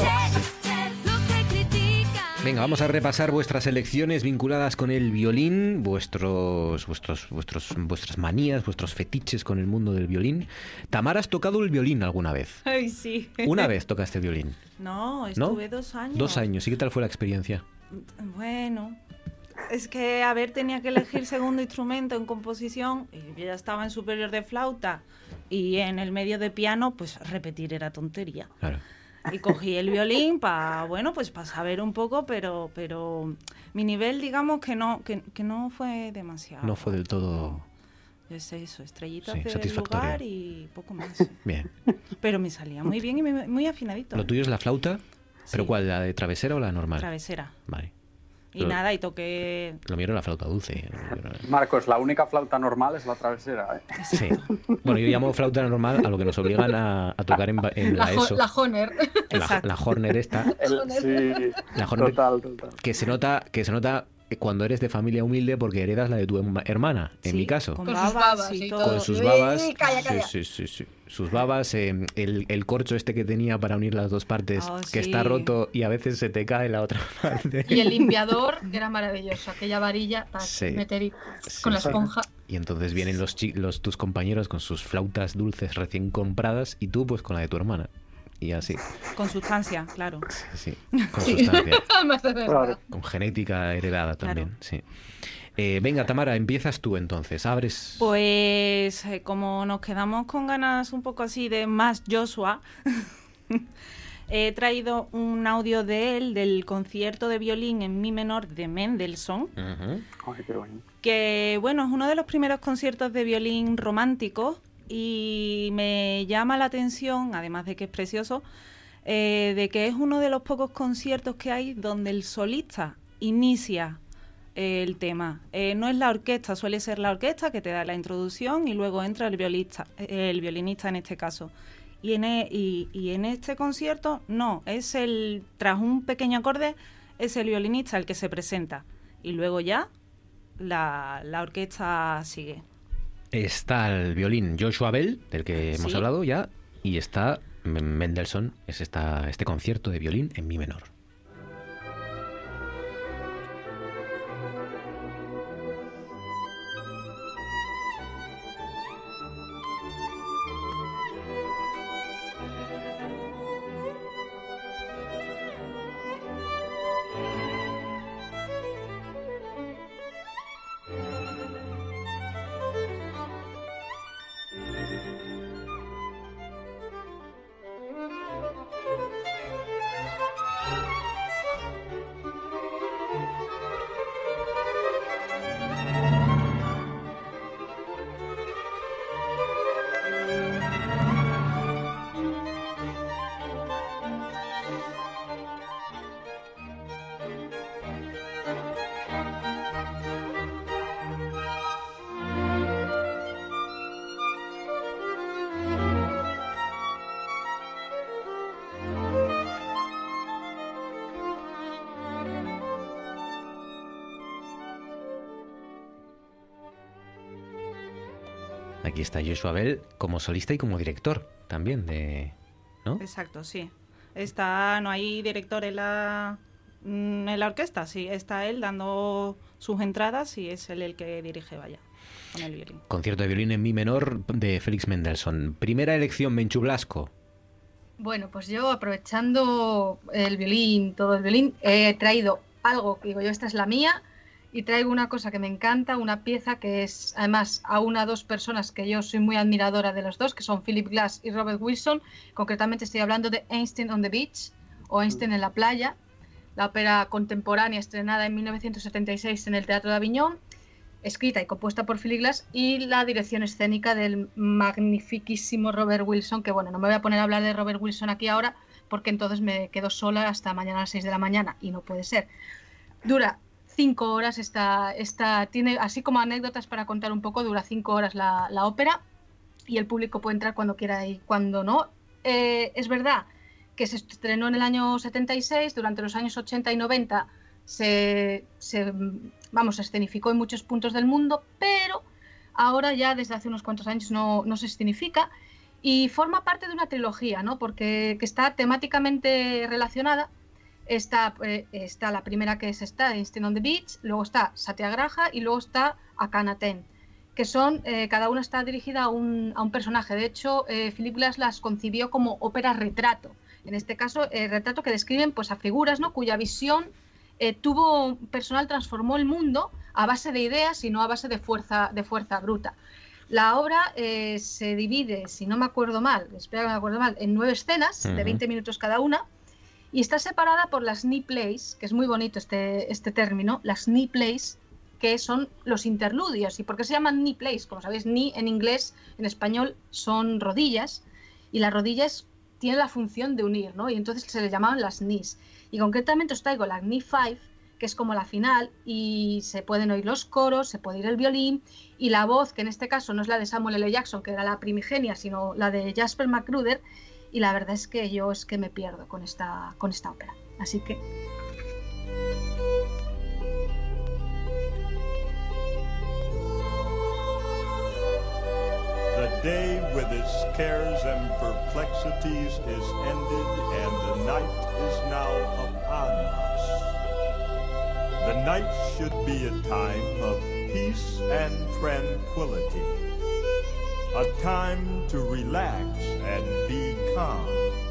S1: Venga, vamos a repasar vuestras elecciones vinculadas con el violín, vuestras manías, vuestros fetiches con el mundo del violín. Tamara, ¿has tocado el violín alguna vez?
S19: Ay, sí.
S1: ¿Una vez tocaste el violín?
S19: No, estuve 2 años.
S1: 2 años. ¿Y qué tal fue la experiencia?
S19: Bueno, es que, tenía que elegir segundo instrumento en composición y yo ya estaba en superior de flauta y en el medio de piano, pues repetir era tontería.
S1: Claro.
S19: Y cogí el violín para saber un poco, pero mi nivel, digamos, que no fue demasiado.
S1: No fue del todo...
S19: Es eso, estrellitas del
S1: satisfactorio.
S19: lugar y poco más.
S1: Bien.
S19: Pero me salía muy bien y muy afinadito.
S1: ¿Lo tuyo es la flauta? ¿Pero cuál? ¿La de travesera o la normal?
S19: Travesera.
S1: Vale.
S19: Y nada, y toqué...
S1: Lo mío era la flauta dulce.
S21: Marcos, la única flauta normal es la travesera, ¿eh?
S1: Sí. Bueno, yo llamo flauta normal a lo que nos obligan a tocar en la ESO.
S20: La Horner.
S1: La Horner esta.
S21: Sí,
S1: la Horner,
S21: total.
S1: Que se nota cuando eres de familia humilde porque heredas la de tu hermana, en mi caso.
S20: Con sus babas y todo.
S1: Con sus babas.
S20: Calla.
S1: Sí. Sus babas, el corcho que tenía para unir las dos partes, que está roto y a veces se te cae la otra parte.
S20: Y el limpiador era maravilloso, aquella varilla para meter con la esponja.
S1: Y entonces vienen tus compañeros con sus flautas dulces recién compradas y tú pues con la de tu hermana. Y así.
S19: Con sustancia, claro.
S1: Sí, con sustancia.
S20: Claro.
S1: Con genética heredada también,
S19: Claro.
S1: sí. Venga, Tamara, empiezas tú entonces. Abres...
S19: Pues como nos quedamos con ganas un poco así de más Joshua, he traído un audio de él del concierto de violín en mi menor de Mendelssohn.
S21: Ay, qué bueno.
S19: Que bueno, es uno de los primeros conciertos de violín románticos y me llama la atención, además de que es precioso, de que es uno de los pocos conciertos que hay donde el solista inicia el tema. No es la orquesta, suele ser la orquesta que te da la introducción y luego entra el violinista en este caso. Y en este concierto no, tras un pequeño acorde es el violinista el que se presenta y luego ya la orquesta sigue.
S1: Está el violín Joshua Bell, del que hemos hablado ya, y está Mendelssohn, es este concierto de violín en mi menor. Aquí está Joshua Bell como solista y como director también ¿no?
S19: Exacto, sí. No hay director en la orquesta, sí. Está él dando sus entradas y es él el que dirige, vaya, con el violín.
S1: Concierto de violín en mi menor de Félix Mendelssohn. Primera elección, Menchu Blasco.
S20: Bueno, pues yo aprovechando todo el violín, he traído algo que digo yo, esta es la mía. Y traigo una cosa que me encanta, una pieza que es, además, a dos personas que yo soy muy admiradora de los dos, que son Philip Glass y Robert Wilson. Concretamente estoy hablando de Einstein on the Beach, o Einstein en la playa, la ópera contemporánea estrenada en 1976 en el Teatro de Aviñón, escrita y compuesta por Philip Glass, y la dirección escénica del magnifiquísimo Robert Wilson, que bueno, no me voy a poner a hablar de Robert Wilson aquí ahora, porque entonces me quedo sola hasta mañana a las 6 de la mañana, y no puede ser. Dura 5 horas, tiene así como anécdotas para contar un poco, dura 5 horas la ópera y el público puede entrar cuando quiera y cuando no. Es verdad que se estrenó en el año 76, durante los años 80 y 90 se escenificó en muchos puntos del mundo, pero ahora ya desde hace unos cuantos años no se escenifica y forma parte de una trilogía, ¿no? Porque que está temáticamente relacionada. Está la primera que es Einstein on the Beach, luego está Satyagraha y luego está Akhenaten, que son, cada una está dirigida a un personaje. De hecho, Philip Glass las concibió como ópera retrato. En este caso, retrato que describen pues, a figuras, ¿no? Cuya visión personal transformó el mundo a base de ideas y no a base de fuerza bruta. La obra se divide, si no me acuerdo mal, en 9 escenas de 20 minutos cada una. Y está separada por las knee plays, que es muy bonito este término, las knee plays, que son los interludios. ¿Y por qué se llaman knee plays? Como sabéis, knee en inglés, en español, son rodillas, y las rodillas tienen la función de unir, ¿no? Y entonces se les llamaban las knees. Y concretamente os traigo la knee 5, que es como la final, y se pueden oír los coros, se puede oír el violín, y la voz, que en este caso no es la de Samuel L. Jackson, que era la primigenia, sino la de Jasper Magruder. Y la verdad es que yo me pierdo con esta ópera. Así que...
S4: The day with its cares and perplexities is ended, and the night is now upon us. The night should be a time of peace and tranquility, a time to relax and be calm.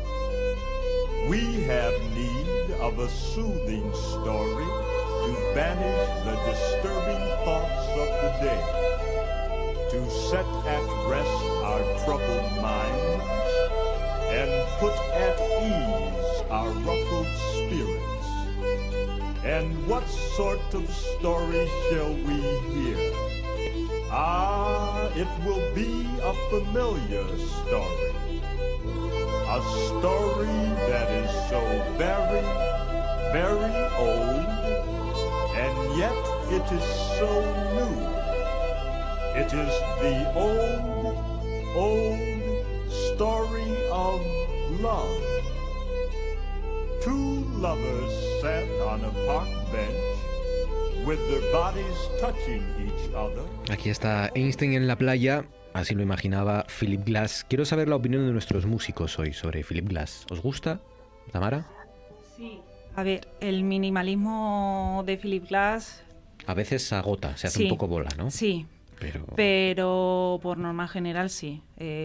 S4: We have need of a soothing story to banish the disturbing thoughts of the day, to set at rest our troubled minds and put at ease our ruffled spirits. And what sort of story shall we hear? Ah, it will be a familiar story. A story that is so very, very old, and yet it is so new. It is the old, old story of love. Two lovers sat on a park bench with their bodies touching each other.
S1: Aquí está Einstein en la playa, así lo imaginaba Philip Glass. Quiero saber la opinión de nuestros músicos hoy sobre Philip Glass. ¿Os gusta, Tamara?
S19: Sí. A ver, el minimalismo de Philip Glass...
S1: A veces agota, se hace un poco bola, ¿no?
S19: Sí, pero por norma general sí.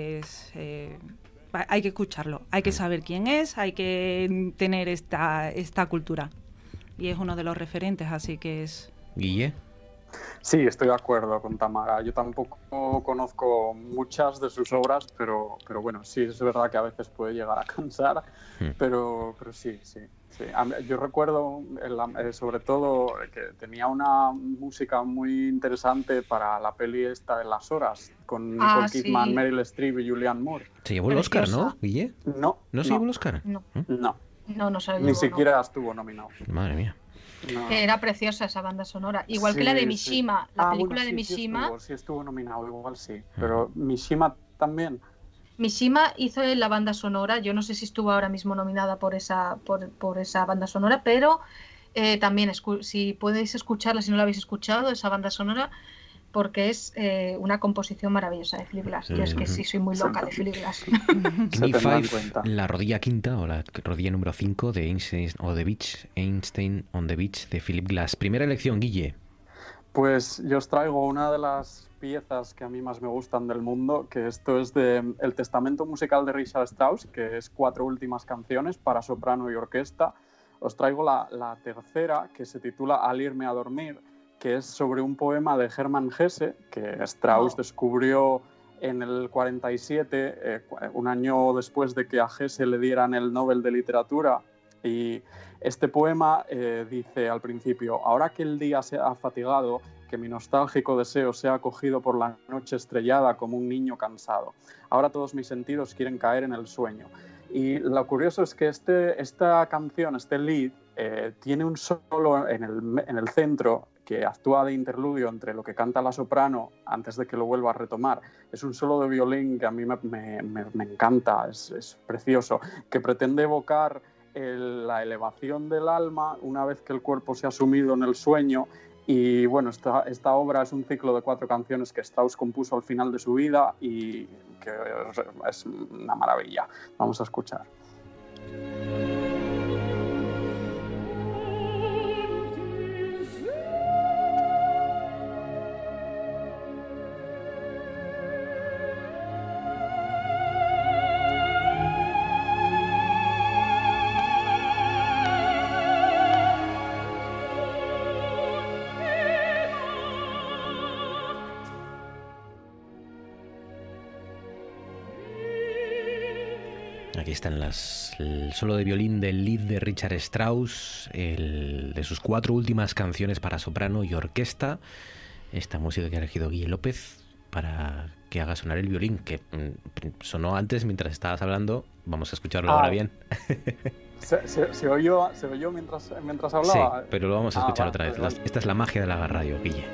S19: Hay que escucharlo, hay que saber quién es, hay que tener esta cultura. Y es uno de los referentes, así que es...
S1: ¿Guille?
S21: Sí, estoy de acuerdo con Tamara. Yo tampoco conozco muchas de sus obras, pero bueno, sí, es verdad que a veces puede llegar a cansar, pero sí. Yo recuerdo, sobre todo, que tenía una música muy interesante para la peli esta de Las Horas, con Nicole Kidman, Meryl Streep y Julianne Moore.
S1: ¿Se llevó el Oscar, no, Guille?
S21: No.
S1: ¿No se llevó el Oscar?
S21: No se lo llevó.
S20: Ni
S21: siquiera estuvo nominado.
S1: Madre mía.
S21: No.
S20: Que era preciosa esa banda sonora. Igual que la de Mishima, la película de Mishima.
S21: Sí estuvo nominado, igual sí. Pero Mishima también.
S20: Mishima hizo la banda sonora. Yo no sé si estuvo ahora mismo nominada por esa banda sonora, pero también, si podéis escucharla, si no la habéis escuchado, esa banda sonora, porque es una composición maravillosa de Philip Glass. Yo es que sí soy muy loca de Philip Glass.
S1: Knee Five, la rodilla quinta o la rodilla número 5 de Einstein on the Beach de Philip Glass. Primera elección, Guille.
S21: Pues yo os traigo una de las piezas que a mí más me gustan del mundo, que esto es de El Testamento Musical de Richard Strauss, que es 4 últimas canciones para soprano y orquesta. Os traigo la tercera, que se titula Al irme a dormir, que es sobre un poema de Hermann Hesse, que Strauss descubrió en el 47, un año después de que a Hesse le dieran el Nobel de Literatura. Y este poema dice al principio: ahora que el día se ha fatigado, que mi nostálgico deseo sea acogido por la noche estrellada como un niño cansado. Ahora todos mis sentidos quieren caer en el sueño. Y lo curioso es que esta canción, este lead, tiene un solo en el centro que actúa de interludio entre lo que canta la soprano antes de que lo vuelva a retomar. Es un solo de violín que a mí me encanta, es precioso, que pretende evocar la elevación del alma una vez que el cuerpo se ha sumido en el sueño. Y bueno, esta obra es un ciclo de 4 canciones que Strauss compuso al final de su vida y que es una maravilla. Vamos a escuchar.
S1: Aquí están el solo de violín del lead de Richard Strauss, de sus 4 últimas canciones para soprano y orquesta. Esta música que ha elegido Guille López para que haga sonar el violín, que sonó antes mientras estabas hablando. Vamos a escucharlo ahora bien.
S21: ¿Se oyó mientras hablaba?
S1: Sí, pero lo vamos a escuchar otra vez. Vale. Esta es la magia de la radio, Guille.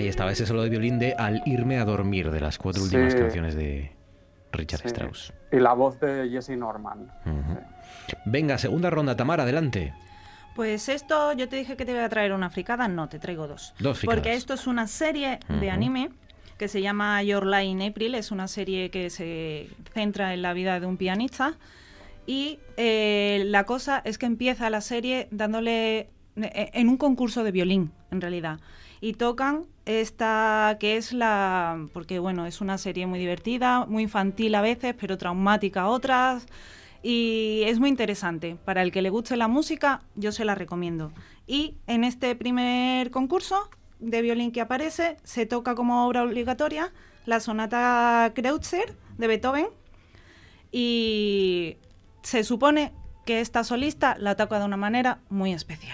S1: Ahí estaba ese solo de violín de Al irme a dormir, de las 4 últimas canciones de Richard Strauss.
S21: Y la voz de Jesse Norman.
S1: Venga, segunda ronda, Tamara, adelante.
S19: Pues esto, yo te dije que te iba a traer una fricada, no, te traigo dos.
S1: Dos fricadas.
S19: Porque esto es una serie de anime que se llama Your Lie in April, es una serie que se centra en la vida de un pianista y la cosa es que empieza la serie dándole en un concurso de violín, en realidad, y tocan esta que es porque bueno, es una serie muy divertida, muy infantil a veces, pero traumática a otras. Y es muy interesante. Para el que le guste la música, yo se la recomiendo. Y en este primer concurso de violín que aparece, se toca como obra obligatoria la sonata Kreutzer de Beethoven. Y se supone que esta solista la toca de una manera muy especial.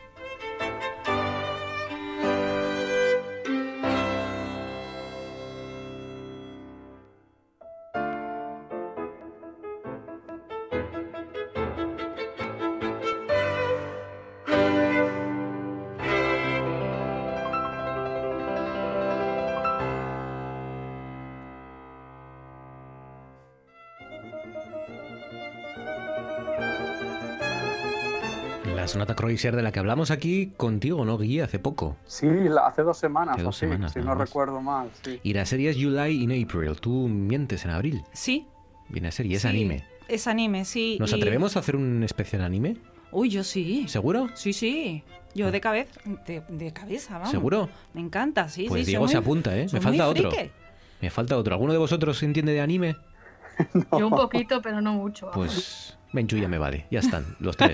S1: La sonata Kreutzer de la que hablamos aquí contigo, ¿no, Guille? Hace poco.
S21: Sí, hace 2 semanas.
S1: Hace 2 semanas,
S21: si no recuerdo mal. Sí.
S1: Y la serie es You Lie in April. ¿Tú mientes en abril?
S19: Sí.
S1: Viene a ser, y es
S19: sí,
S1: anime.
S19: Es anime, sí.
S1: ¿Nos atrevemos a hacer un especial anime?
S19: Uy, yo sí.
S1: ¿Seguro?
S19: Sí. Yo de cabeza, vamos.
S1: ¿Seguro?
S19: Me encanta, sí.
S1: Pues
S19: sí,
S1: Diego se apunta, ¿eh? Me falta otro. Me falta otro. ¿Alguno de vosotros entiende de anime?
S20: No. Yo un poquito, pero no mucho. Vamos.
S1: Pues Menchu ya me vale. Ya están, los 3.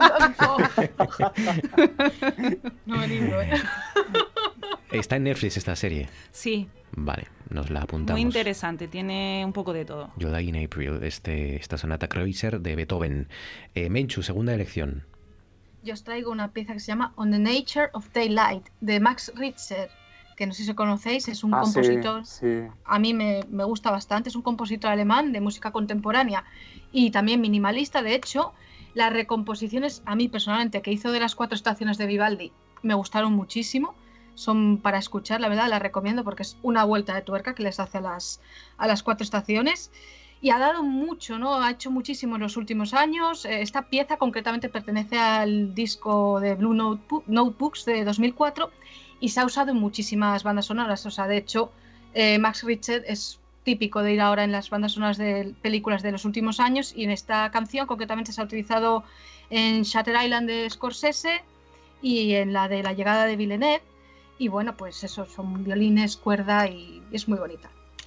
S20: No, lindo, ¿eh?
S1: Está en Netflix esta serie.
S19: Sí.
S1: Vale, nos la apuntamos.
S19: Muy interesante, tiene un poco de todo.
S1: You Lie in April, esta sonata Kreutzer de Beethoven. Menchu, segunda elección.
S20: Yo os traigo una pieza que se llama On the Nature of Daylight, de Max Richter, que no sé si conocéis, es un compositor,
S21: sí.
S20: A mí me gusta bastante, es un compositor alemán de música contemporánea y también minimalista. De hecho, las recomposiciones, a mí personalmente, que hizo de las 4 estaciones de Vivaldi, me gustaron muchísimo. Son para escuchar, la verdad, las recomiendo porque es una vuelta de tuerca que les hace a las 4 estaciones. Y ha dado mucho, ¿no? Ha hecho muchísimo en los últimos años. Esta pieza concretamente pertenece al disco de Blue Notebooks de 2004 y se ha usado en muchísimas bandas sonoras. O sea, de hecho, Max Richter es típico de ir ahora en las bandas sonoras de películas de los últimos años, y en esta canción concretamente se ha utilizado en Shutter Island de Scorsese y en la de La llegada de Villeneuve. Y bueno, pues eso, son violines, cuerda y es muy bonita.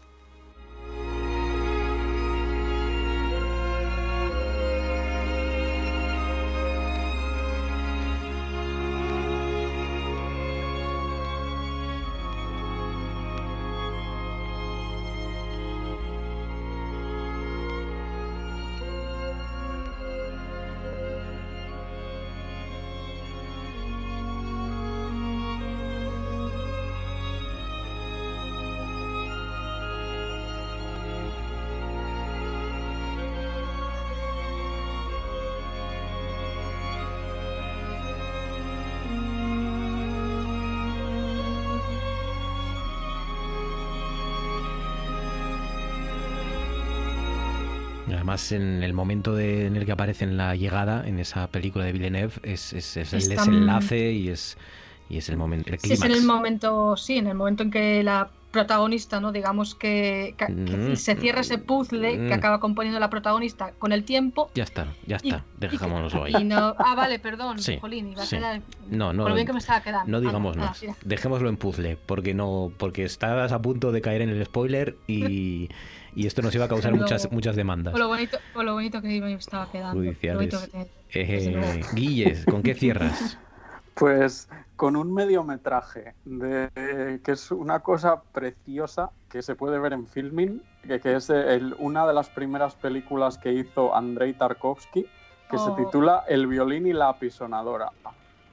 S1: Además, en el momento en el que aparece en La llegada, en esa película de Villeneuve, es el desenlace y es el momento, el clímax.
S20: Sí, es en el momento en que la protagonista, ¿no? Digamos que se cierra ese puzzle que acaba componiendo la protagonista con el tiempo.
S1: Ya está, dejémoslo ahí.
S20: Vale, perdón,
S1: sí,
S20: jolín, iba a
S1: sí.
S20: quedar
S1: No,
S20: por lo bien que me estaba quedando.
S1: No digamos más. Dejémoslo en puzzle, porque estás a punto de caer en el spoiler y esto nos iba a causar muchas demandas.
S20: Por lo bonito que me estaba quedando.
S1: Judiciales. Guille, ¿con qué cierras?
S21: Pues con un mediometraje, que es una cosa preciosa que se puede ver en Filmin, que es una de las primeras películas que hizo Andrei Tarkovsky, que se titula El violín y la apisonadora.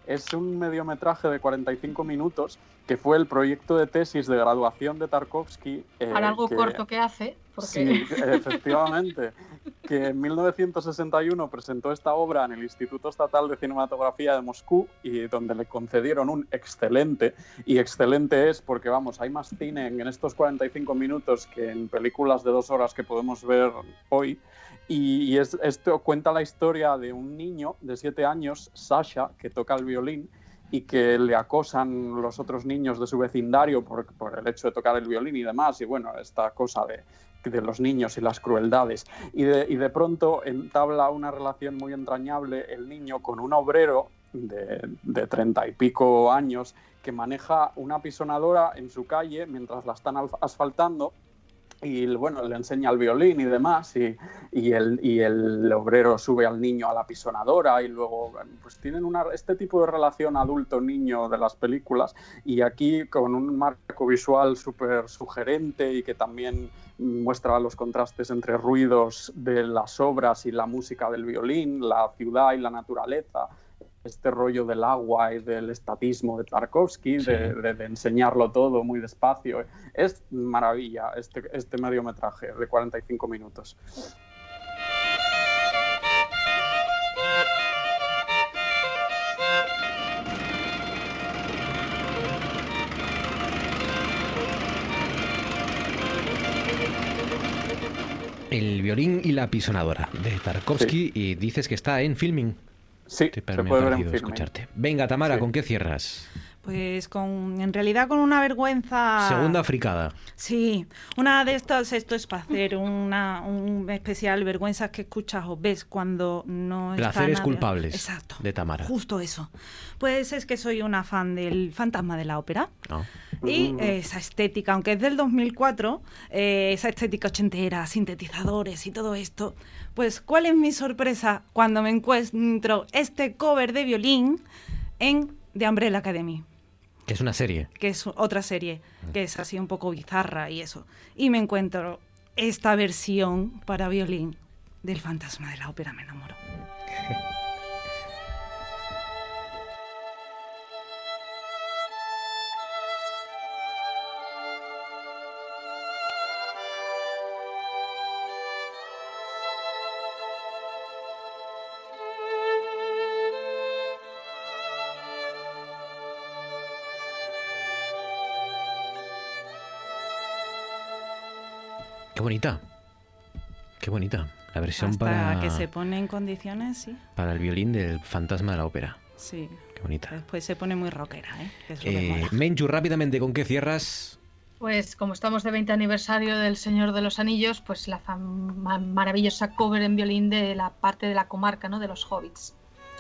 S21: Es un mediometraje de 45 minutos que fue el proyecto de tesis de graduación de Tarkovsky.
S20: Para algo corto que hace. Porque...
S21: Sí, efectivamente. Que en 1961 presentó esta obra en el Instituto Estatal de Cinematografía de Moscú y donde le concedieron un excelente. Y excelente es porque, vamos, hay más cine en estos 45 minutos que en películas de 2 horas que podemos ver hoy. Y esto cuenta la historia de un niño de 7 años, Sasha, que toca el violín y que le acosan los otros niños de su vecindario por el hecho de tocar el violín y demás. Y bueno, esta cosa de los niños y las crueldades. Y de pronto entabla una relación muy entrañable el niño con un obrero de 30 y pico años que maneja una apisonadora en su calle mientras la están asfaltando. Y bueno, le enseña el violín y demás, y el obrero sube al niño a la apisonadora y luego pues tienen este tipo de relación adulto-niño de las películas, y aquí con un marco visual súper sugerente y que también muestra los contrastes entre ruidos de las obras y la música del violín, la ciudad y la naturaleza. Este rollo del agua y del estatismo de Tarkovsky, sí. de enseñarlo todo muy despacio. Es maravilla este mediometraje de 45 minutos.
S1: El violín y la apisonadora de Tarkovsky, sí. Y dices que está en Filming.
S21: Sí, se puede ver en Filming.
S1: Escucharte. Venga, Tamara, sí. ¿Con qué cierras?
S19: Pues en realidad con una vergüenza...
S1: Segunda fricada.
S19: Sí, una de estas, esto es para hacer un especial vergüenzas que escuchas o ves cuando no está
S1: Placeres
S19: nadie.
S1: culpables.
S19: Exacto.
S1: De Tamara.
S19: Justo eso. Pues es que soy una fan del Fantasma de la Ópera.
S1: Oh.
S19: Y esa estética, aunque es del 2004, esa estética ochentera, sintetizadores y todo esto, pues ¿cuál es mi sorpresa cuando me encuentro este cover de violín en The Umbrella Academy?
S1: Que es una serie.
S19: Que es otra serie, que es así un poco bizarra y eso. Y me encuentro esta versión para violín del Fantasma de la Ópera, me enamoro.
S1: Qué bonita. Qué bonita. La versión
S19: hasta
S1: para...
S19: que se pone en condiciones, sí.
S1: Para el violín del Fantasma de la Ópera.
S19: Sí.
S1: Qué bonita.
S19: Después se pone muy rockera, ¿eh? Que es lo que mola.
S1: Menchu, rápidamente, ¿con qué cierras?
S20: Pues como estamos de 20 aniversario del Señor de los Anillos, pues la maravillosa cover en violín de la parte de la comarca, ¿no? De los hobbits.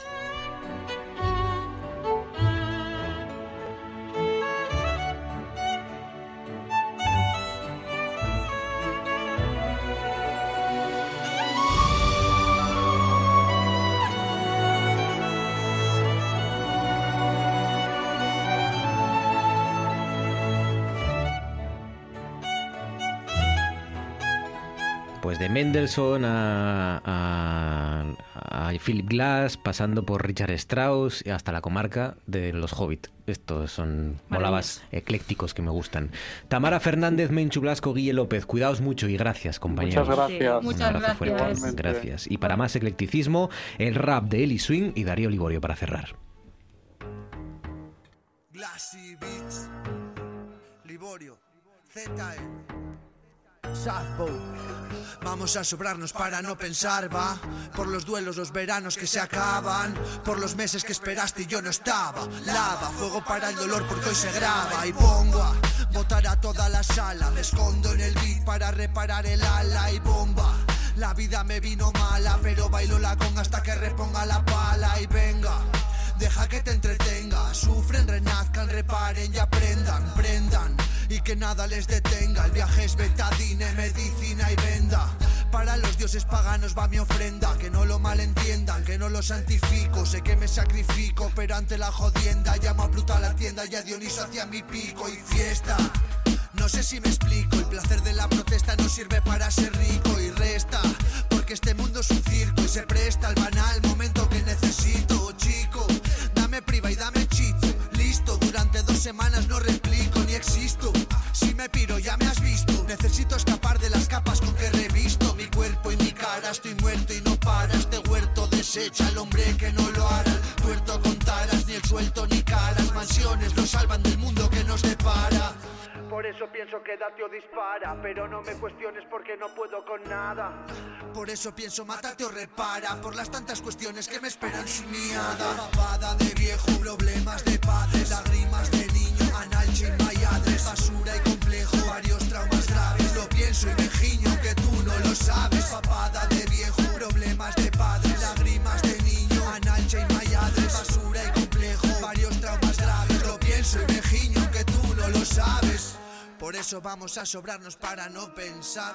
S1: Pues de Mendelssohn a Philip Glass, pasando por Richard Strauss hasta la comarca de los Hobbit. Estos son molabas eclécticos que me gustan. Tamara Fernández, Menchu Blasco, Guille López, cuidaos mucho y gracias, compañeros.
S21: Muchas gracias.
S20: Sí,
S1: Un abrazo fuerte. Gracias. Y para más eclecticismo, el rap de Eli Swing y Darío Liborio para cerrar.
S5: Glassy Beats, Liborio, ZM. Southbow. Vamos a sobrarnos para no pensar, va. Por los duelos, los veranos que se acaban, por los meses que esperaste y yo no estaba. Lava, fuego para el dolor porque hoy se graba. Y pongo a botar a toda la sala. Me escondo en el beat para reparar el ala y bomba. La vida me vino mala, pero bailo la conga hasta que reponga la pala. Y venga, deja que te entretenga. Sufren, renazcan, reparen y aprendan, prendan. Y que nada les detenga. El viaje es betadine, medicina y venda. Para los dioses paganos va mi ofrenda. Que no lo malentiendan, que no lo santifico. Sé que me sacrifico, pero ante la jodienda llamo a Pluto a la tienda y a Dioniso hacia mi pico y fiesta. No sé si me explico, el placer de la protesta no sirve para ser rico y resta. Porque este mundo es un circo y se presta al banal momento que necesito, chico. Dame priva y semanas no replico ni existo. Si me piro ya me has visto. Necesito escapar de las capas con que revisto mi cuerpo y mi cara. Estoy muerto y no para. Este huerto desecha al hombre que no lo hará. Tuerto con taras, ni el suelto ni caras. Mansiones lo salvan del mundo que nos depara. Por eso pienso que date o dispara, pero no me cuestiones porque no puedo con nada. Por eso pienso mátate o repara, por las tantas cuestiones que me esperan sin miada. Papada de viejo, problemas de padres, lágrimas de niño, analgin, mayadres, basura y complejo, varios traumas graves. Lo pienso y me giño que tú no lo sabes. Papada de viejo, problemas de padres, lágrimas de niño, analgin, mayadres, basura y complejo, varios traumas graves. Lo pienso y me giño que tú no lo sabes. Por eso vamos a sobrarnos para no pensar.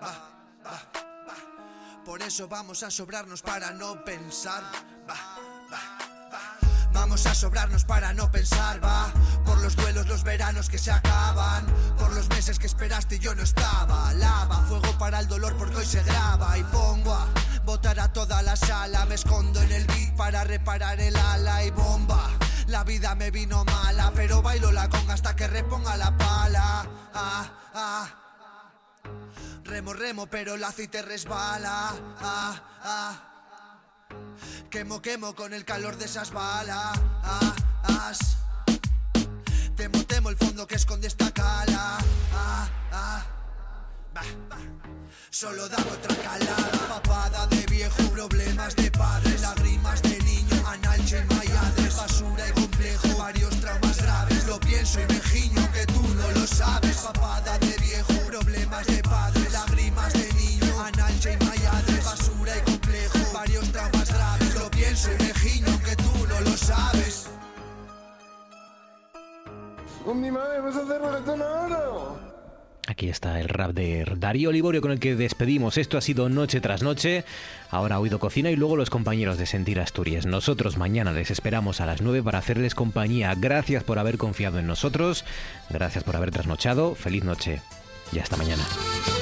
S5: Por eso vamos a sobrarnos para no pensar. Vamos a sobrarnos para no pensar, va. Por los duelos, los veranos que se acaban. Por los meses que esperaste y yo no estaba. Lava, fuego para el dolor porque hoy se graba. Y pongo a botar a toda la sala. Me escondo en el beat para reparar el ala y bomba. La vida me vino mala, pero bailo la conga hasta que reponga la pala. Remo, remo, pero el aceite resbala. Quemo, quemo con el calor de esas balas. Temo, temo el fondo que esconde esta cala. Solo dame otra calada. Papada de viejo, problemas de padres, lágrimas de niño, analgin, mayadres, basura y complejo, varios traumas graves. Lo pienso y me giño que tú no lo sabes. Papada de viejo, problemas de padres, lágrimas de niño, analgin, mayadres, basura y complejo, varios traumas graves. Lo pienso y me giño que tú no lo sabes.
S6: Con mi madre vas a hacer reggaetón ahora.
S1: Aquí está el rap de Darío Liborio con el que despedimos. Esto ha sido Noche tras Noche. Ahora Oído Cocina y luego los compañeros de Sentir Asturias. Nosotros mañana les esperamos a las 9 para hacerles compañía. Gracias por haber confiado en nosotros. Gracias por haber trasnochado. Feliz noche y hasta mañana.